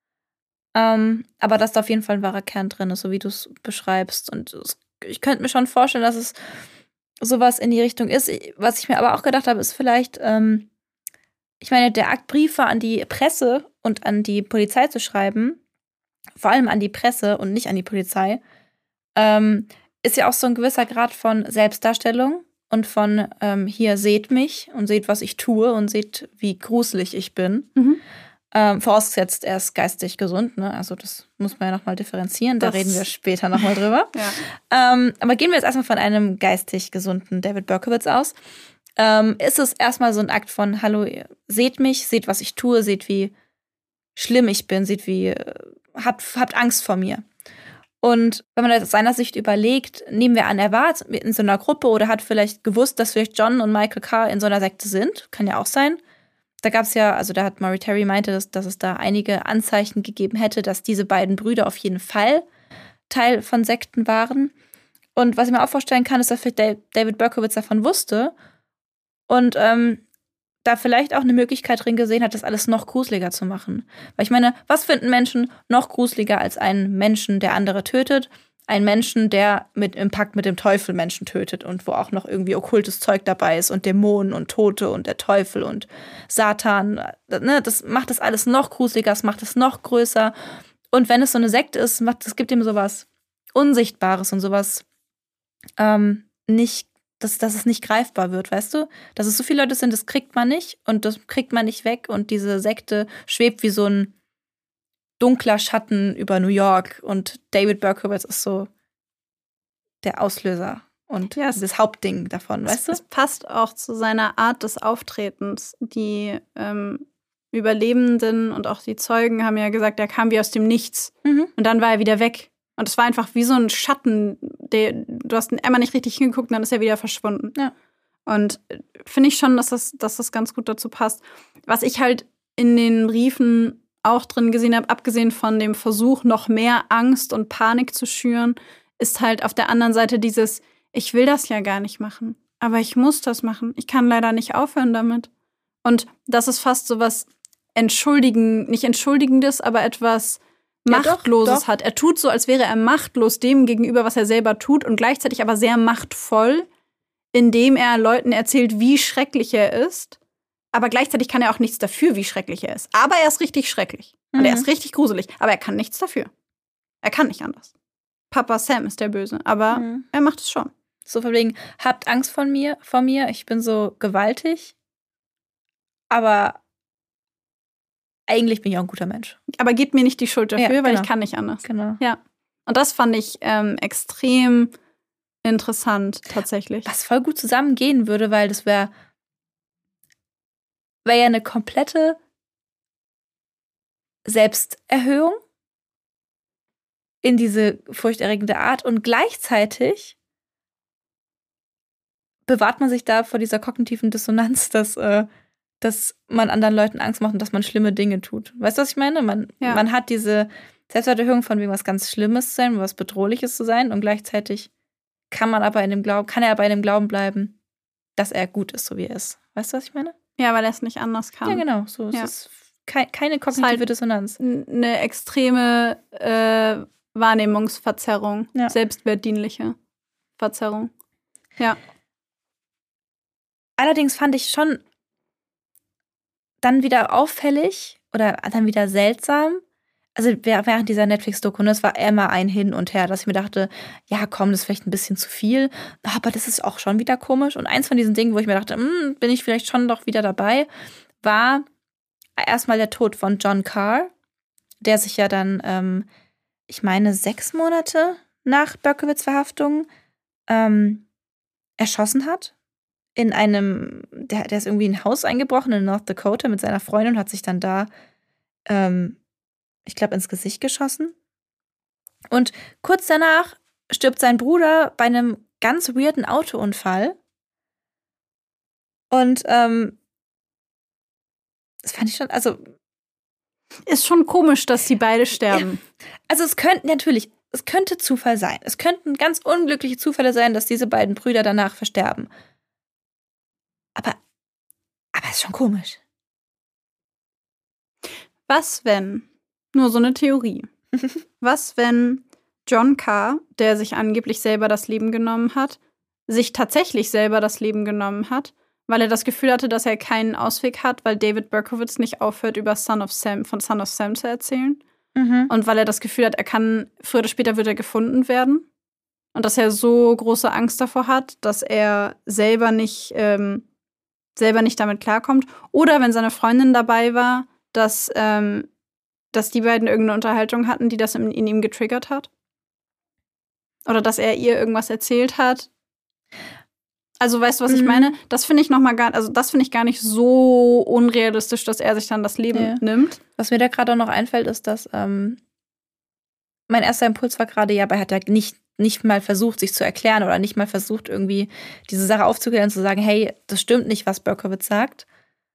Ähm, aber dass da auf jeden Fall ein wahrer Kern drin ist, so wie du es beschreibst. Und es, ich könnte mir schon vorstellen, dass es sowas in die Richtung ist. Was ich mir aber auch gedacht habe, ist vielleicht, ähm, ich meine, der Akt, Briefe an die Presse und an die Polizei zu schreiben, vor allem an die Presse und nicht an die Polizei, ähm, ist ja auch so ein gewisser Grad von Selbstdarstellung. und von ähm, hier seht mich und seht, was ich tue und seht, wie gruselig ich bin. Mhm. Ähm, vorausgesetzt, er ist geistig gesund, ne? Also das muss man ja nochmal differenzieren, da Das- reden wir später nochmal drüber. Ja. Ähm, aber gehen wir jetzt erstmal von einem geistig gesunden David Berkowitz aus. Ähm, ist es erstmal so ein Akt von, hallo, ihr seht mich, seht, was ich tue, seht, wie schlimm ich bin, seht, wie, äh, habt, habt Angst vor mir. Und wenn man das aus seiner Sicht überlegt, nehmen wir an, er war in so einer Gruppe oder hat vielleicht gewusst, dass vielleicht John und Michael Carr in so einer Sekte sind. Kann ja auch sein. Da gab es ja, also da hat Maury Terry meinte, dass, dass es da einige Anzeichen gegeben hätte, dass diese beiden Brüder auf jeden Fall Teil von Sekten waren. Und was ich mir auch vorstellen kann, ist, dass vielleicht David Berkowitz davon wusste und ähm, da vielleicht auch eine Möglichkeit drin gesehen hat, das alles noch gruseliger zu machen. Weil ich meine, was finden Menschen noch gruseliger als einen Menschen, der andere tötet? Ein Menschen, der mit im Pakt mit dem Teufel Menschen tötet und wo auch noch irgendwie okkultes Zeug dabei ist und Dämonen und Tote und der Teufel und Satan. Ne, das macht das alles noch gruseliger, das macht es noch größer. Und wenn es so eine Sekte ist, macht, es gibt ihm sowas Unsichtbares und sowas ähm, nicht, dass, dass es nicht greifbar wird, weißt du? Dass es so viele Leute sind, das kriegt man nicht und das kriegt man nicht weg und diese Sekte schwebt wie so ein dunkler Schatten über New York und David Berkowitz ist so der Auslöser und Ja, es- das Hauptding davon, weißt du? Es passt auch zu seiner Art des Auftretens. Die ähm, Überlebenden und auch die Zeugen haben ja gesagt, er kam wie aus dem Nichts. Mhm. Und dann war er wieder weg. Und es war einfach wie so ein Schatten. Der, du hast einmal nicht richtig hingeguckt und dann ist er wieder verschwunden. Ja. Und äh, finde ich schon, dass das, dass das ganz gut dazu passt. Was ich halt in den Briefen auch drin gesehen habe, abgesehen von dem Versuch, noch mehr Angst und Panik zu schüren, ist halt auf der anderen Seite dieses, ich will das ja gar nicht machen, aber ich muss das machen. Ich kann leider nicht aufhören damit. Und das ist fast so was Entschuldigen, nicht Entschuldigendes, aber etwas Ja, doch, Machtloses doch. hat. Er tut so, als wäre er machtlos dem gegenüber, was er selber tut und gleichzeitig aber sehr machtvoll, indem er Leuten erzählt, wie schrecklich er ist. Aber gleichzeitig kann er auch nichts dafür, wie schrecklich er ist. Aber er ist richtig schrecklich. Und er Mhm. ist richtig gruselig. Aber er kann nichts dafür. Er kann nicht anders. Papa Sam ist der Böse. Aber Mhm. er macht es schon. So von wegen, habt Angst von mir, vor mir, ich bin so gewaltig, aber eigentlich bin ich auch ein guter Mensch. Aber gebt mir nicht die Schuld dafür, Ja, weil genau. ich kann nicht anders. Genau. Und das fand ich ähm, extrem interessant, tatsächlich. Was voll gut zusammengehen würde, weil das wäre wär ja eine komplette Selbsterhöhung in diese furchterregende Art und gleichzeitig bewahrt man sich da vor dieser kognitiven Dissonanz, dass, äh, dass man anderen Leuten Angst macht und dass man schlimme Dinge tut. Weißt du, was ich meine? Man, Ja. man hat diese Selbsterhöhung von wegen was ganz Schlimmes zu sein, was Bedrohliches zu sein und gleichzeitig kann man aber in dem Glauben, kann er aber in dem Glauben bleiben, dass er gut ist, so wie er ist. Weißt du, was ich meine? Ja, weil er es nicht anders kann. Ja, genau. So, Ja. es ist kei keine kognitive halt- Dissonanz. N- Eine extreme äh, Wahrnehmungsverzerrung. Ja. Selbstwertdienliche Verzerrung. Ja. Allerdings fand ich schon dann wieder auffällig oder dann wieder seltsam. Also während dieser Netflix-Doku, ne, es war immer ein Hin und Her, dass ich mir dachte, ja komm, das ist vielleicht ein bisschen zu viel, aber das ist auch schon wieder komisch. Und eins von diesen Dingen, wo ich mir dachte, hm, bin ich vielleicht schon doch wieder dabei, war erstmal der Tod von John Carr, der sich ja dann, ähm, ich meine, sechs Monate nach Berkowitz-Verhaftung ähm, erschossen hat. In einem, der, der ist irgendwie in ein Haus eingebrochen in North Dakota mit seiner Freundin und hat sich dann da, ähm, ich glaube, ins Gesicht geschossen. Und kurz danach stirbt sein Bruder bei einem ganz weirden Autounfall. Und ähm, das fand ich schon, also, Ist schon komisch, dass die beide sterben. also es könnte natürlich, es könnte Zufall sein. Es könnten ganz unglückliche Zufälle sein, dass diese beiden Brüder danach versterben. Aber, aber es ist schon komisch. Was, wenn, nur so eine Theorie, was, wenn John Carr, der sich angeblich selber das Leben genommen hat, sich tatsächlich selber das Leben genommen hat, weil er das Gefühl hatte, dass er keinen Ausweg hat, weil David Berkowitz nicht aufhört, über Son of Sam, von Son of Sam zu erzählen. Mhm. Und weil er das Gefühl hat, er kann, früher oder später wird er gefunden werden. und dass er so große Angst davor hat, dass er selber nicht, ähm, selber nicht damit klarkommt. Oder wenn seine Freundin dabei war, dass, ähm, dass die beiden irgendeine Unterhaltung hatten, die das in, in ihm getriggert hat. Oder dass er ihr irgendwas erzählt hat. Also weißt du, was mhm. ich meine? Das finde ich noch mal gar, also das finde ich gar nicht so unrealistisch, dass er sich dann das Leben ja. nimmt. Was mir da gerade auch noch einfällt, ist, dass ähm, mein erster Impuls war gerade, ja, aber er hat ja nicht, nicht mal versucht, sich zu erklären oder nicht mal versucht, irgendwie diese Sache aufzuklären und zu sagen, hey, das stimmt nicht, was Berkowitz sagt.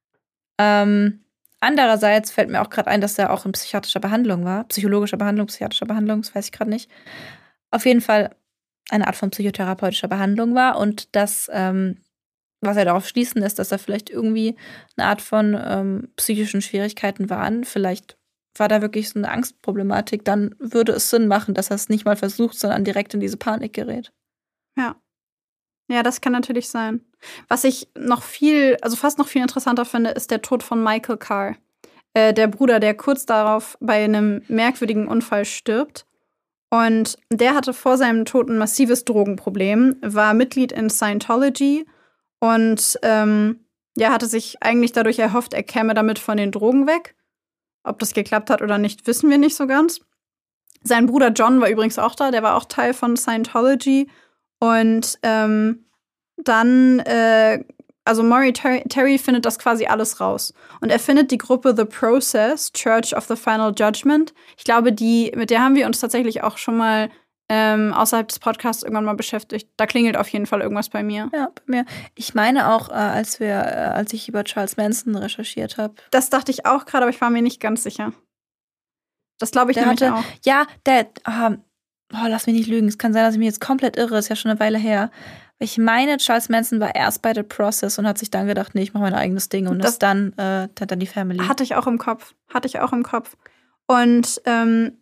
Ähm, andererseits fällt mir auch gerade ein, dass er auch in psychiatrischer Behandlung war. Psychologischer Behandlung, psychiatrischer Behandlung, das weiß ich gerade nicht. Auf jeden Fall eine Art von psychotherapeutischer Behandlung war und das, ähm, was er darauf schließen ist, dass da vielleicht irgendwie eine Art von ähm, psychischen Schwierigkeiten waren. Vielleicht war da wirklich so eine Angstproblematik. Dann würde es Sinn machen, dass er es nicht mal versucht, sondern direkt in diese Panik gerät. Ja. Ja, das kann natürlich sein. Was ich noch viel, also fast noch viel interessanter finde, ist der Tod von Michael Carr. Äh, der Bruder, der kurz darauf bei einem merkwürdigen Unfall stirbt. Und der hatte vor seinem Tod ein massives Drogenproblem, war Mitglied in Scientology und ähm, ja, hatte sich eigentlich dadurch erhofft, er käme damit von den Drogen weg. Ob das geklappt hat oder nicht, wissen wir nicht so ganz. Sein Bruder John war übrigens auch da, der war auch Teil von Scientology. Und ähm, dann, äh, also Maury Terry, Terry findet das quasi alles raus. Und er findet die Gruppe The Process, Church of the Final Judgment. Ich glaube, die, mit der haben wir uns tatsächlich auch schon mal ähm, außerhalb des Podcasts irgendwann mal beschäftigt. Da klingelt auf jeden Fall irgendwas bei mir. Ja, bei mir. Ich meine auch, äh, als wir, äh, als ich über Charles Manson recherchiert habe. Das dachte ich auch gerade, aber ich war mir nicht ganz sicher. Das glaube ich der nämlich hatte, auch. Ja, der, oh, oh, lass mich nicht lügen. Es kann sein, dass ich mich jetzt komplett irre. Ist ja schon eine Weile her. Ich meine, Charles Manson war erst bei The Process und hat sich dann gedacht, nee, ich mache mein eigenes Ding. Und das, das dann, äh, dann die Family. Hatte ich auch im Kopf. Hatte ich auch im Kopf. Und ähm,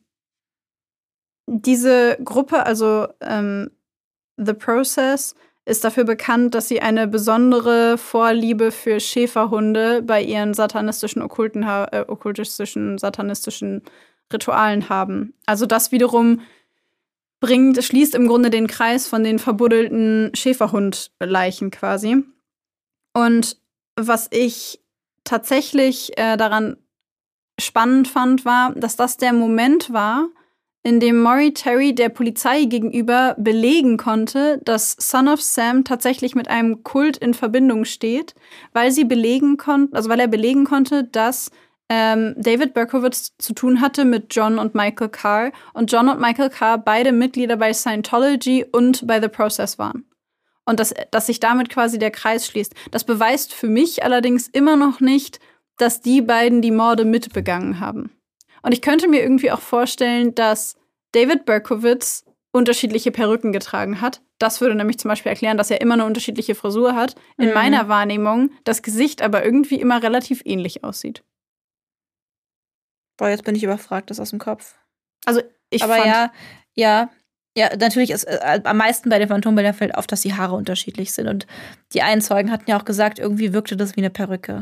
diese Gruppe, also ähm, The Process, ist dafür bekannt, dass sie eine besondere Vorliebe für Schäferhunde bei ihren satanistischen, okkulten, äh, okkultistischen, satanistischen Ritualen haben. Also das wiederum bringt, schließt im Grunde den Kreis von den verbuddelten Schäferhundleichen quasi. Und was ich tatsächlich äh, daran spannend fand, war, dass das der Moment war, in dem Maury Terry der Polizei gegenüber belegen konnte, dass Son of Sam tatsächlich mit einem Kult in Verbindung steht, weil sie belegen konnten, also weil er belegen konnte, dass ähm, David Berkowitz zu tun hatte mit John und Michael Carr und John und Michael Carr beide Mitglieder bei Scientology und bei The Process waren. Und dass, dass sich damit quasi der Kreis schließt. Das beweist für mich allerdings immer noch nicht, dass die beiden die Morde mitbegangen haben. Und ich könnte mir irgendwie auch vorstellen, dass David Berkowitz unterschiedliche Perücken getragen hat. Das würde nämlich zum Beispiel erklären, dass er immer eine unterschiedliche Frisur hat. In mhm. meiner Wahrnehmung das Gesicht aber irgendwie immer relativ ähnlich aussieht. Boah, jetzt bin ich überfragt, das aus dem Kopf. Also ich aber fand... ja, ja, ja, natürlich ist äh, am meisten bei den Phantombildern fällt auf, dass die Haare unterschiedlich sind. Und die einen Zeugen hatten ja auch gesagt, irgendwie wirkte das wie eine Perücke.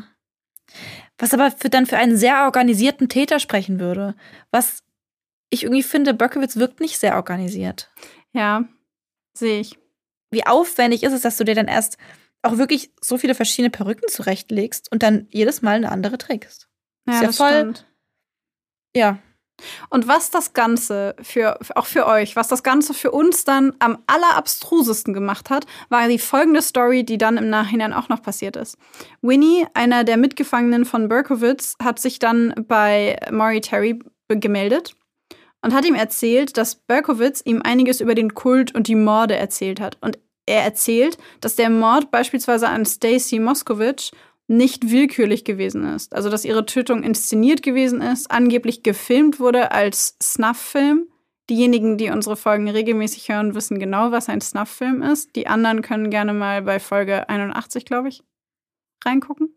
Was aber für, dann für einen sehr organisierten Täter sprechen würde. Was ich irgendwie finde, Berkowitz wirkt nicht sehr organisiert. Ja, sehe ich. Wie aufwendig ist es, dass du dir dann erst auch wirklich so viele verschiedene Perücken zurechtlegst und dann jedes Mal eine andere trägst. Ja, ist ja das voll. Stimmt. Ja. Und was das Ganze für, auch für euch, was das Ganze für uns dann am allerabstrusesten gemacht hat, war die folgende Story, die dann im Nachhinein auch noch passiert ist. Winnie, einer der Mitgefangenen von Berkowitz, hat sich dann bei Maury Terry gemeldet und hat ihm erzählt, dass Berkowitz ihm einiges über den Kult und die Morde erzählt hat. Und er erzählt, dass der Mord beispielsweise an Stacy Moskowitz nicht willkürlich gewesen ist. Also, dass ihre Tötung inszeniert gewesen ist, angeblich gefilmt wurde als Snuff-Film. Diejenigen, die unsere Folgen regelmäßig hören, wissen genau, was ein Snuff-Film ist. Die anderen können gerne mal bei Folge einundachtzig, glaube ich, reingucken.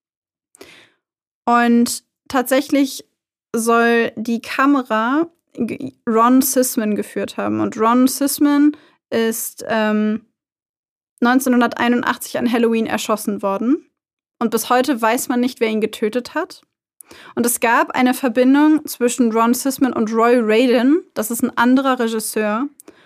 Und tatsächlich soll die Kamera Ron Sisman geführt haben. Und Ron Sisman ist ähm, neunzehnhunderteinundachtzig an Halloween erschossen worden. Und bis heute weiß man nicht, wer ihn getötet hat. Und es gab eine Verbindung zwischen Ron Sisman und Roy Radin. Das ist ein anderer Regisseur.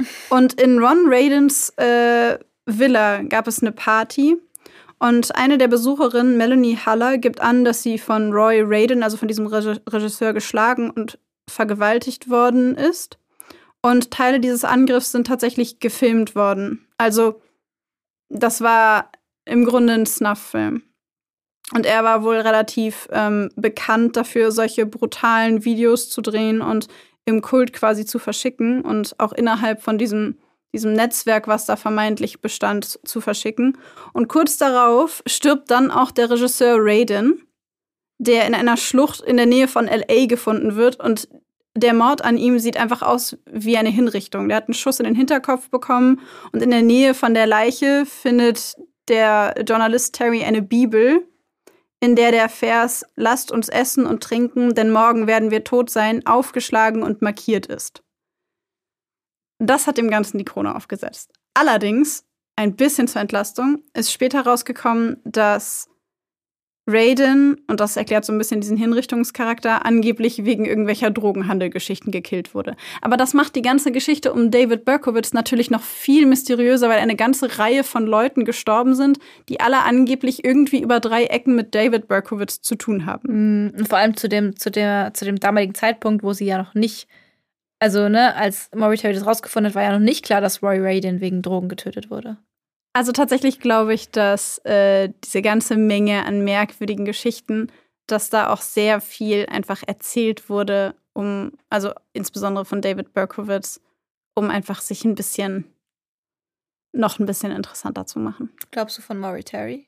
Und in Ron Radins äh, Villa gab es eine Party. Und eine der Besucherinnen, Melanie Haller, gibt an, dass sie von Roy Radin, also von diesem Reg- Regisseur, geschlagen und vergewaltigt worden ist. Und Teile dieses Angriffs sind tatsächlich gefilmt worden. Also das war im Grunde ein Snuff-Film. Und er war wohl relativ ähm, bekannt dafür, solche brutalen Videos zu drehen und im Kult quasi zu verschicken und auch innerhalb von diesem, diesem Netzwerk, was da vermeintlich bestand, zu verschicken. Und kurz darauf stirbt dann auch der Regisseur Radin, der in einer Schlucht in der Nähe von L A gefunden wird. Und der Mord an ihm sieht einfach aus wie eine Hinrichtung. Der hat einen Schuss in den Hinterkopf bekommen und in der Nähe von der Leiche findet der Journalist Terry eine Bibel, in der der Vers „Lasst uns essen und trinken, denn morgen werden wir tot sein", aufgeschlagen und markiert ist. Das hat dem Ganzen die Krone aufgesetzt. Allerdings, ein bisschen zur Entlastung, ist später rausgekommen, dass Radin, und das erklärt so ein bisschen diesen Hinrichtungscharakter, angeblich wegen irgendwelcher Drogenhandelgeschichten gekillt wurde. Aber das macht die ganze Geschichte um David Berkowitz natürlich noch viel mysteriöser, weil eine ganze Reihe von Leuten gestorben sind, die alle angeblich irgendwie über drei Ecken mit David Berkowitz zu tun haben. Und vor allem zu dem, zu der, zu dem damaligen Zeitpunkt, wo sie ja noch nicht, also ne, als Maury Terry das rausgefunden hat, war ja noch nicht klar, dass Roy Radin wegen Drogen getötet wurde. Also tatsächlich glaube ich, dass äh, diese ganze Menge an merkwürdigen Geschichten, dass da auch sehr viel einfach erzählt wurde, um, also insbesondere von David Berkowitz, um einfach sich ein bisschen, noch ein bisschen interessanter zu machen. Glaubst du von Maury Terry?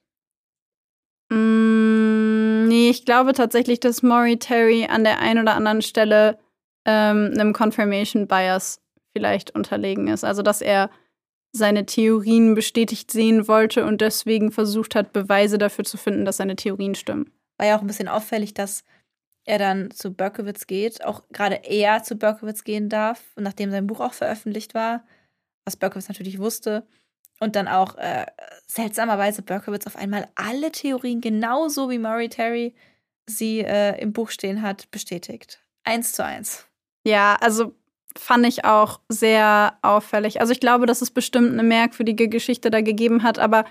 Mm, nee, ich glaube tatsächlich, dass Maury Terry an der einen oder anderen Stelle ähm, einem Confirmation Bias vielleicht unterlegen ist. Also dass er seine Theorien bestätigt sehen wollte und deswegen versucht hat, Beweise dafür zu finden, dass seine Theorien stimmen. War ja auch ein bisschen auffällig, dass er dann zu Berkowitz geht, auch gerade er zu Berkowitz gehen darf, nachdem sein Buch auch veröffentlicht war, was Berkowitz natürlich wusste. Und dann auch äh, seltsamerweise Berkowitz auf einmal alle Theorien, genauso wie Maury Terry sie äh, im Buch stehen hat, bestätigt. Eins zu eins. Ja, also fand ich auch sehr auffällig. Also ich glaube, dass es bestimmt eine merkwürdige Geschichte da gegeben hat, aber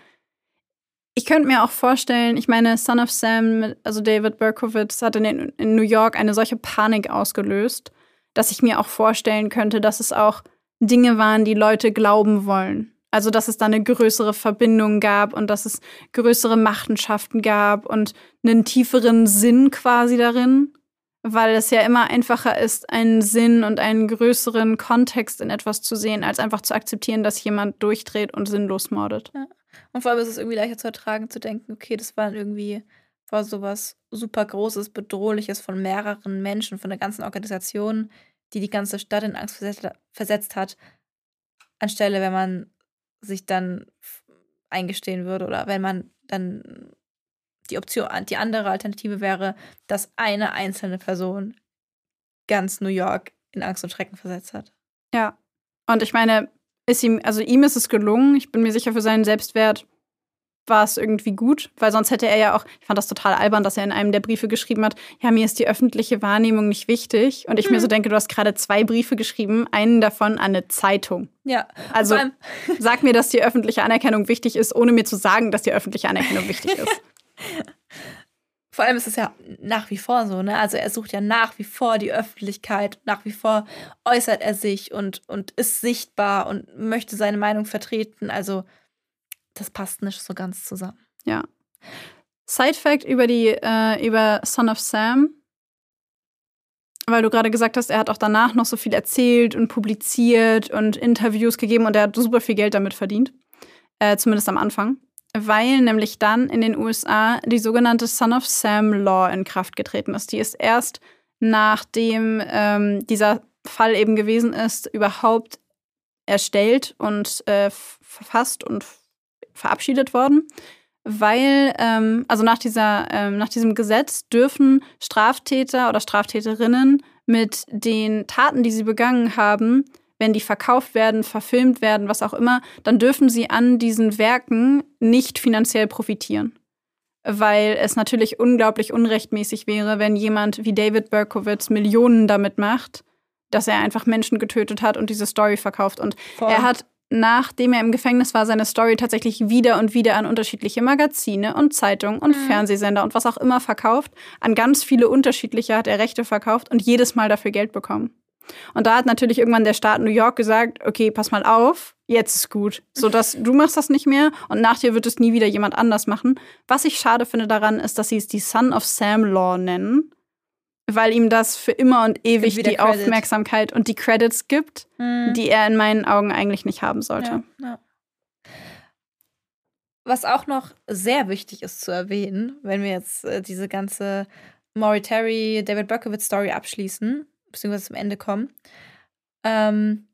ich könnte mir auch vorstellen, ich meine, Son of Sam, also David Berkowitz, hat in, in New York eine solche Panik ausgelöst, dass ich mir auch vorstellen könnte, dass es auch Dinge waren, die Leute glauben wollen. Also dass es da eine größere Verbindung gab und dass es größere Machenschaften gab und einen tieferen Sinn quasi darin. Weil es ja immer einfacher ist, einen Sinn und einen größeren Kontext in etwas zu sehen, als einfach zu akzeptieren, dass jemand durchdreht und sinnlos mordet. Ja. Und vor allem ist es irgendwie leichter zu ertragen, zu denken, okay, das war irgendwie war sowas super Großes, Bedrohliches von mehreren Menschen, von der ganzen Organisation, die die ganze Stadt in Angst versetzt, versetzt hat, anstelle, wenn man sich dann eingestehen würde oder wenn man dann die Option, die andere Alternative wäre, dass eine einzelne Person ganz New York in Angst und Schrecken versetzt hat. Ja. Und ich meine, ist ihm, also ihm ist es gelungen. Ich bin mir sicher, für seinen Selbstwert war es irgendwie gut, weil sonst hätte er ja auch, ich fand das total albern, dass er in einem der Briefe geschrieben hat, ja, mir ist die öffentliche Wahrnehmung nicht wichtig. Und ich hm. mir so denke, du hast gerade zwei Briefe geschrieben, einen davon an eine Zeitung. Ja. Also sag mir, dass die öffentliche Anerkennung wichtig ist, ohne mir zu sagen, dass die öffentliche Anerkennung wichtig ist. Vor allem ist es ja nach wie vor so, ne? Also er sucht ja nach wie vor die Öffentlichkeit, nach wie vor äußert er sich und, und ist sichtbar und möchte seine Meinung vertreten. Also das passt nicht so ganz zusammen. Ja. Side-Fact über die, äh, über Son of Sam, weil du gerade gesagt hast, er hat auch danach noch so viel erzählt und publiziert und Interviews gegeben und er hat super viel Geld damit verdient. Äh, zumindest am Anfang. Weil nämlich dann in den U S A die sogenannte Son of Sam Law in Kraft getreten ist. Die ist erst nachdem ähm, dieser Fall eben gewesen ist, überhaupt erstellt und äh, verfasst und verabschiedet worden. Weil, ähm, also nach, dieser, ähm, nach diesem Gesetz dürfen Straftäter oder Straftäterinnen mit den Taten, die sie begangen haben, wenn die verkauft werden, verfilmt werden, was auch immer, dann dürfen sie an diesen Werken nicht finanziell profitieren. Weil es natürlich unglaublich unrechtmäßig wäre, wenn jemand wie David Berkowitz Millionen damit macht, dass er einfach Menschen getötet hat und diese Story verkauft. Und Voll. er hat, nachdem er im Gefängnis war, seine Story tatsächlich wieder und wieder an unterschiedliche Magazine und Zeitungen und mhm. Fernsehsender und was auch immer verkauft. An ganz viele unterschiedliche hat er Rechte verkauft und jedes Mal dafür Geld bekommen. Und da hat natürlich irgendwann der Staat New York gesagt, okay, pass mal auf, jetzt ist gut. So, dass du machst das nicht mehr und nach dir wird es nie wieder jemand anders machen. Was ich schade finde daran, ist, dass sie es die Son of Sam Law nennen, weil ihm das für immer und ewig die Credit. Aufmerksamkeit und die Credits gibt, mhm. die er in meinen Augen eigentlich nicht haben sollte. Ja, ja. Was auch noch sehr wichtig ist zu erwähnen, wenn wir jetzt äh, diese ganze Maury Terry, David Berkowitz-Story abschließen, beziehungsweise zum Ende kommen, ähm,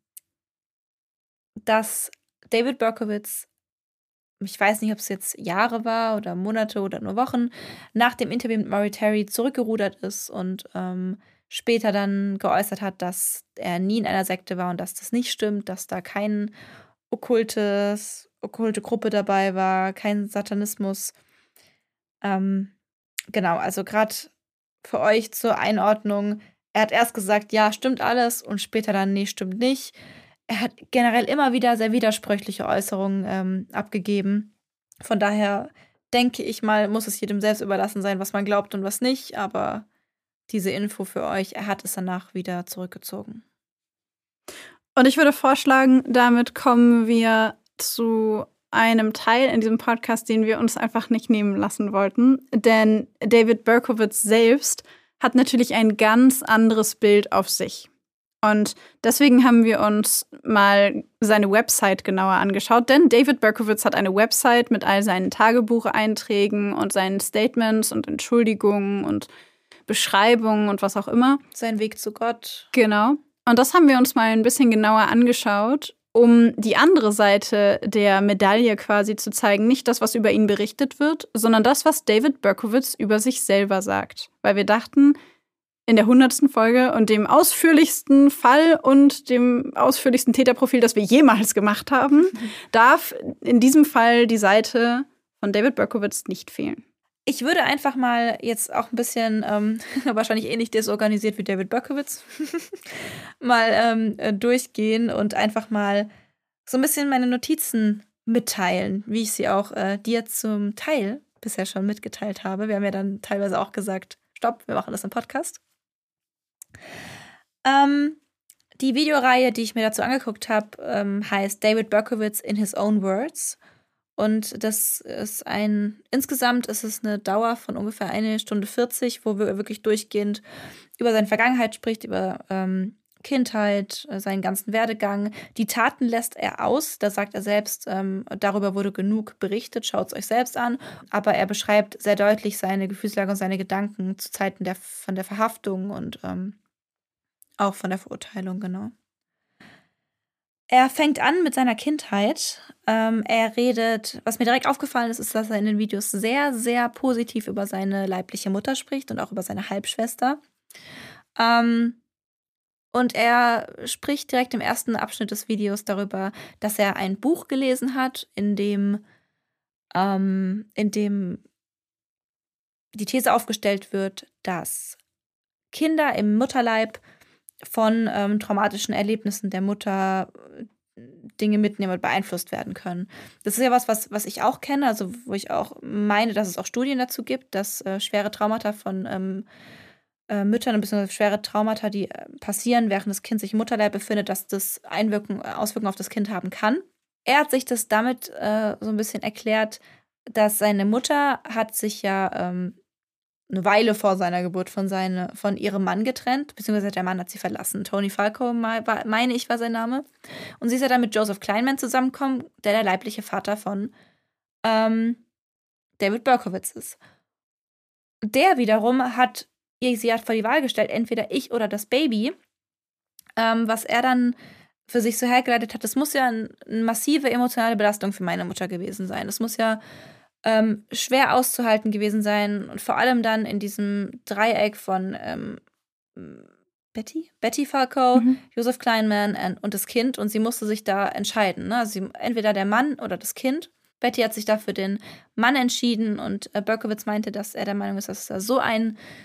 dass David Berkowitz, ich weiß nicht, ob es jetzt Jahre war oder Monate oder nur Wochen, nach dem Interview mit Maury Terry zurückgerudert ist und ähm, später dann geäußert hat, dass er nie in einer Sekte war und dass das nicht stimmt, dass da kein okkultes, okkulte Gruppe dabei war, kein Satanismus. Ähm, genau, also gerade für euch zur Einordnung, er hat erst gesagt, ja, stimmt alles und später dann, nee, stimmt nicht. Er hat generell immer wieder sehr widersprüchliche Äußerungen ähm, abgegeben. Von daher denke ich mal, muss es jedem selbst überlassen sein, was man glaubt und was nicht. Aber diese Info für euch, er hat es danach wieder zurückgezogen. Und ich würde vorschlagen, damit kommen wir zu einem Teil in diesem Podcast, den wir uns einfach nicht nehmen lassen wollten. Denn David Berkowitz selbst hat natürlich ein ganz anderes Bild auf sich. Und deswegen haben wir uns mal seine Website genauer angeschaut, denn David Berkowitz hat eine Website mit all seinen Tagebucheinträgen und seinen Statements und Entschuldigungen und Beschreibungen und was auch immer. Sein Weg zu Gott. Genau. Und das haben wir uns mal ein bisschen genauer angeschaut, um die andere Seite der Medaille quasi zu zeigen. Nicht das, was über ihn berichtet wird, sondern das, was David Berkowitz über sich selber sagt. Weil wir dachten, in der hundertsten Folge und dem ausführlichsten Fall und dem ausführlichsten Täterprofil, das wir jemals gemacht haben, mhm. darf in diesem Fall die Seite von David Berkowitz nicht fehlen. Ich würde einfach mal jetzt auch ein bisschen, ähm, wahrscheinlich ähnlich desorganisiert wie David Berkowitz, mal ähm, durchgehen und einfach mal so ein bisschen meine Notizen mitteilen, wie ich sie auch äh, dir zum Teil bisher schon mitgeteilt habe. Wir haben ja dann teilweise auch gesagt, stopp, wir machen das im Podcast. Ähm, die Videoreihe, die ich mir dazu angeguckt habe, ähm, heißt David Berkowitz in His Own Words. Und das ist ein, insgesamt ist es eine Dauer von ungefähr eine Stunde vierzig, wo wir wirklich durchgehend über seine Vergangenheit spricht, über ähm, Kindheit, seinen ganzen Werdegang. Die Taten lässt er aus, da sagt er selbst, ähm, darüber wurde genug berichtet, schaut es euch selbst an. Aber er beschreibt sehr deutlich seine Gefühlslage und seine Gedanken zu Zeiten der, von der Verhaftung und ähm, auch von der Verurteilung, genau. Er fängt an mit seiner Kindheit. Ähm, er redet, was mir direkt aufgefallen ist, ist, dass er in den Videos sehr, sehr positiv über seine leibliche Mutter spricht und auch über seine Halbschwester. Ähm, und er spricht direkt im ersten Abschnitt des Videos darüber, dass er ein Buch gelesen hat, in dem, ähm, in dem die These aufgestellt wird, dass Kinder im Mutterleib von ähm, traumatischen Erlebnissen der Mutter Dinge mitnehmen und beeinflusst werden können. Das ist ja was, was, was ich auch kenne, also wo ich auch meine, dass es auch Studien dazu gibt, dass äh, schwere Traumata von ähm, äh, Müttern bzw. schwere Traumata, die äh, passieren, während das Kind sich im Mutterleib befindet, dass das Einwirkung, Auswirkungen auf das Kind haben kann. Er hat sich das damit äh, so ein bisschen erklärt, dass seine Mutter hat sich ja ähm, eine Weile vor seiner Geburt von, seine, von ihrem Mann getrennt, beziehungsweise der Mann hat sie verlassen. Tony Falco, meine ich, war sein Name. Und sie ist ja dann mit Joseph Kleinman zusammengekommen, der der leibliche Vater von ähm, David Berkowitz ist. Der wiederum hat ihr, sie hat vor die Wahl gestellt, entweder ich oder das Baby, ähm, was er dann für sich so hergeleitet hat. Das muss ja eine massive emotionale Belastung für meine Mutter gewesen sein. Das muss ja Ähm, schwer auszuhalten gewesen sein und vor allem dann in diesem Dreieck von ähm, Betty? Betty Falco, mhm. Joseph Kleinman und, und das Kind und sie musste sich da entscheiden. Ne? Also sie, entweder der Mann oder das Kind. Betty hat sich da für den Mann entschieden und äh, Berkowitz meinte, dass er der Meinung ist, dass er so ein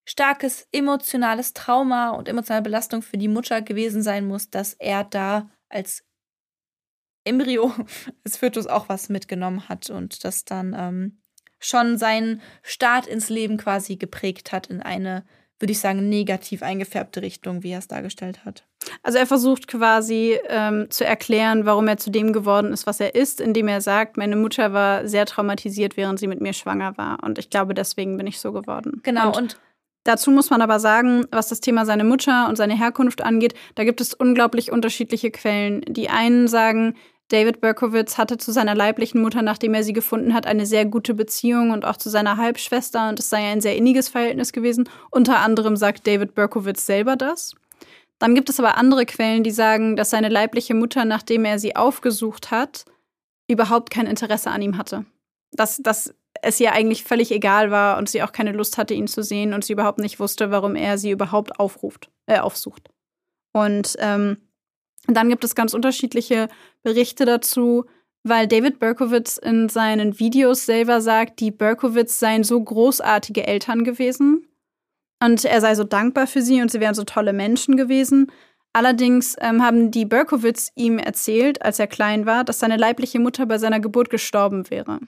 starkes emotionales Trauma und emotionale Belastung für die Mutter gewesen sein muss, dass er da als Embryo, als Fötus auch was mitgenommen hat und das dann ähm, schon seinen Start ins Leben quasi geprägt hat in eine, würde ich sagen, negativ eingefärbte Richtung, wie er es dargestellt hat. Also er versucht quasi ähm, zu erklären, warum er zu dem geworden ist, was er ist, indem er sagt, meine Mutter war sehr traumatisiert, während sie mit mir schwanger war. Und ich glaube, deswegen bin ich so geworden. Genau, und, und dazu muss man aber sagen, was das Thema seine Mutter und seine Herkunft angeht, da gibt es unglaublich unterschiedliche Quellen. Die einen sagen, David Berkowitz hatte zu seiner leiblichen Mutter, nachdem er sie gefunden hat, eine sehr gute Beziehung und auch zu seiner Halbschwester. Und es sei ein sehr inniges Verhältnis gewesen. Unter anderem sagt David Berkowitz selber das. Dann gibt es aber andere Quellen, die sagen, dass seine leibliche Mutter, nachdem er sie aufgesucht hat, überhaupt kein Interesse an ihm hatte. Dass, dass es ihr eigentlich völlig egal war und sie auch keine Lust hatte, ihn zu sehen und sie überhaupt nicht wusste, warum er sie überhaupt aufruft, äh, aufsucht. Und ähm, dann gibt es ganz unterschiedliche Berichte dazu, weil David Berkowitz in seinen Videos selber sagt, die Berkowitz seien so großartige Eltern gewesen und er sei so dankbar für sie und sie wären so tolle Menschen gewesen. Allerdings ähm, haben die Berkowitz ihm erzählt, als er klein war, dass seine leibliche Mutter bei seiner Geburt gestorben wäre.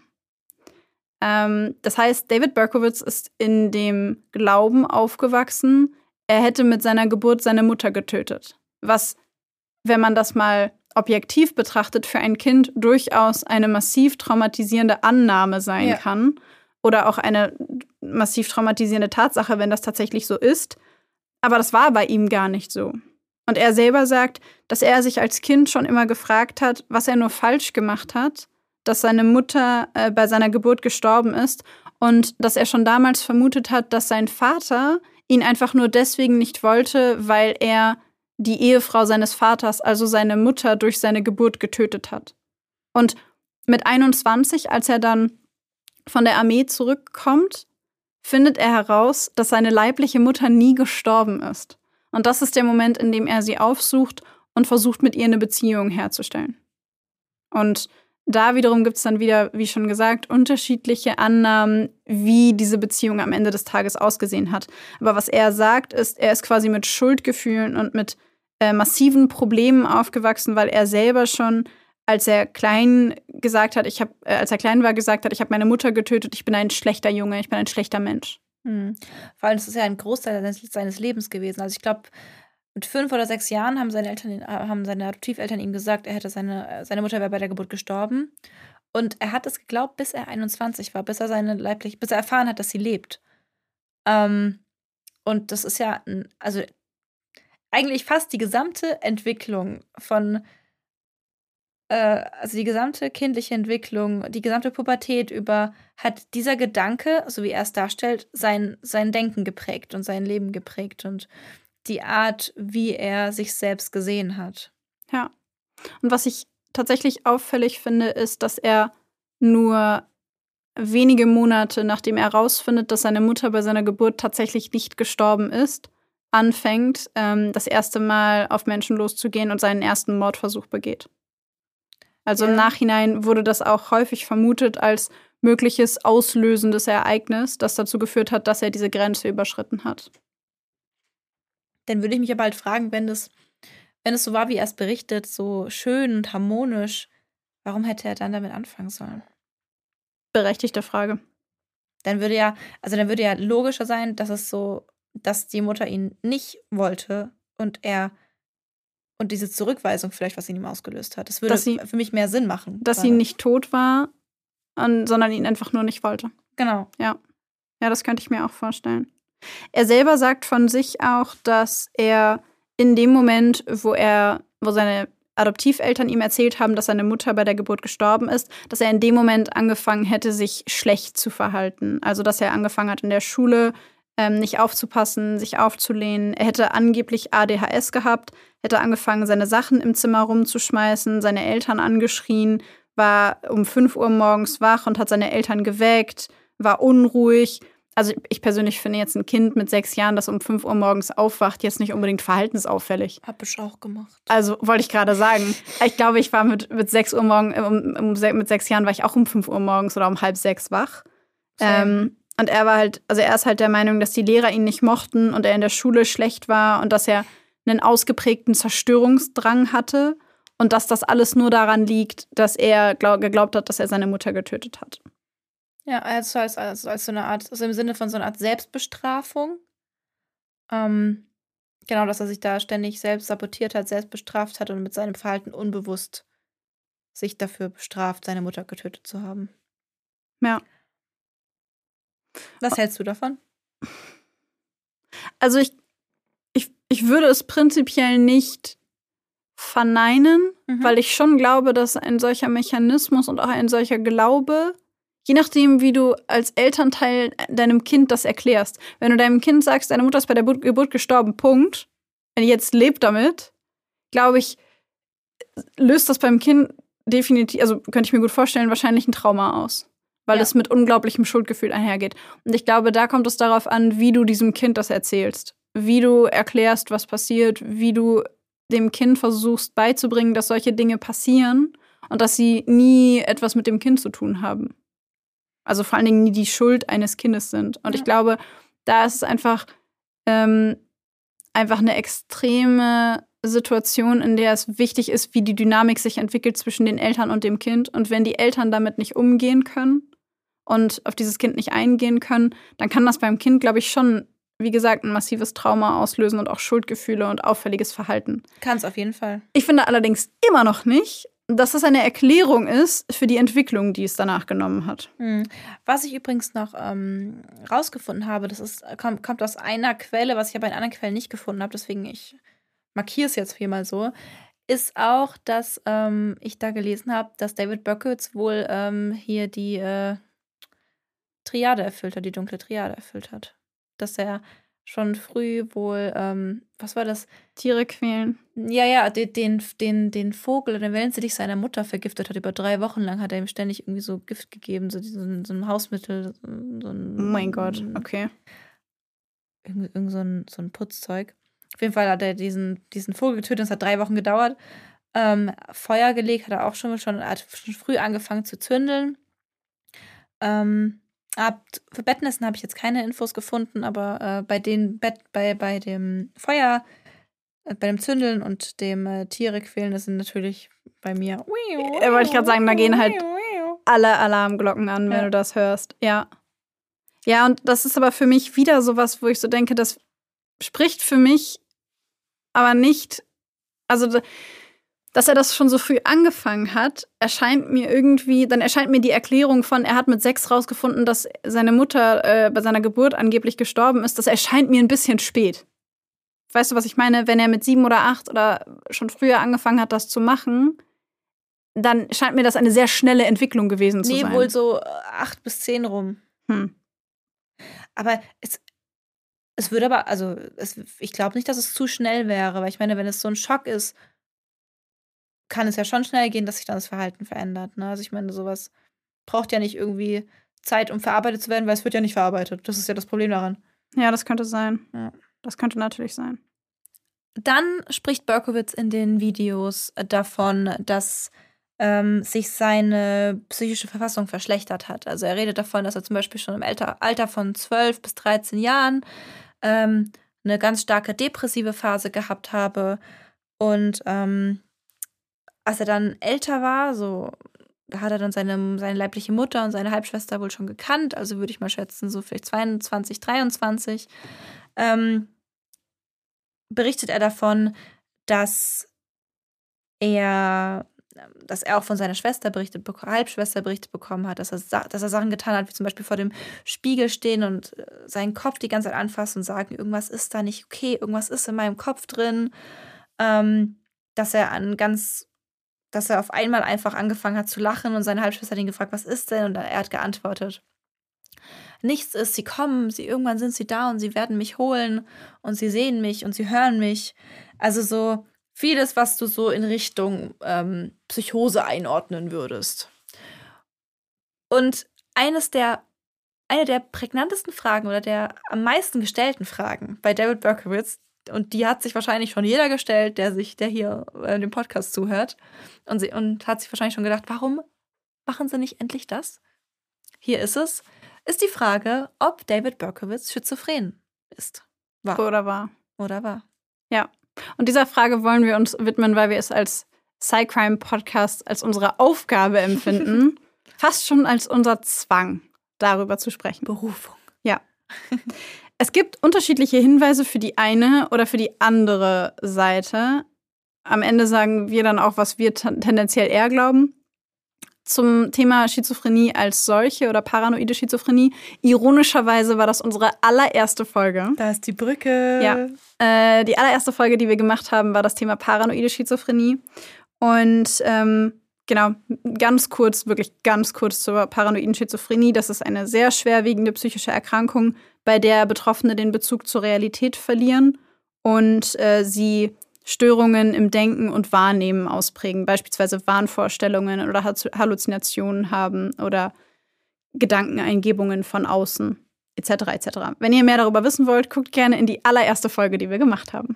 Ähm, das heißt, David Berkowitz ist in dem Glauben aufgewachsen, er hätte mit seiner Geburt seine Mutter getötet. Was, wenn man das mal objektiv betrachtet, für ein Kind durchaus eine massiv traumatisierende Annahme sein ja. kann. Oder auch eine massiv traumatisierende Tatsache, wenn das tatsächlich so ist. Aber das war bei ihm gar nicht so. Und er selber sagt, dass er sich als Kind schon immer gefragt hat, was er nur falsch gemacht hat, dass seine Mutter äh, bei seiner Geburt gestorben ist und dass er schon damals vermutet hat, dass sein Vater ihn einfach nur deswegen nicht wollte, weil er die Ehefrau seines Vaters, also seine Mutter, durch seine Geburt getötet hat. Und mit einundzwanzig, als er dann von der Armee zurückkommt, findet er heraus, dass seine leibliche Mutter nie gestorben ist. Und das ist der Moment, in dem er sie aufsucht und versucht, mit ihr eine Beziehung herzustellen. Und da wiederum gibt es dann wieder, wie schon gesagt, unterschiedliche Annahmen, wie diese Beziehung am Ende des Tages ausgesehen hat. Aber was er sagt, ist, er ist quasi mit Schuldgefühlen und mit äh, massiven Problemen aufgewachsen, weil er selber schon, als er klein gesagt hat, ich hab, äh, als er klein war, gesagt hat, ich habe meine Mutter getötet, ich bin ein schlechter Junge, ich bin ein schlechter Mensch. Hm. Vor allem, das ist ja ein Großteil seines, seines Lebens gewesen. Also ich glaube, mit fünf oder sechs Jahren haben seine Eltern, haben seine Adoptiveltern ihm gesagt, er hätte seine, seine Mutter wäre bei der Geburt gestorben. Und er hat es geglaubt, bis er einundzwanzig war, bis er seine leiblich, bis er erfahren hat, dass sie lebt. Ähm, und das ist ja, also eigentlich fast die gesamte Entwicklung von, äh, also die gesamte kindliche Entwicklung, die gesamte Pubertät über, hat dieser Gedanke, so wie er es darstellt, sein, sein Denken geprägt und sein Leben geprägt und die Art, wie er sich selbst gesehen hat. Ja. Und was ich tatsächlich auffällig finde, ist, dass er nur wenige Monate, nachdem er herausfindet, dass seine Mutter bei seiner Geburt tatsächlich nicht gestorben ist, anfängt, ähm, das erste Mal auf Menschen loszugehen und seinen ersten Mordversuch begeht. Also ja. Im Nachhinein wurde das auch häufig vermutet als mögliches auslösendes Ereignis, das dazu geführt hat, dass er diese Grenze überschritten hat. Dann würde ich mich aber halt fragen, wenn das, wenn es so war, wie er es berichtet, so schön und harmonisch, warum hätte er dann damit anfangen sollen? Berechtigte Frage. Dann würde ja, also dann würde ja logischer sein, dass es so, dass die Mutter ihn nicht wollte und er und diese Zurückweisung vielleicht, was in ihm ausgelöst hat. Das würde sie, für mich mehr Sinn machen. Dass sie nicht tot war, sondern ihn einfach nur nicht wollte. Genau. Ja. Ja, das könnte ich mir auch vorstellen. Er selber sagt von sich auch, dass er in dem Moment, wo er, wo seine Adoptiveltern ihm erzählt haben, dass seine Mutter bei der Geburt gestorben ist, dass er in dem Moment angefangen hätte, sich schlecht zu verhalten. Also, dass er angefangen hat, in der Schule ähm, nicht aufzupassen, sich aufzulehnen. Er hätte angeblich A D H S gehabt, hätte angefangen, seine Sachen im Zimmer rumzuschmeißen, seine Eltern angeschrien, war um fünf Uhr morgens wach und hat seine Eltern geweckt, war unruhig. Also ich persönlich finde jetzt ein Kind mit sechs Jahren, das um fünf Uhr morgens aufwacht, jetzt nicht unbedingt verhaltensauffällig. Hab ich auch gemacht. Also wollte ich gerade sagen. Ich glaube, ich war mit, mit sechs Uhr morgens, um, um, mit sechs Jahren war ich auch um fünf Uhr morgens oder um halb sechs wach. Ähm, Und er war halt, also er ist halt der Meinung, dass die Lehrer ihn nicht mochten und er in der Schule schlecht war und dass er einen ausgeprägten Zerstörungsdrang hatte und dass das alles nur daran liegt, dass er glaub, geglaubt hat, dass er seine Mutter getötet hat. Ja, also als, als, als so eine Art, also im Sinne von so einer Art Selbstbestrafung. Ähm, genau, dass er sich da ständig selbst sabotiert hat, selbst bestraft hat und mit seinem Verhalten unbewusst sich dafür bestraft, seine Mutter getötet zu haben. Ja. Was hältst du davon? Also ich, ich, ich würde es prinzipiell nicht verneinen, mhm. weil ich schon glaube, dass ein solcher Mechanismus und auch ein solcher Glaube, je nachdem, wie du als Elternteil deinem Kind das erklärst, wenn du deinem Kind sagst, deine Mutter ist bei der Geburt gestorben, Punkt, wenn jetzt lebt damit, glaube ich, löst das beim Kind definitiv, also könnte ich mir gut vorstellen, wahrscheinlich ein Trauma aus. Weil ja. es mit unglaublichem Schuldgefühl einhergeht. Und ich glaube, da kommt es darauf an, wie du diesem Kind das erzählst. Wie du erklärst, was passiert, wie du dem Kind versuchst beizubringen, dass solche Dinge passieren und dass sie nie etwas mit dem Kind zu tun haben. Also vor allen Dingen nie die Schuld eines Kindes sind. Und ja. ich glaube, da ist es einfach, ähm, einfach eine extreme Situation, in der es wichtig ist, wie die Dynamik sich entwickelt zwischen den Eltern und dem Kind. Und wenn die Eltern damit nicht umgehen können und auf dieses Kind nicht eingehen können, dann kann das beim Kind, glaube ich, schon, wie gesagt, ein massives Trauma auslösen und auch Schuldgefühle und auffälliges Verhalten. Kann es auf jeden Fall. Ich finde allerdings immer noch nicht, dass das eine Erklärung ist für die Entwicklung, die es danach genommen hat. Hm. Was ich übrigens noch ähm, rausgefunden habe, das ist, kommt, kommt aus einer Quelle, was ich aber in anderen Quellen nicht gefunden habe, deswegen ich markiere es jetzt hier mal so, ist auch, dass ähm, ich da gelesen habe, dass David Berkowitz wohl ähm, hier die äh, Triade erfüllt hat, die dunkle Triade erfüllt hat. Dass er schon früh wohl, ähm, was war das? Tiere quälen. Ja, ja, den, den, den, den Vogel, den Wellensittich seiner Mutter vergiftet hat. Über drei Wochen lang hat er ihm ständig irgendwie so Gift gegeben, so, so, so ein Hausmittel. So ein, oh mein Gott, okay. Irgend, irgend so, ein, so ein Putzzeug. Auf jeden Fall hat er diesen, diesen Vogel getötet, das hat drei Wochen gedauert. Ähm, Feuer gelegt hat er auch schon, schon, hat schon früh angefangen zu zündeln. Ähm, ab, für Bettnässen habe ich jetzt keine Infos gefunden, aber äh, bei, den Bett, bei, bei dem Feuer, äh, bei dem Zündeln und dem äh, Tiere quälen, das sind natürlich bei mir. Ja, wollte ich gerade sagen, da gehen halt alle Alarmglocken an, wenn ja. du das hörst. Ja. Ja, und das ist aber für mich wieder sowas, wo ich so denke, das spricht für mich aber nicht, also dass er das schon so früh angefangen hat, erscheint mir irgendwie, dann erscheint mir die Erklärung von, er hat mit sechs rausgefunden, dass seine Mutter äh, bei seiner Geburt angeblich gestorben ist, das erscheint mir ein bisschen spät. Weißt du, was ich meine? Wenn er mit sieben oder acht oder schon früher angefangen hat, das zu machen, dann scheint mir das eine sehr schnelle Entwicklung gewesen zu nee, sein. Nee, wohl so acht bis zehn rum. Hm. Aber es Es würde aber, also es, ich glaube nicht, dass es zu schnell wäre, weil ich meine, wenn es so ein Schock ist, kann es ja schon schnell gehen, dass sich dann das Verhalten verändert. Ne? Also ich meine, sowas braucht ja nicht irgendwie Zeit, um verarbeitet zu werden, weil es wird ja nicht verarbeitet. Das ist ja das Problem daran. Ja, das könnte sein. Ja. Das könnte natürlich sein. Dann spricht Berkowitz in den Videos davon, dass ähm, sich seine psychische Verfassung verschlechtert hat. Also er redet davon, dass er zum Beispiel schon im Alter von zwölf bis dreizehn Jahren ähm, eine ganz starke depressive Phase gehabt habe. Und ähm, als er dann älter war, so da hat er dann seine, seine leibliche Mutter und seine Halbschwester wohl schon gekannt. Also würde ich mal schätzen, so vielleicht zweiundzwanzig, dreiundzwanzig. Ähm, berichtet er davon, dass er, dass er auch von seiner Schwester berichtet, Halbschwester berichtet bekommen hat, dass er, dass er Sachen getan hat, wie zum Beispiel vor dem Spiegel stehen und seinen Kopf die ganze Zeit anfassen und sagen, irgendwas ist da nicht okay, irgendwas ist in meinem Kopf drin. Ähm, dass er an ganz, dass er auf einmal einfach angefangen hat zu lachen und seine Halbschwester hat ihn gefragt, was ist denn? Und er hat geantwortet, nichts ist, sie kommen, sie irgendwann sind sie da und sie werden mich holen und sie sehen mich und sie hören mich. Also so vieles, was du so in Richtung ähm, Psychose einordnen würdest. Und eines der, eine der prägnantesten Fragen oder der am meisten gestellten Fragen bei David Berkowitz, und die hat sich wahrscheinlich schon jeder gestellt, der sich, der hier äh, dem Podcast zuhört, und, sie, und hat sich wahrscheinlich schon gedacht, warum machen sie nicht endlich das? Hier ist es. ist die Frage, ob David Berkowitz schizophren ist. War. Oder war. Oder war. Ja. Und dieser Frage wollen wir uns widmen, weil wir es als Psycrime-Podcast als unsere Aufgabe empfinden, fast schon als unser Zwang, darüber zu sprechen. Berufung. Ja. Es gibt unterschiedliche Hinweise für die eine oder für die andere Seite. Am Ende sagen wir dann auch, was wir t- tendenziell eher glauben. Zum Thema Schizophrenie als solche oder paranoide Schizophrenie. Ironischerweise war das unsere allererste Folge. Da ist die Brücke. Ja. Äh, die allererste Folge, die wir gemacht haben, war das Thema paranoide Schizophrenie. Und ähm, genau, ganz kurz, wirklich ganz kurz zur paranoiden Schizophrenie. Das ist eine sehr schwerwiegende psychische Erkrankung, bei der Betroffene den Bezug zur Realität verlieren und äh, sie Störungen im Denken und Wahrnehmen ausprägen, beispielsweise Wahnvorstellungen oder Halluzinationen haben oder Gedankeneingebungen von außen, et cetera et cetera. Wenn ihr mehr darüber wissen wollt, guckt gerne in die allererste Folge, die wir gemacht haben.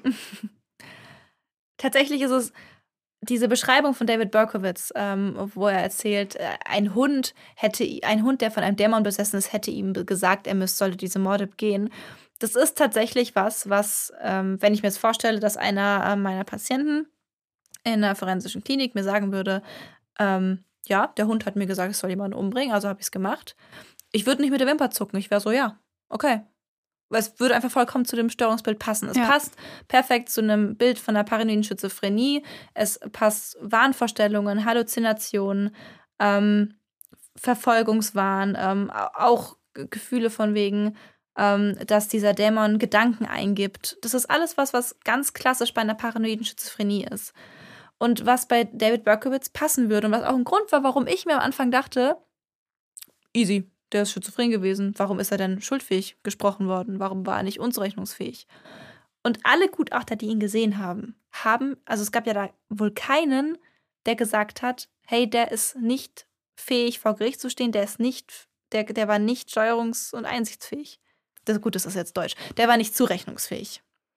Tatsächlich ist es diese Beschreibung von David Berkowitz, ähm, wo er erzählt, äh, ein Hund hätte, ein Hund, der von einem Dämon besessen ist, hätte ihm gesagt, er müsste, sollte diese Morde begehen. Das ist tatsächlich was, was, ähm, wenn ich mir jetzt vorstelle, dass einer äh, meiner Patienten in einer forensischen Klinik mir sagen würde, ähm, ja, der Hund hat mir gesagt, ich soll jemanden umbringen, also habe ich es gemacht. Ich würde nicht mit der Wimper zucken. Ich wäre so, ja, okay. Weil es würde einfach vollkommen zu dem Störungsbild passen. Es ja. passt perfekt zu einem Bild von der paranoiden Schizophrenie. Es passt Wahnvorstellungen, Halluzinationen, ähm, Verfolgungswahn, ähm, auch Gefühle von wegen, ähm, dass dieser Dämon Gedanken eingibt. Das ist alles was, was ganz klassisch bei einer paranoiden Schizophrenie ist. Und was bei David Berkowitz passen würde und was auch ein Grund war, warum ich mir am Anfang dachte, easy, der ist schizophren gewesen. Warum ist er denn schuldfähig gesprochen worden? Warum war er nicht unzurechnungsfähig? Und alle Gutachter, die ihn gesehen haben, haben, also es gab ja da wohl keinen, der gesagt hat, hey, der ist nicht fähig, vor Gericht zu stehen, der ist nicht, der, der war nicht steuerungs- und einsichtsfähig. Das, gut, das ist jetzt Deutsch. Der war nicht zurechnungsfähig.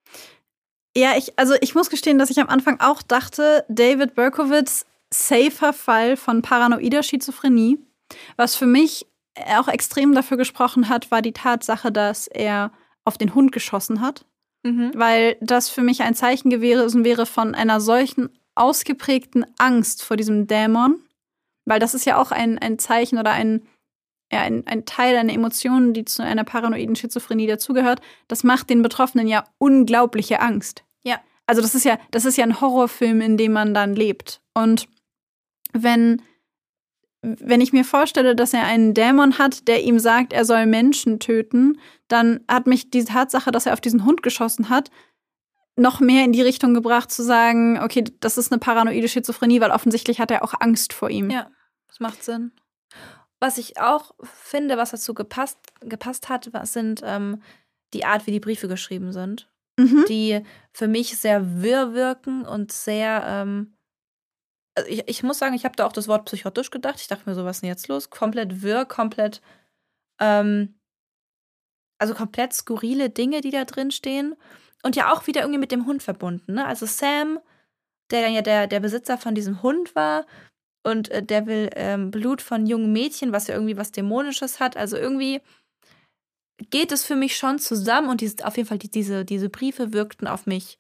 Ja, ich, also ich muss gestehen, dass ich am Anfang auch dachte, David Berkowitz, safer Fall von paranoider Schizophrenie. Was für mich auch extrem dafür gesprochen hat, war die Tatsache, dass er auf den Hund geschossen hat. Mhm. Weil das für mich ein Zeichen gewesen wäre von einer solchen ausgeprägten Angst vor diesem Dämon. Weil das ist ja auch ein, ein Zeichen oder ein, ja, ein, ein Teil einer Emotion, die zu einer paranoiden Schizophrenie dazugehört. Das macht den Betroffenen ja unglaubliche Angst. Ja. Also das ist ja, das ist ja ein Horrorfilm, in dem man dann lebt. Und wenn Wenn ich mir vorstelle, dass er einen Dämon hat, der ihm sagt, er soll Menschen töten, dann hat mich die Tatsache, dass er auf diesen Hund geschossen hat, noch mehr in die Richtung gebracht, zu sagen, okay, das ist eine paranoide Schizophrenie, weil offensichtlich hat er auch Angst vor ihm. Ja, das macht Sinn. Was ich auch finde, was dazu gepasst, gepasst hat, was sind ähm, die Art, wie die Briefe geschrieben sind, mhm. die für mich sehr wirr wirken und sehr ähm, Also ich, ich muss sagen, ich habe da auch das Wort psychotisch gedacht. Ich dachte mir so, was ist denn jetzt los? Komplett wirr, komplett, ähm, also komplett skurrile Dinge, die da drin stehen. Und ja auch wieder irgendwie mit dem Hund verbunden. Ne? Also Sam, der dann ja der, der Besitzer von diesem Hund war und äh, der will ähm, Blut von jungen Mädchen, was ja irgendwie was Dämonisches hat. Also irgendwie geht es für mich schon zusammen und die, auf jeden Fall die, diese, diese Briefe wirkten auf mich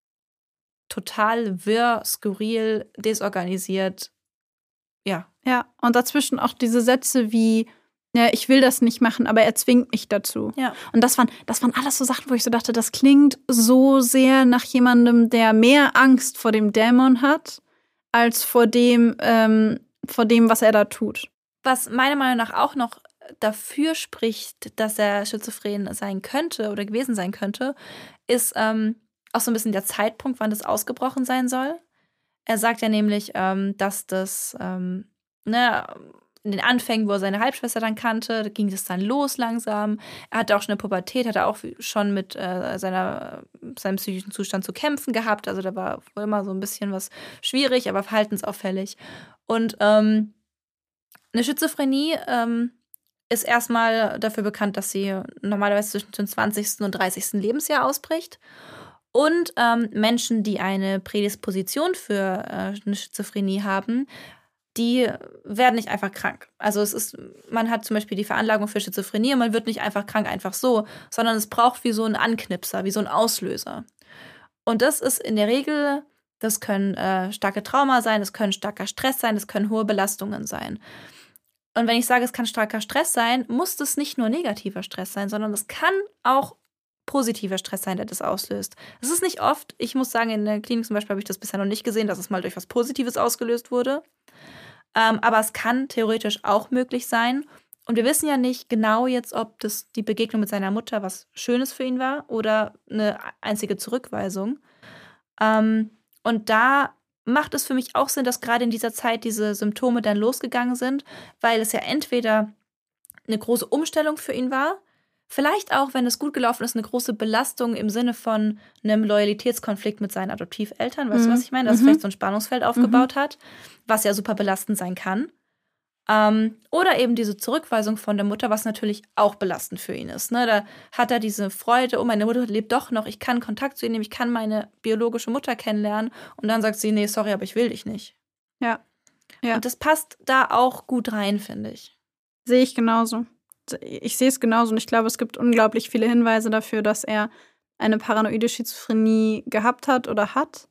total wirr, skurril, desorganisiert. Ja. Ja, und dazwischen auch diese Sätze wie, ja, ich will das nicht machen, aber er zwingt mich dazu. Ja. Und das waren, das waren alles so Sachen, wo ich so dachte, das klingt so sehr nach jemandem, der mehr Angst vor dem Dämon hat, als vor dem, ähm, vor dem, was er da tut. Was meiner Meinung nach auch noch dafür spricht, dass er schizophren sein könnte oder gewesen sein könnte, ist ähm, auch so ein bisschen der Zeitpunkt, wann das ausgebrochen sein soll. Er sagt ja nämlich, ähm, dass das ähm, ne, in den Anfängen, wo er seine Halbschwester dann kannte, da ging das dann los langsam. Er hatte auch schon eine Pubertät, hat er auch schon mit äh, seiner, seinem psychischen Zustand zu kämpfen gehabt. Also da war immer so ein bisschen was schwierig, aber verhaltensauffällig. Und ähm, eine Schizophrenie ähm, ist erstmal dafür bekannt, dass sie normalerweise zwischen dem zwanzigsten und dreißigsten Lebensjahr ausbricht. Und ähm, Menschen, die eine Prädisposition für äh, eine Schizophrenie haben, die werden nicht einfach krank. Also es ist, man hat zum Beispiel die Veranlagung für Schizophrenie und man wird nicht einfach krank, einfach so, sondern es braucht wie so einen Anknipser, wie so einen Auslöser. Und das ist in der Regel, das können äh, starke Trauma sein, das können starker Stress sein, das können hohe Belastungen sein. Und wenn ich sage, es kann starker Stress sein, muss das nicht nur negativer Stress sein, sondern es kann auch positiver Stress sein, der das auslöst. Das ist nicht oft. Ich muss sagen, in der Klinik zum Beispiel habe ich das bisher noch nicht gesehen, dass es mal durch was Positives ausgelöst wurde. Ähm, aber es kann theoretisch auch möglich sein. Und wir wissen ja nicht genau jetzt, ob das die Begegnung mit seiner Mutter was Schönes für ihn war oder eine einzige Zurückweisung. Ähm, und da macht es für mich auch Sinn, dass gerade in dieser Zeit diese Symptome dann losgegangen sind, weil es ja entweder eine große Umstellung für ihn war, vielleicht auch, wenn es gut gelaufen ist, eine große Belastung im Sinne von einem Loyalitätskonflikt mit seinen Adoptiveltern. Weißt du, Mhm. was ich meine? Dass Mhm. vielleicht so ein Spannungsfeld aufgebaut hat, was ja super belastend sein kann. Ähm, oder eben diese Zurückweisung von der Mutter, was natürlich auch belastend für ihn ist. Ne? Da hat er diese Freude, oh, meine Mutter lebt doch noch, ich kann Kontakt zu ihr nehmen, ich kann meine biologische Mutter kennenlernen. Und dann sagt sie, nee, sorry, aber ich will dich nicht. Ja. Ja. Und das passt da auch gut rein, finde ich. Sehe ich genauso. Ich sehe es genauso und ich glaube, es gibt unglaublich viele Hinweise dafür, dass er eine paranoide Schizophrenie gehabt hat oder hat.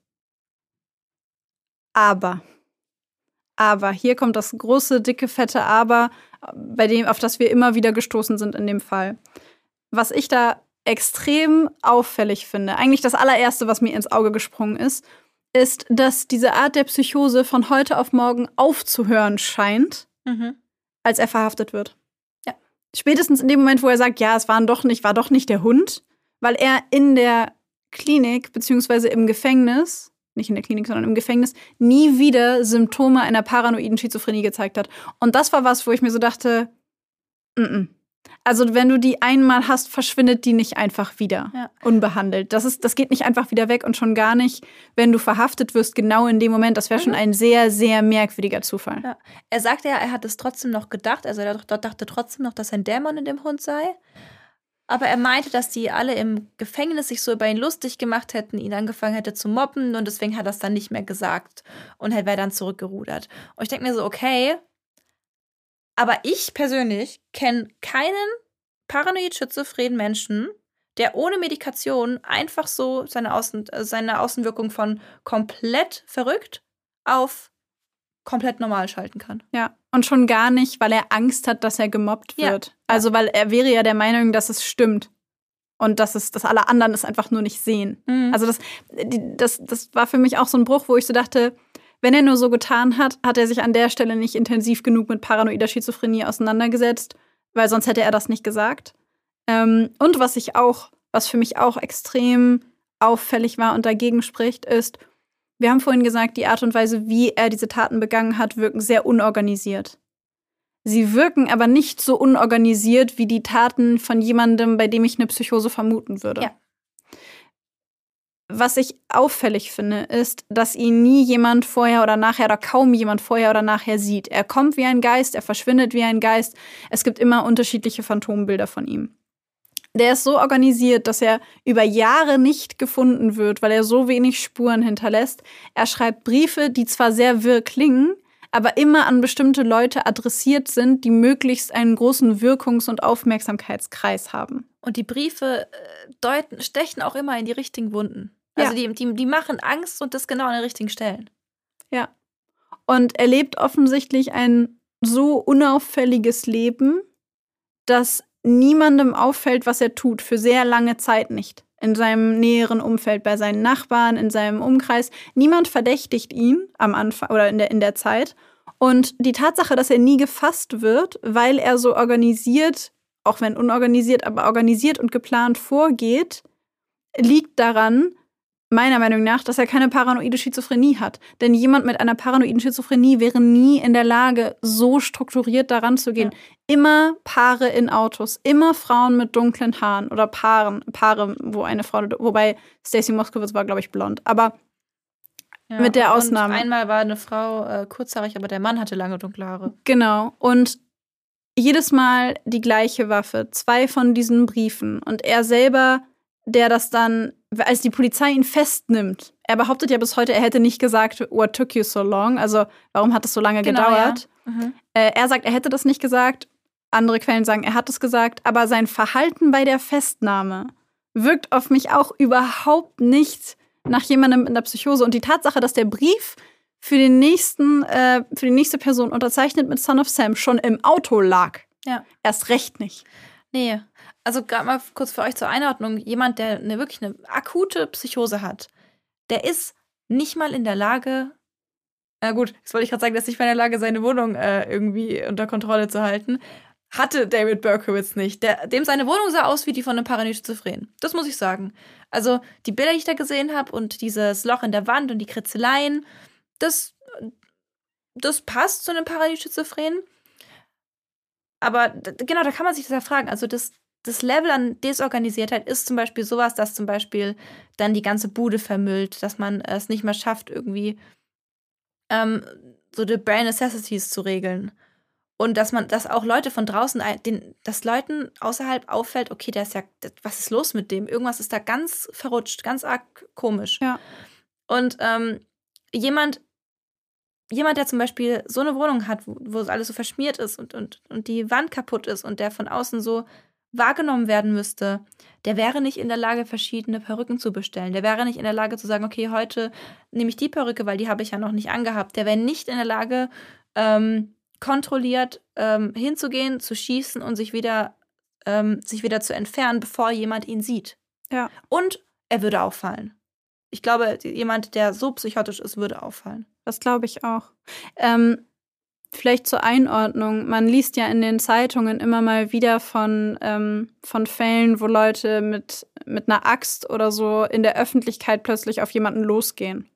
Aber, aber, hier kommt das große, dicke, fette Aber, bei dem, auf das wir immer wieder gestoßen sind in dem Fall. Was ich da extrem auffällig finde, eigentlich das allererste, was mir ins Auge gesprungen ist, ist, dass diese Art der Psychose von heute auf morgen aufzuhören scheint, Mhm. als er verhaftet wird. Ja. Spätestens in dem Moment, wo er sagt, ja, es waren doch nicht, war doch nicht der Hund, weil er in der Klinik beziehungsweise im Gefängnis, nicht in der Klinik, sondern im Gefängnis, nie wieder Symptome einer paranoiden Schizophrenie gezeigt hat. Und das war was, wo ich mir so dachte, mm-mm. Also wenn du die einmal hast, verschwindet die nicht einfach wieder, Ja. unbehandelt. Das ist, das geht nicht einfach wieder weg und schon gar nicht, wenn du verhaftet wirst, genau in dem Moment. Das wäre schon ein sehr, sehr merkwürdiger Zufall. Ja. Er sagte ja, er hat es trotzdem noch gedacht, also er dachte trotzdem noch, dass ein Dämon in dem Hund sei. Aber er meinte, dass die alle im Gefängnis sich so über ihn lustig gemacht hätten, ihn angefangen hätte zu mobben und deswegen hat er es dann nicht mehr gesagt und er wäre dann zurückgerudert. Und ich denke mir so, okay, aber ich persönlich kenne keinen paranoid schizophrenen Menschen, der ohne Medikation einfach so seine, Außen, seine Außenwirkung von komplett verrückt auf komplett normal schalten kann. Ja, und schon gar nicht, weil er Angst hat, dass er gemobbt Ja. wird. Also, weil er wäre ja der Meinung, dass es stimmt. Und dass es, dass alle anderen es einfach nur nicht sehen. Mhm. Also, das, die, das, das war für mich auch so ein Bruch, wo ich so dachte, wenn er nur so getan hat, hat er sich an der Stelle nicht intensiv genug mit paranoider Schizophrenie auseinandergesetzt, weil sonst hätte er das nicht gesagt. Ähm, und was ich auch, was für mich auch extrem auffällig war und dagegen spricht, ist, wir haben vorhin gesagt, die Art und Weise, wie er diese Taten begangen hat, wirken sehr unorganisiert. Sie wirken aber nicht so unorganisiert wie die Taten von jemandem, bei dem ich eine Psychose vermuten würde. Ja. Was ich auffällig finde, ist, dass ihn nie jemand vorher oder nachher oder kaum jemand vorher oder nachher sieht. Er kommt wie ein Geist, er verschwindet wie ein Geist. Es gibt immer unterschiedliche Phantombilder von ihm. Der ist so organisiert, dass er über Jahre nicht gefunden wird, weil er so wenig Spuren hinterlässt. Er schreibt Briefe, die zwar sehr wirr klingen, aber immer an bestimmte Leute adressiert sind, die möglichst einen großen Wirkungs- und Aufmerksamkeitskreis haben. Und die Briefe äh, deuten, stechen auch immer in die richtigen Wunden. Also Ja. die, die, die machen Angst und das genau an den richtigen Stellen. Ja. Und er lebt offensichtlich ein so unauffälliges Leben, dass niemandem auffällt, was er tut, für sehr lange Zeit nicht. In seinem näheren Umfeld, bei seinen Nachbarn, in seinem Umkreis. Niemand verdächtigt ihn am Anfang oder in der, in der Zeit. Und die Tatsache, dass er nie gefasst wird, weil er so organisiert, auch wenn unorganisiert, aber organisiert und geplant vorgeht, liegt daran, meiner Meinung nach, dass er keine paranoide Schizophrenie hat. Denn jemand mit einer paranoiden Schizophrenie wäre nie in der Lage, so strukturiert daran zu gehen. Ja. Immer Paare in Autos, immer Frauen mit dunklen Haaren oder Paaren, Paare, wo eine Frau, wobei Stacey Moskowitz war, glaube ich, blond. Aber Ja, mit der und Ausnahme. Einmal war eine Frau äh, kurzhaarig, aber der Mann hatte lange dunkle Haare. Genau. Und jedes Mal die gleiche Waffe, zwei von diesen Briefen. Und er selber, der das dann als die Polizei ihn festnimmt, er behauptet ja bis heute, er hätte nicht gesagt, what took you so long? Also, warum hat es so lange genau, gedauert? Ja. Mhm. Äh, er sagt, er hätte das nicht gesagt. Andere Quellen sagen, er hat es gesagt. Aber sein Verhalten bei der Festnahme wirkt auf mich auch überhaupt nicht nach jemandem in der Psychose. Und die Tatsache, dass der Brief für den nächsten, äh, für die nächste Person unterzeichnet mit Son of Sam schon im Auto lag, ja. erst recht nicht. Nee, also gerade mal kurz für euch zur Einordnung. Jemand, der eine, wirklich eine akute Psychose hat, der ist nicht mal in der Lage, na gut, jetzt wollte ich gerade sagen, der ist nicht mal in der Lage, seine Wohnung äh, irgendwie unter Kontrolle zu halten. Hatte David Berkowitz nicht. Der, dem seine Wohnung sah aus wie die von einem paranoid Schizophren. Das muss ich sagen. Also die Bilder, die ich da gesehen habe und dieses Loch in der Wand und die Kritzeleien, das, das passt zu einem paranoid Schizophren. Aber d- genau, da kann man sich das ja fragen. Also das, das Level an Desorganisiertheit ist zum Beispiel sowas, dass zum Beispiel dann die ganze Bude vermüllt, dass man es nicht mehr schafft, irgendwie ähm, so die Bare Necessities zu regeln. Und dass man, dass auch Leute von draußen, den, dass Leuten außerhalb auffällt, okay, der ist ja, was ist los mit dem? Irgendwas ist da ganz verrutscht, ganz arg komisch. Ja. Und ähm, jemand, jemand, der zum Beispiel so eine Wohnung hat, wo, wo alles so verschmiert ist und, und, und die Wand kaputt ist und der von außen so wahrgenommen werden müsste, der wäre nicht in der Lage, verschiedene Perücken zu bestellen. Der wäre nicht in der Lage zu sagen, okay, heute nehme ich die Perücke, weil die habe ich ja noch nicht angehabt. Der wäre nicht in der Lage, ähm, kontrolliert ähm, hinzugehen, zu schießen und sich wieder, ähm, sich wieder zu entfernen, bevor jemand ihn sieht. Ja. Und er würde auffallen. Ich glaube, jemand, der so psychotisch ist, würde auffallen. Das glaube ich auch. Ähm, vielleicht zur Einordnung. Man liest ja in den Zeitungen immer mal wieder von, ähm, von Fällen, wo Leute mit, mit einer Axt oder so in der Öffentlichkeit plötzlich auf jemanden losgehen.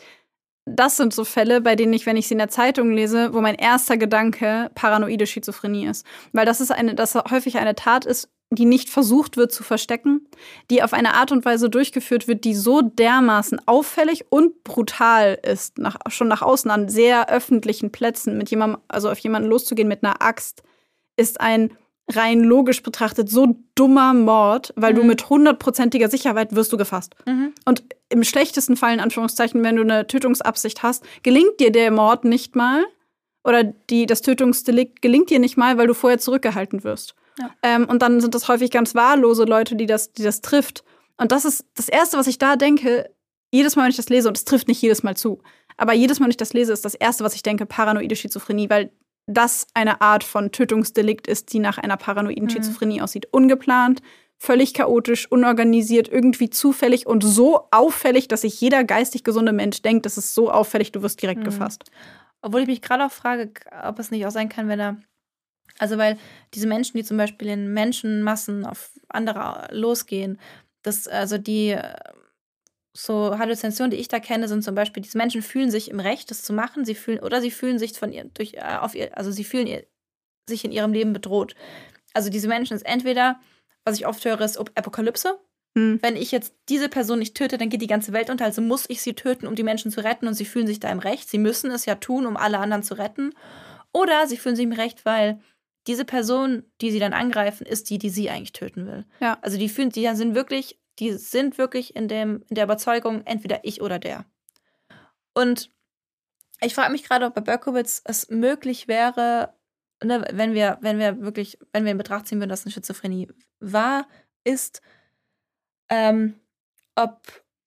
Das sind so Fälle, bei denen ich, wenn ich sie in der Zeitung lese, wo mein erster Gedanke paranoide Schizophrenie ist. Weil das ist eine, das häufig eine Tat ist, die nicht versucht wird zu verstecken, die auf eine Art und Weise durchgeführt wird, die so dermaßen auffällig und brutal ist, nach, schon nach außen an sehr öffentlichen Plätzen, mit jemandem, also auf jemanden loszugehen mit einer Axt, ist ein rein logisch betrachtet so dummer Mord, weil mhm. du mit hundertprozentiger Sicherheit wirst du gefasst. Mhm. Und im schlechtesten Fall, in Anführungszeichen, wenn du eine Tötungsabsicht hast, gelingt dir der Mord nicht mal oder die, das Tötungsdelikt gelingt dir nicht mal, weil du vorher zurückgehalten wirst. Ja. Ähm, und dann sind das häufig ganz wahllose Leute, die das, die das trifft. Und das ist das Erste, was ich da denke, jedes Mal, wenn ich das lese, und es trifft nicht jedes Mal zu, aber jedes Mal, wenn ich das lese, ist das Erste, was ich denke, paranoide Schizophrenie, weil das eine Art von Tötungsdelikt ist, die nach einer paranoiden Schizophrenie mhm. aussieht. Ungeplant, völlig chaotisch, unorganisiert, irgendwie zufällig und so auffällig, dass sich jeder geistig gesunde Mensch denkt, das ist so auffällig, du wirst direkt mhm. gefasst. Obwohl ich mich gerade auch frage, ob es nicht auch sein kann, wenn er, also weil diese Menschen, die zum Beispiel in Menschenmassen auf andere losgehen, das, also die so Halluzinationen, die ich da kenne, sind zum Beispiel, diese Menschen fühlen sich im Recht, das zu machen, sie fühlen, oder sie fühlen sich von ihr, durch, äh, auf ihr, also sie fühlen ihr, sich in ihrem Leben bedroht. Also diese Menschen ist entweder, was ich oft höre, ist Apokalypse. Hm. Wenn ich jetzt diese Person nicht töte, dann geht die ganze Welt unter, also muss ich sie töten, um die Menschen zu retten und sie fühlen sich da im Recht. Sie müssen es ja tun, um alle anderen zu retten. Oder sie fühlen sich im Recht, weil diese Person, die sie dann angreifen, ist die, die sie eigentlich töten will. Ja. Also die fühlen, die sind wirklich Die sind wirklich in, dem, in der Überzeugung, entweder ich oder der. Und ich frage mich gerade, ob bei Berkowitz es möglich wäre, ne, wenn wir, wenn wir wirklich, wenn wir in Betracht ziehen würden, dass eine Schizophrenie wahr ist, ähm, ob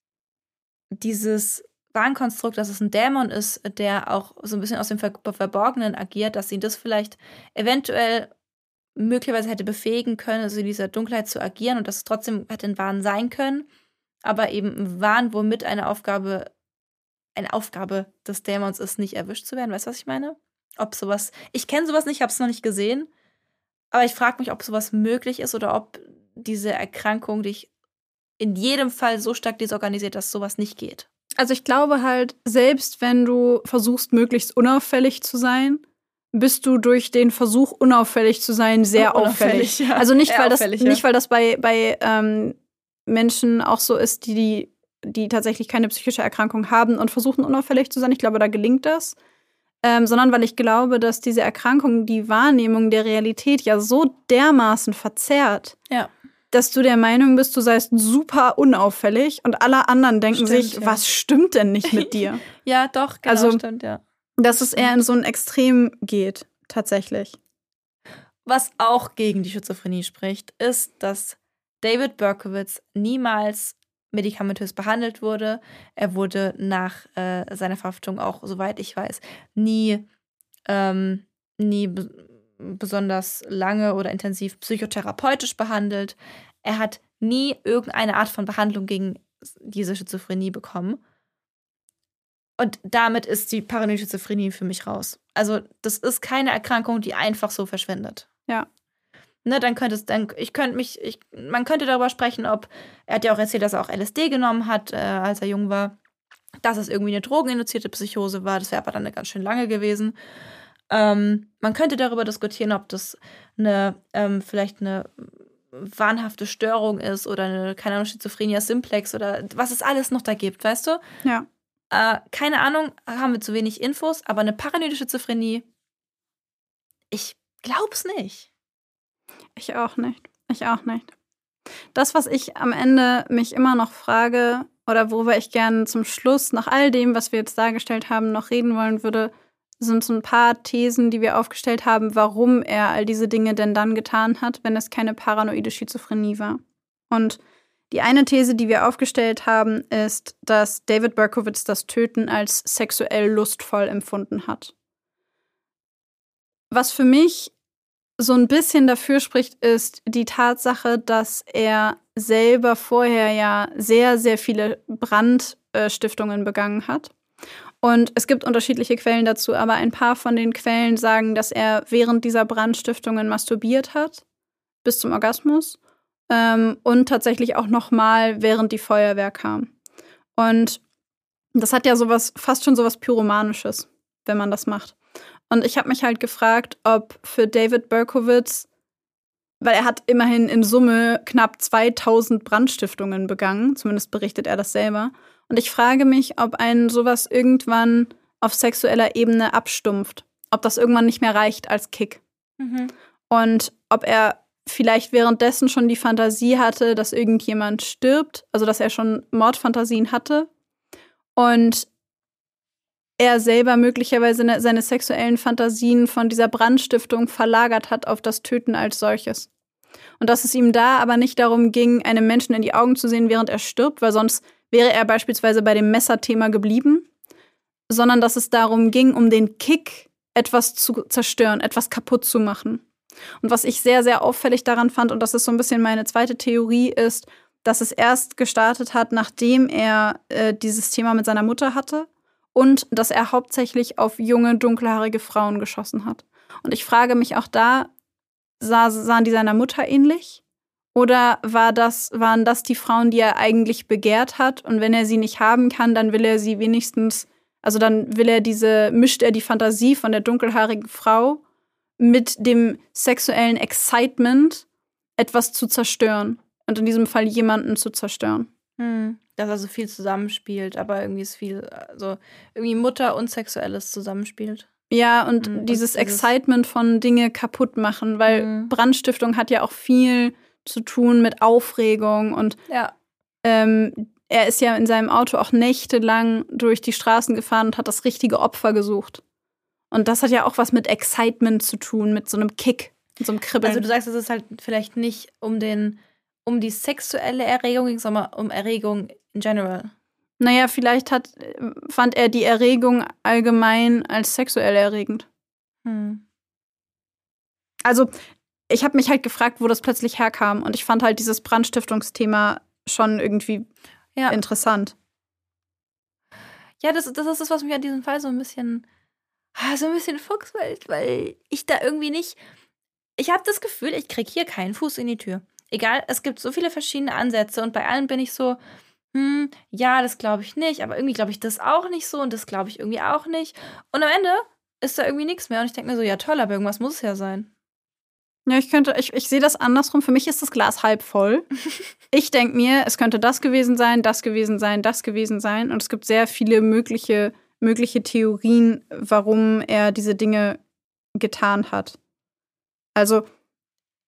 dieses Wahnkonstrukt, dass es ein Dämon ist, der auch so ein bisschen aus dem Ver- Verborgenen agiert, dass ihn das vielleicht eventuell möglicherweise hätte befähigen können, also in dieser Dunkelheit zu agieren und dass es trotzdem hätte ein Wahn sein können, aber eben ein Wahn, womit eine Aufgabe, eine Aufgabe des Dämons ist, nicht erwischt zu werden. Weißt du, was ich meine? Ob sowas, ich kenne sowas nicht, ich habe es noch nicht gesehen, aber ich frage mich, ob sowas möglich ist oder ob diese Erkrankung dich in jedem Fall so stark desorganisiert, dass sowas nicht geht. Also ich glaube halt, selbst wenn du versuchst, möglichst unauffällig zu sein, bist du durch den Versuch, unauffällig zu sein, sehr oh, auffällig. Ja. Also nicht, weil das, ja. nicht, weil das bei, bei ähm, Menschen auch so ist, die, die, die tatsächlich keine psychische Erkrankung haben und versuchen, unauffällig zu sein. Ich glaube, da gelingt das. Ähm, sondern weil ich glaube, dass diese Erkrankung die Wahrnehmung der Realität ja so dermaßen verzerrt, ja. dass du der Meinung bist, du seist super unauffällig und alle anderen denken Stimmt, sich, ja. was stimmt denn nicht mit dir? Ja, doch, genau, Also- stimmt, ja. Dass es eher in so ein Extrem geht, tatsächlich. Was auch gegen die Schizophrenie spricht, ist, dass David Berkowitz niemals medikamentös behandelt wurde. Er wurde nach äh, seiner Verhaftung auch, soweit ich weiß, nie, ähm, nie be besonders lange oder intensiv psychotherapeutisch behandelt. Er hat nie irgendeine Art von Behandlung gegen diese Schizophrenie bekommen. Und damit ist die paranoide Schizophrenie für mich raus. Also, das ist keine Erkrankung, die einfach so verschwindet. Ja. Ne, dann könnte es, dann, ich könnte mich, ich, man könnte darüber sprechen, ob, er hat ja auch erzählt, dass er auch L S D genommen hat, äh, als er jung war, dass es irgendwie eine drogeninduzierte Psychose war, das wäre aber dann eine ganz schön lange gewesen. Ähm, man könnte darüber diskutieren, ob das eine, ähm, vielleicht eine wahnhafte Störung ist oder eine, keine Ahnung, Schizophrenia simplex oder was es alles noch da gibt, weißt du? Ja. Äh, keine Ahnung, haben wir zu wenig Infos, aber eine paranoide Schizophrenie, ich glaub's nicht. Ich auch nicht. Ich auch nicht. Das, was ich am Ende mich immer noch frage oder worüber ich gerne zum Schluss nach all dem, was wir jetzt dargestellt haben, noch reden wollen würde, sind so ein paar Thesen, die wir aufgestellt haben, warum er all diese Dinge denn dann getan hat, wenn es keine paranoide Schizophrenie war. Und die eine These, die wir aufgestellt haben, ist, dass David Berkowitz das Töten als sexuell lustvoll empfunden hat. Was für mich so ein bisschen dafür spricht, ist die Tatsache, dass er selber vorher ja sehr, sehr viele Brandstiftungen begangen hat. Und es gibt unterschiedliche Quellen dazu, aber ein paar von den Quellen sagen, dass er während dieser Brandstiftungen masturbiert hat, bis zum Orgasmus, ähm, und tatsächlich auch nochmal, während die Feuerwehr kam. Und das hat ja sowas, fast schon sowas Pyromanisches, wenn man das macht. Und ich habe mich halt gefragt, ob für David Berkowitz, weil er hat immerhin in Summe knapp zweitausend Brandstiftungen begangen, zumindest berichtet er das selber. Und ich frage mich, ob einen sowas irgendwann auf sexueller Ebene abstumpft. Ob das irgendwann nicht mehr reicht als Kick. Mhm. Und ob er vielleicht währenddessen schon die Fantasie hatte, dass irgendjemand stirbt, also dass er schon Mordfantasien hatte. Und er selber möglicherweise ne, seine sexuellen Fantasien von dieser Brandstiftung verlagert hat auf das Töten als solches. Und dass es ihm da aber nicht darum ging, einem Menschen in die Augen zu sehen, während er stirbt, weil sonst wäre er beispielsweise bei dem Messerthema geblieben, sondern dass es darum ging, um den Kick, etwas zu zerstören, etwas kaputt zu machen. Und was ich sehr, sehr auffällig daran fand, und das ist so ein bisschen meine zweite Theorie, ist, dass es erst gestartet hat, nachdem er äh, dieses Thema mit seiner Mutter hatte und dass er hauptsächlich auf junge, dunkelhaarige Frauen geschossen hat. Und ich frage mich auch da, sah, sahen die seiner Mutter ähnlich? Oder war das, waren das die Frauen, die er eigentlich begehrt hat? Und wenn er sie nicht haben kann, dann will er sie wenigstens, also dann will er diese, mischt er die Fantasie von der dunkelhaarigen Frau mit dem sexuellen Excitement, etwas zu zerstören. Und in diesem Fall jemanden zu zerstören. Hm. Dass also viel zusammenspielt, aber irgendwie ist viel, also irgendwie Mutter und Sexuelles zusammenspielt. Ja, und Mhm, dieses und dieses- Excitement von Dinge kaputt machen, weil Mhm. Brandstiftung hat ja auch viel zu tun mit Aufregung und Ja. ähm, er ist ja in seinem Auto auch nächtelang durch die Straßen gefahren und hat das richtige Opfer gesucht. Und das hat ja auch was mit Excitement zu tun, mit so einem Kick, mit so einem Kribbeln. Also du sagst, es ist halt vielleicht nicht um den, um die sexuelle Erregung ging, sondern um Erregung in general. naja, vielleicht hat, fand er die Erregung allgemein als sexuell erregend. Hm. Also, ich habe mich halt gefragt, wo das plötzlich herkam. Und ich fand halt dieses Brandstiftungsthema schon irgendwie Ja. interessant. Ja, das, das ist das, was mich an diesem Fall so ein bisschen, ah, so ein bisschen fuchswelt, weil ich da irgendwie nicht, ich habe das Gefühl, ich krieg hier keinen Fuß in die Tür. Egal, es gibt so viele verschiedene Ansätze und bei allen bin ich so, hm, ja, das glaube ich nicht, aber irgendwie glaube ich das auch nicht so und das glaube ich irgendwie auch nicht. Und am Ende ist da irgendwie nichts mehr und ich denke mir so, ja toll, aber irgendwas muss es ja sein. Ja, ich könnte, ich, ich sehe das andersrum. Für mich ist das Glas halb voll. Ich denke mir, es könnte das gewesen sein, das gewesen sein, das gewesen sein. Und es gibt sehr viele mögliche, mögliche Theorien, warum er diese Dinge getan hat. Also,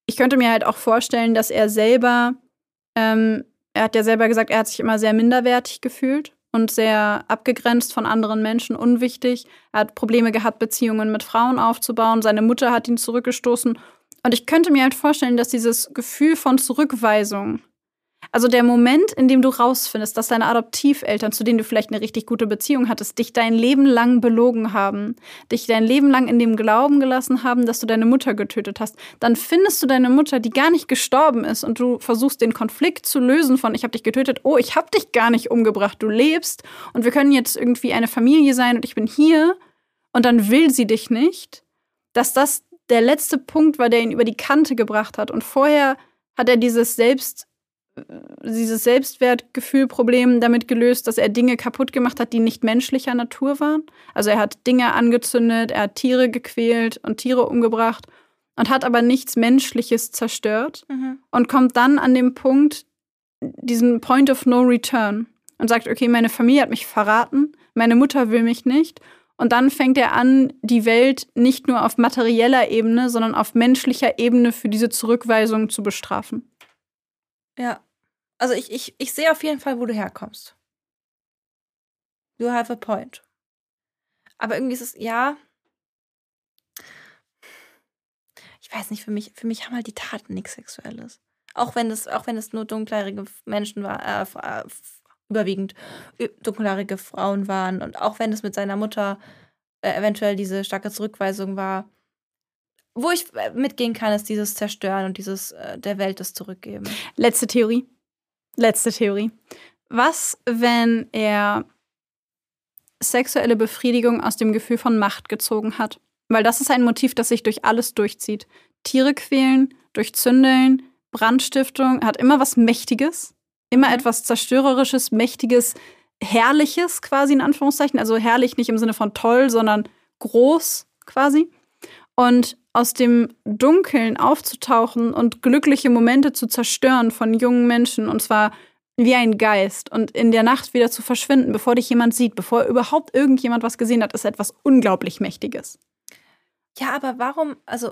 ich könnte mir halt auch vorstellen, dass er selber, ähm, er hat ja selber gesagt, er hat sich immer sehr minderwertig gefühlt und sehr abgegrenzt von anderen Menschen, unwichtig. Er hat Probleme gehabt, Beziehungen mit Frauen aufzubauen. Seine Mutter hat ihn zurückgestoßen. Und ich könnte mir halt vorstellen, dass dieses Gefühl von Zurückweisung, also der Moment, in dem du rausfindest, dass deine Adoptiveltern, zu denen du vielleicht eine richtig gute Beziehung hattest, dich dein Leben lang belogen haben, dich dein Leben lang in dem Glauben gelassen haben, dass du deine Mutter getötet hast, dann findest du deine Mutter, die gar nicht gestorben ist und du versuchst den Konflikt zu lösen von ich habe dich getötet, oh, ich habe dich gar nicht umgebracht, du lebst und wir können jetzt irgendwie eine Familie sein und ich bin hier und dann will sie dich nicht, dass das der letzte Punkt war, der ihn über die Kante gebracht hat. Und vorher hat er dieses Selbst, dieses Selbstwertgefühlproblem damit gelöst, dass er Dinge kaputt gemacht hat, die nicht menschlicher Natur waren. Also er hat Dinge angezündet, er hat Tiere gequält und Tiere umgebracht und hat aber nichts Menschliches zerstört mhm. und kommt dann an dem Punkt, diesen Point of No Return und sagt, okay, meine Familie hat mich verraten, meine Mutter will mich nicht. Und dann fängt er an, die Welt nicht nur auf materieller Ebene, sondern auf menschlicher Ebene für diese Zurückweisung zu bestrafen. Ja, also ich, ich, ich sehe auf jeden Fall, wo du herkommst. You have a point. Aber irgendwie ist es, ja, ich weiß nicht, für mich, für mich haben halt die Taten nichts Sexuelles. Auch wenn es, auch wenn es nur dunkelhaarige Menschen waren, äh, überwiegend dunkelhaarige Frauen waren und auch wenn es mit seiner Mutter äh, eventuell diese starke Zurückweisung war, wo ich mitgehen kann, ist dieses Zerstören und dieses äh, der Welt das Zurückgeben. Letzte Theorie. Letzte Theorie. Was, wenn er sexuelle Befriedigung aus dem Gefühl von Macht gezogen hat? Weil das ist ein Motiv, das sich durch alles durchzieht. Tiere quälen, durchzündeln, Brandstiftung, hat immer was Mächtiges. Immer etwas Zerstörerisches, Mächtiges, Herrliches quasi in Anführungszeichen. Also herrlich nicht im Sinne von toll, sondern groß quasi. Und aus dem Dunkeln aufzutauchen und glückliche Momente zu zerstören von jungen Menschen. Und zwar wie ein Geist. Und in der Nacht wieder zu verschwinden, bevor dich jemand sieht, bevor überhaupt irgendjemand was gesehen hat, ist etwas unglaublich Mächtiges. Ja, aber warum, also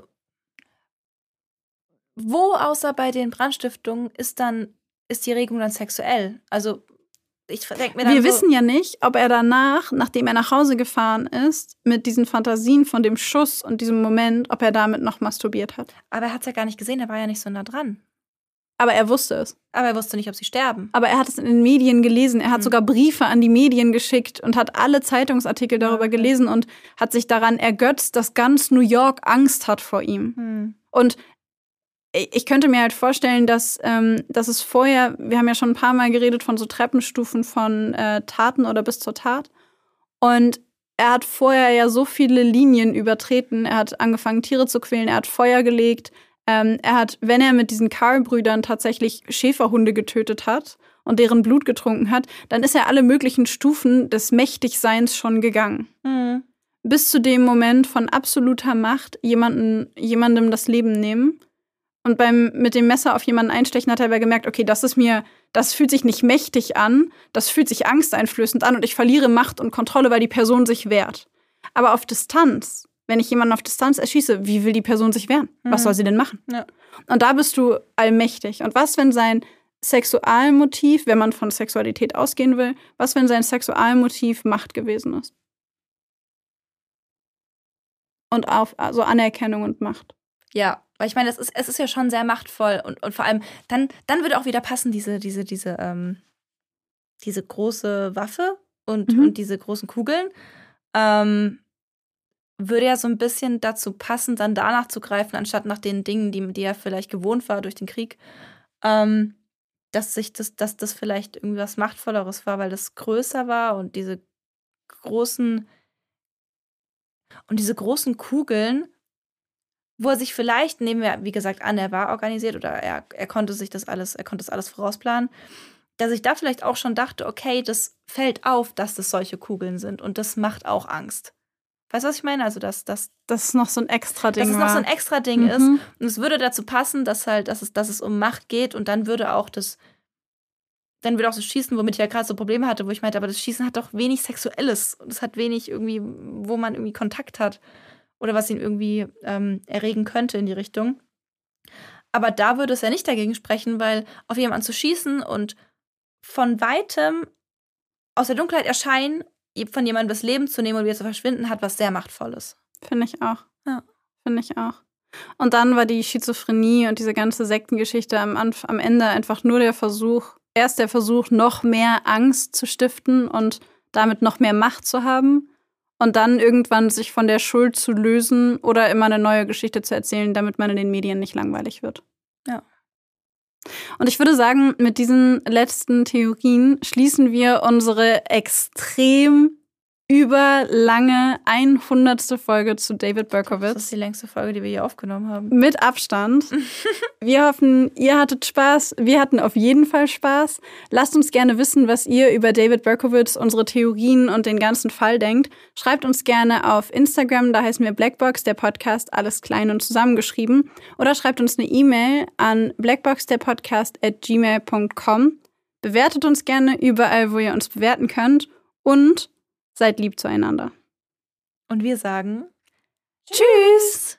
wo außer bei den Brandstiftungen ist dann ist die Regung dann sexuell? Also, ich denke mir dann Wir so, wissen ja nicht, ob er danach, nachdem er nach Hause gefahren ist, mit diesen Fantasien von dem Schuss und diesem Moment, ob er damit noch masturbiert hat. Aber er hat es ja gar nicht gesehen, er war ja nicht so nah dran. Aber er wusste es. Aber er wusste nicht, ob sie sterben. Aber er hat es in den Medien gelesen. Er hat Mhm. sogar Briefe an die Medien geschickt und hat alle Zeitungsartikel darüber Okay. gelesen und hat sich daran ergötzt, dass ganz New York Angst hat vor ihm. Hm. Und ich könnte mir halt vorstellen, dass, ähm, dass es vorher, wir haben ja schon ein paar Mal geredet von so Treppenstufen von äh, Taten oder bis zur Tat. Und er hat vorher ja so viele Linien übertreten. Er hat angefangen, Tiere zu quälen, er hat Feuer gelegt. Ähm, er hat, wenn er mit diesen Carl-Brüdern tatsächlich Schäferhunde getötet hat und deren Blut getrunken hat, dann ist er alle möglichen Stufen des Mächtigseins schon gegangen. Hm. Bis zu dem Moment von absoluter Macht jemanden, jemandem das Leben nehmen. Und beim mit dem Messer auf jemanden einstechen hat er aber gemerkt, okay, das ist mir, das fühlt sich nicht mächtig an, das fühlt sich angsteinflößend an und ich verliere Macht und Kontrolle, weil die Person sich wehrt. Aber auf Distanz, wenn ich jemanden auf Distanz erschieße, wie will die Person sich wehren? Mhm. Was soll sie denn machen? Ja. Und da bist du allmächtig. Und was, wenn sein Sexualmotiv, wenn man von Sexualität ausgehen will, was, wenn sein Sexualmotiv Macht gewesen ist? Und auf, also Anerkennung und Macht. Ja, weil ich meine, das ist, es ist ja schon sehr machtvoll und, und vor allem, dann, dann würde auch wieder passen, diese, diese, diese, ähm, diese große Waffe und, Mhm. und diese großen Kugeln. Ähm, würde ja so ein bisschen dazu passen, dann danach zu greifen, anstatt nach den Dingen, die, die er vielleicht gewohnt war durch den Krieg. Ähm, dass sich das, dass das vielleicht irgendwie was Machtvolleres war, weil das größer war und diese großen und diese großen Kugeln, wo er sich vielleicht, nehmen wir, wie gesagt, an, er war organisiert oder er, er konnte sich das alles, er konnte das alles vorausplanen, dass ich da vielleicht auch schon dachte, okay, das fällt auf, dass das solche Kugeln sind und das macht auch Angst. Weißt du, was ich meine? Also, dass, dass, Das ist noch so ein extra Ding. dass es noch war. so ein extra Ding Mhm. ist. Und es würde dazu passen, dass halt, dass es, dass es um Macht geht und dann würde auch das, dann würde auch das Schießen, womit ich ja gerade so Probleme hatte, wo ich meinte, aber das Schießen hat doch wenig Sexuelles. Und es hat wenig irgendwie, wo man irgendwie Kontakt hat oder was ihn irgendwie ähm, erregen könnte in die Richtung. Aber da würde es ja nicht dagegen sprechen, weil auf jemanden zu schießen und von weitem aus der Dunkelheit erscheinen, von jemandem das Leben zu nehmen und wieder zu verschwinden, hat was sehr Machtvolles. Finde ich auch. Ja. Finde ich auch. Und dann war die Schizophrenie und diese ganze Sektengeschichte am, Anf- am Ende einfach nur der Versuch, erst der Versuch, noch mehr Angst zu stiften und damit noch mehr Macht zu haben und dann irgendwann sich von der Schuld zu lösen oder immer eine neue Geschichte zu erzählen, damit man in den Medien nicht langweilig wird. Ja. Und ich würde sagen, mit diesen letzten Theorien schließen wir unsere extrem überlange hundertste Folge zu David Berkowitz. Das ist die längste Folge, die wir hier aufgenommen haben. Mit Abstand. Wir hoffen, ihr hattet Spaß. Wir hatten auf jeden Fall Spaß. Lasst uns gerne wissen, was ihr über David Berkowitz, unsere Theorien und den ganzen Fall denkt. Schreibt uns gerne auf Instagram, da heißen wir Blackbox, der Podcast, alles klein und zusammengeschrieben. Oder schreibt uns eine E-Mail an blackboxderpodcast at gmail punkt com. Bewertet uns gerne überall, wo ihr uns bewerten könnt. Und seid lieb zueinander. Und wir sagen Tschüss!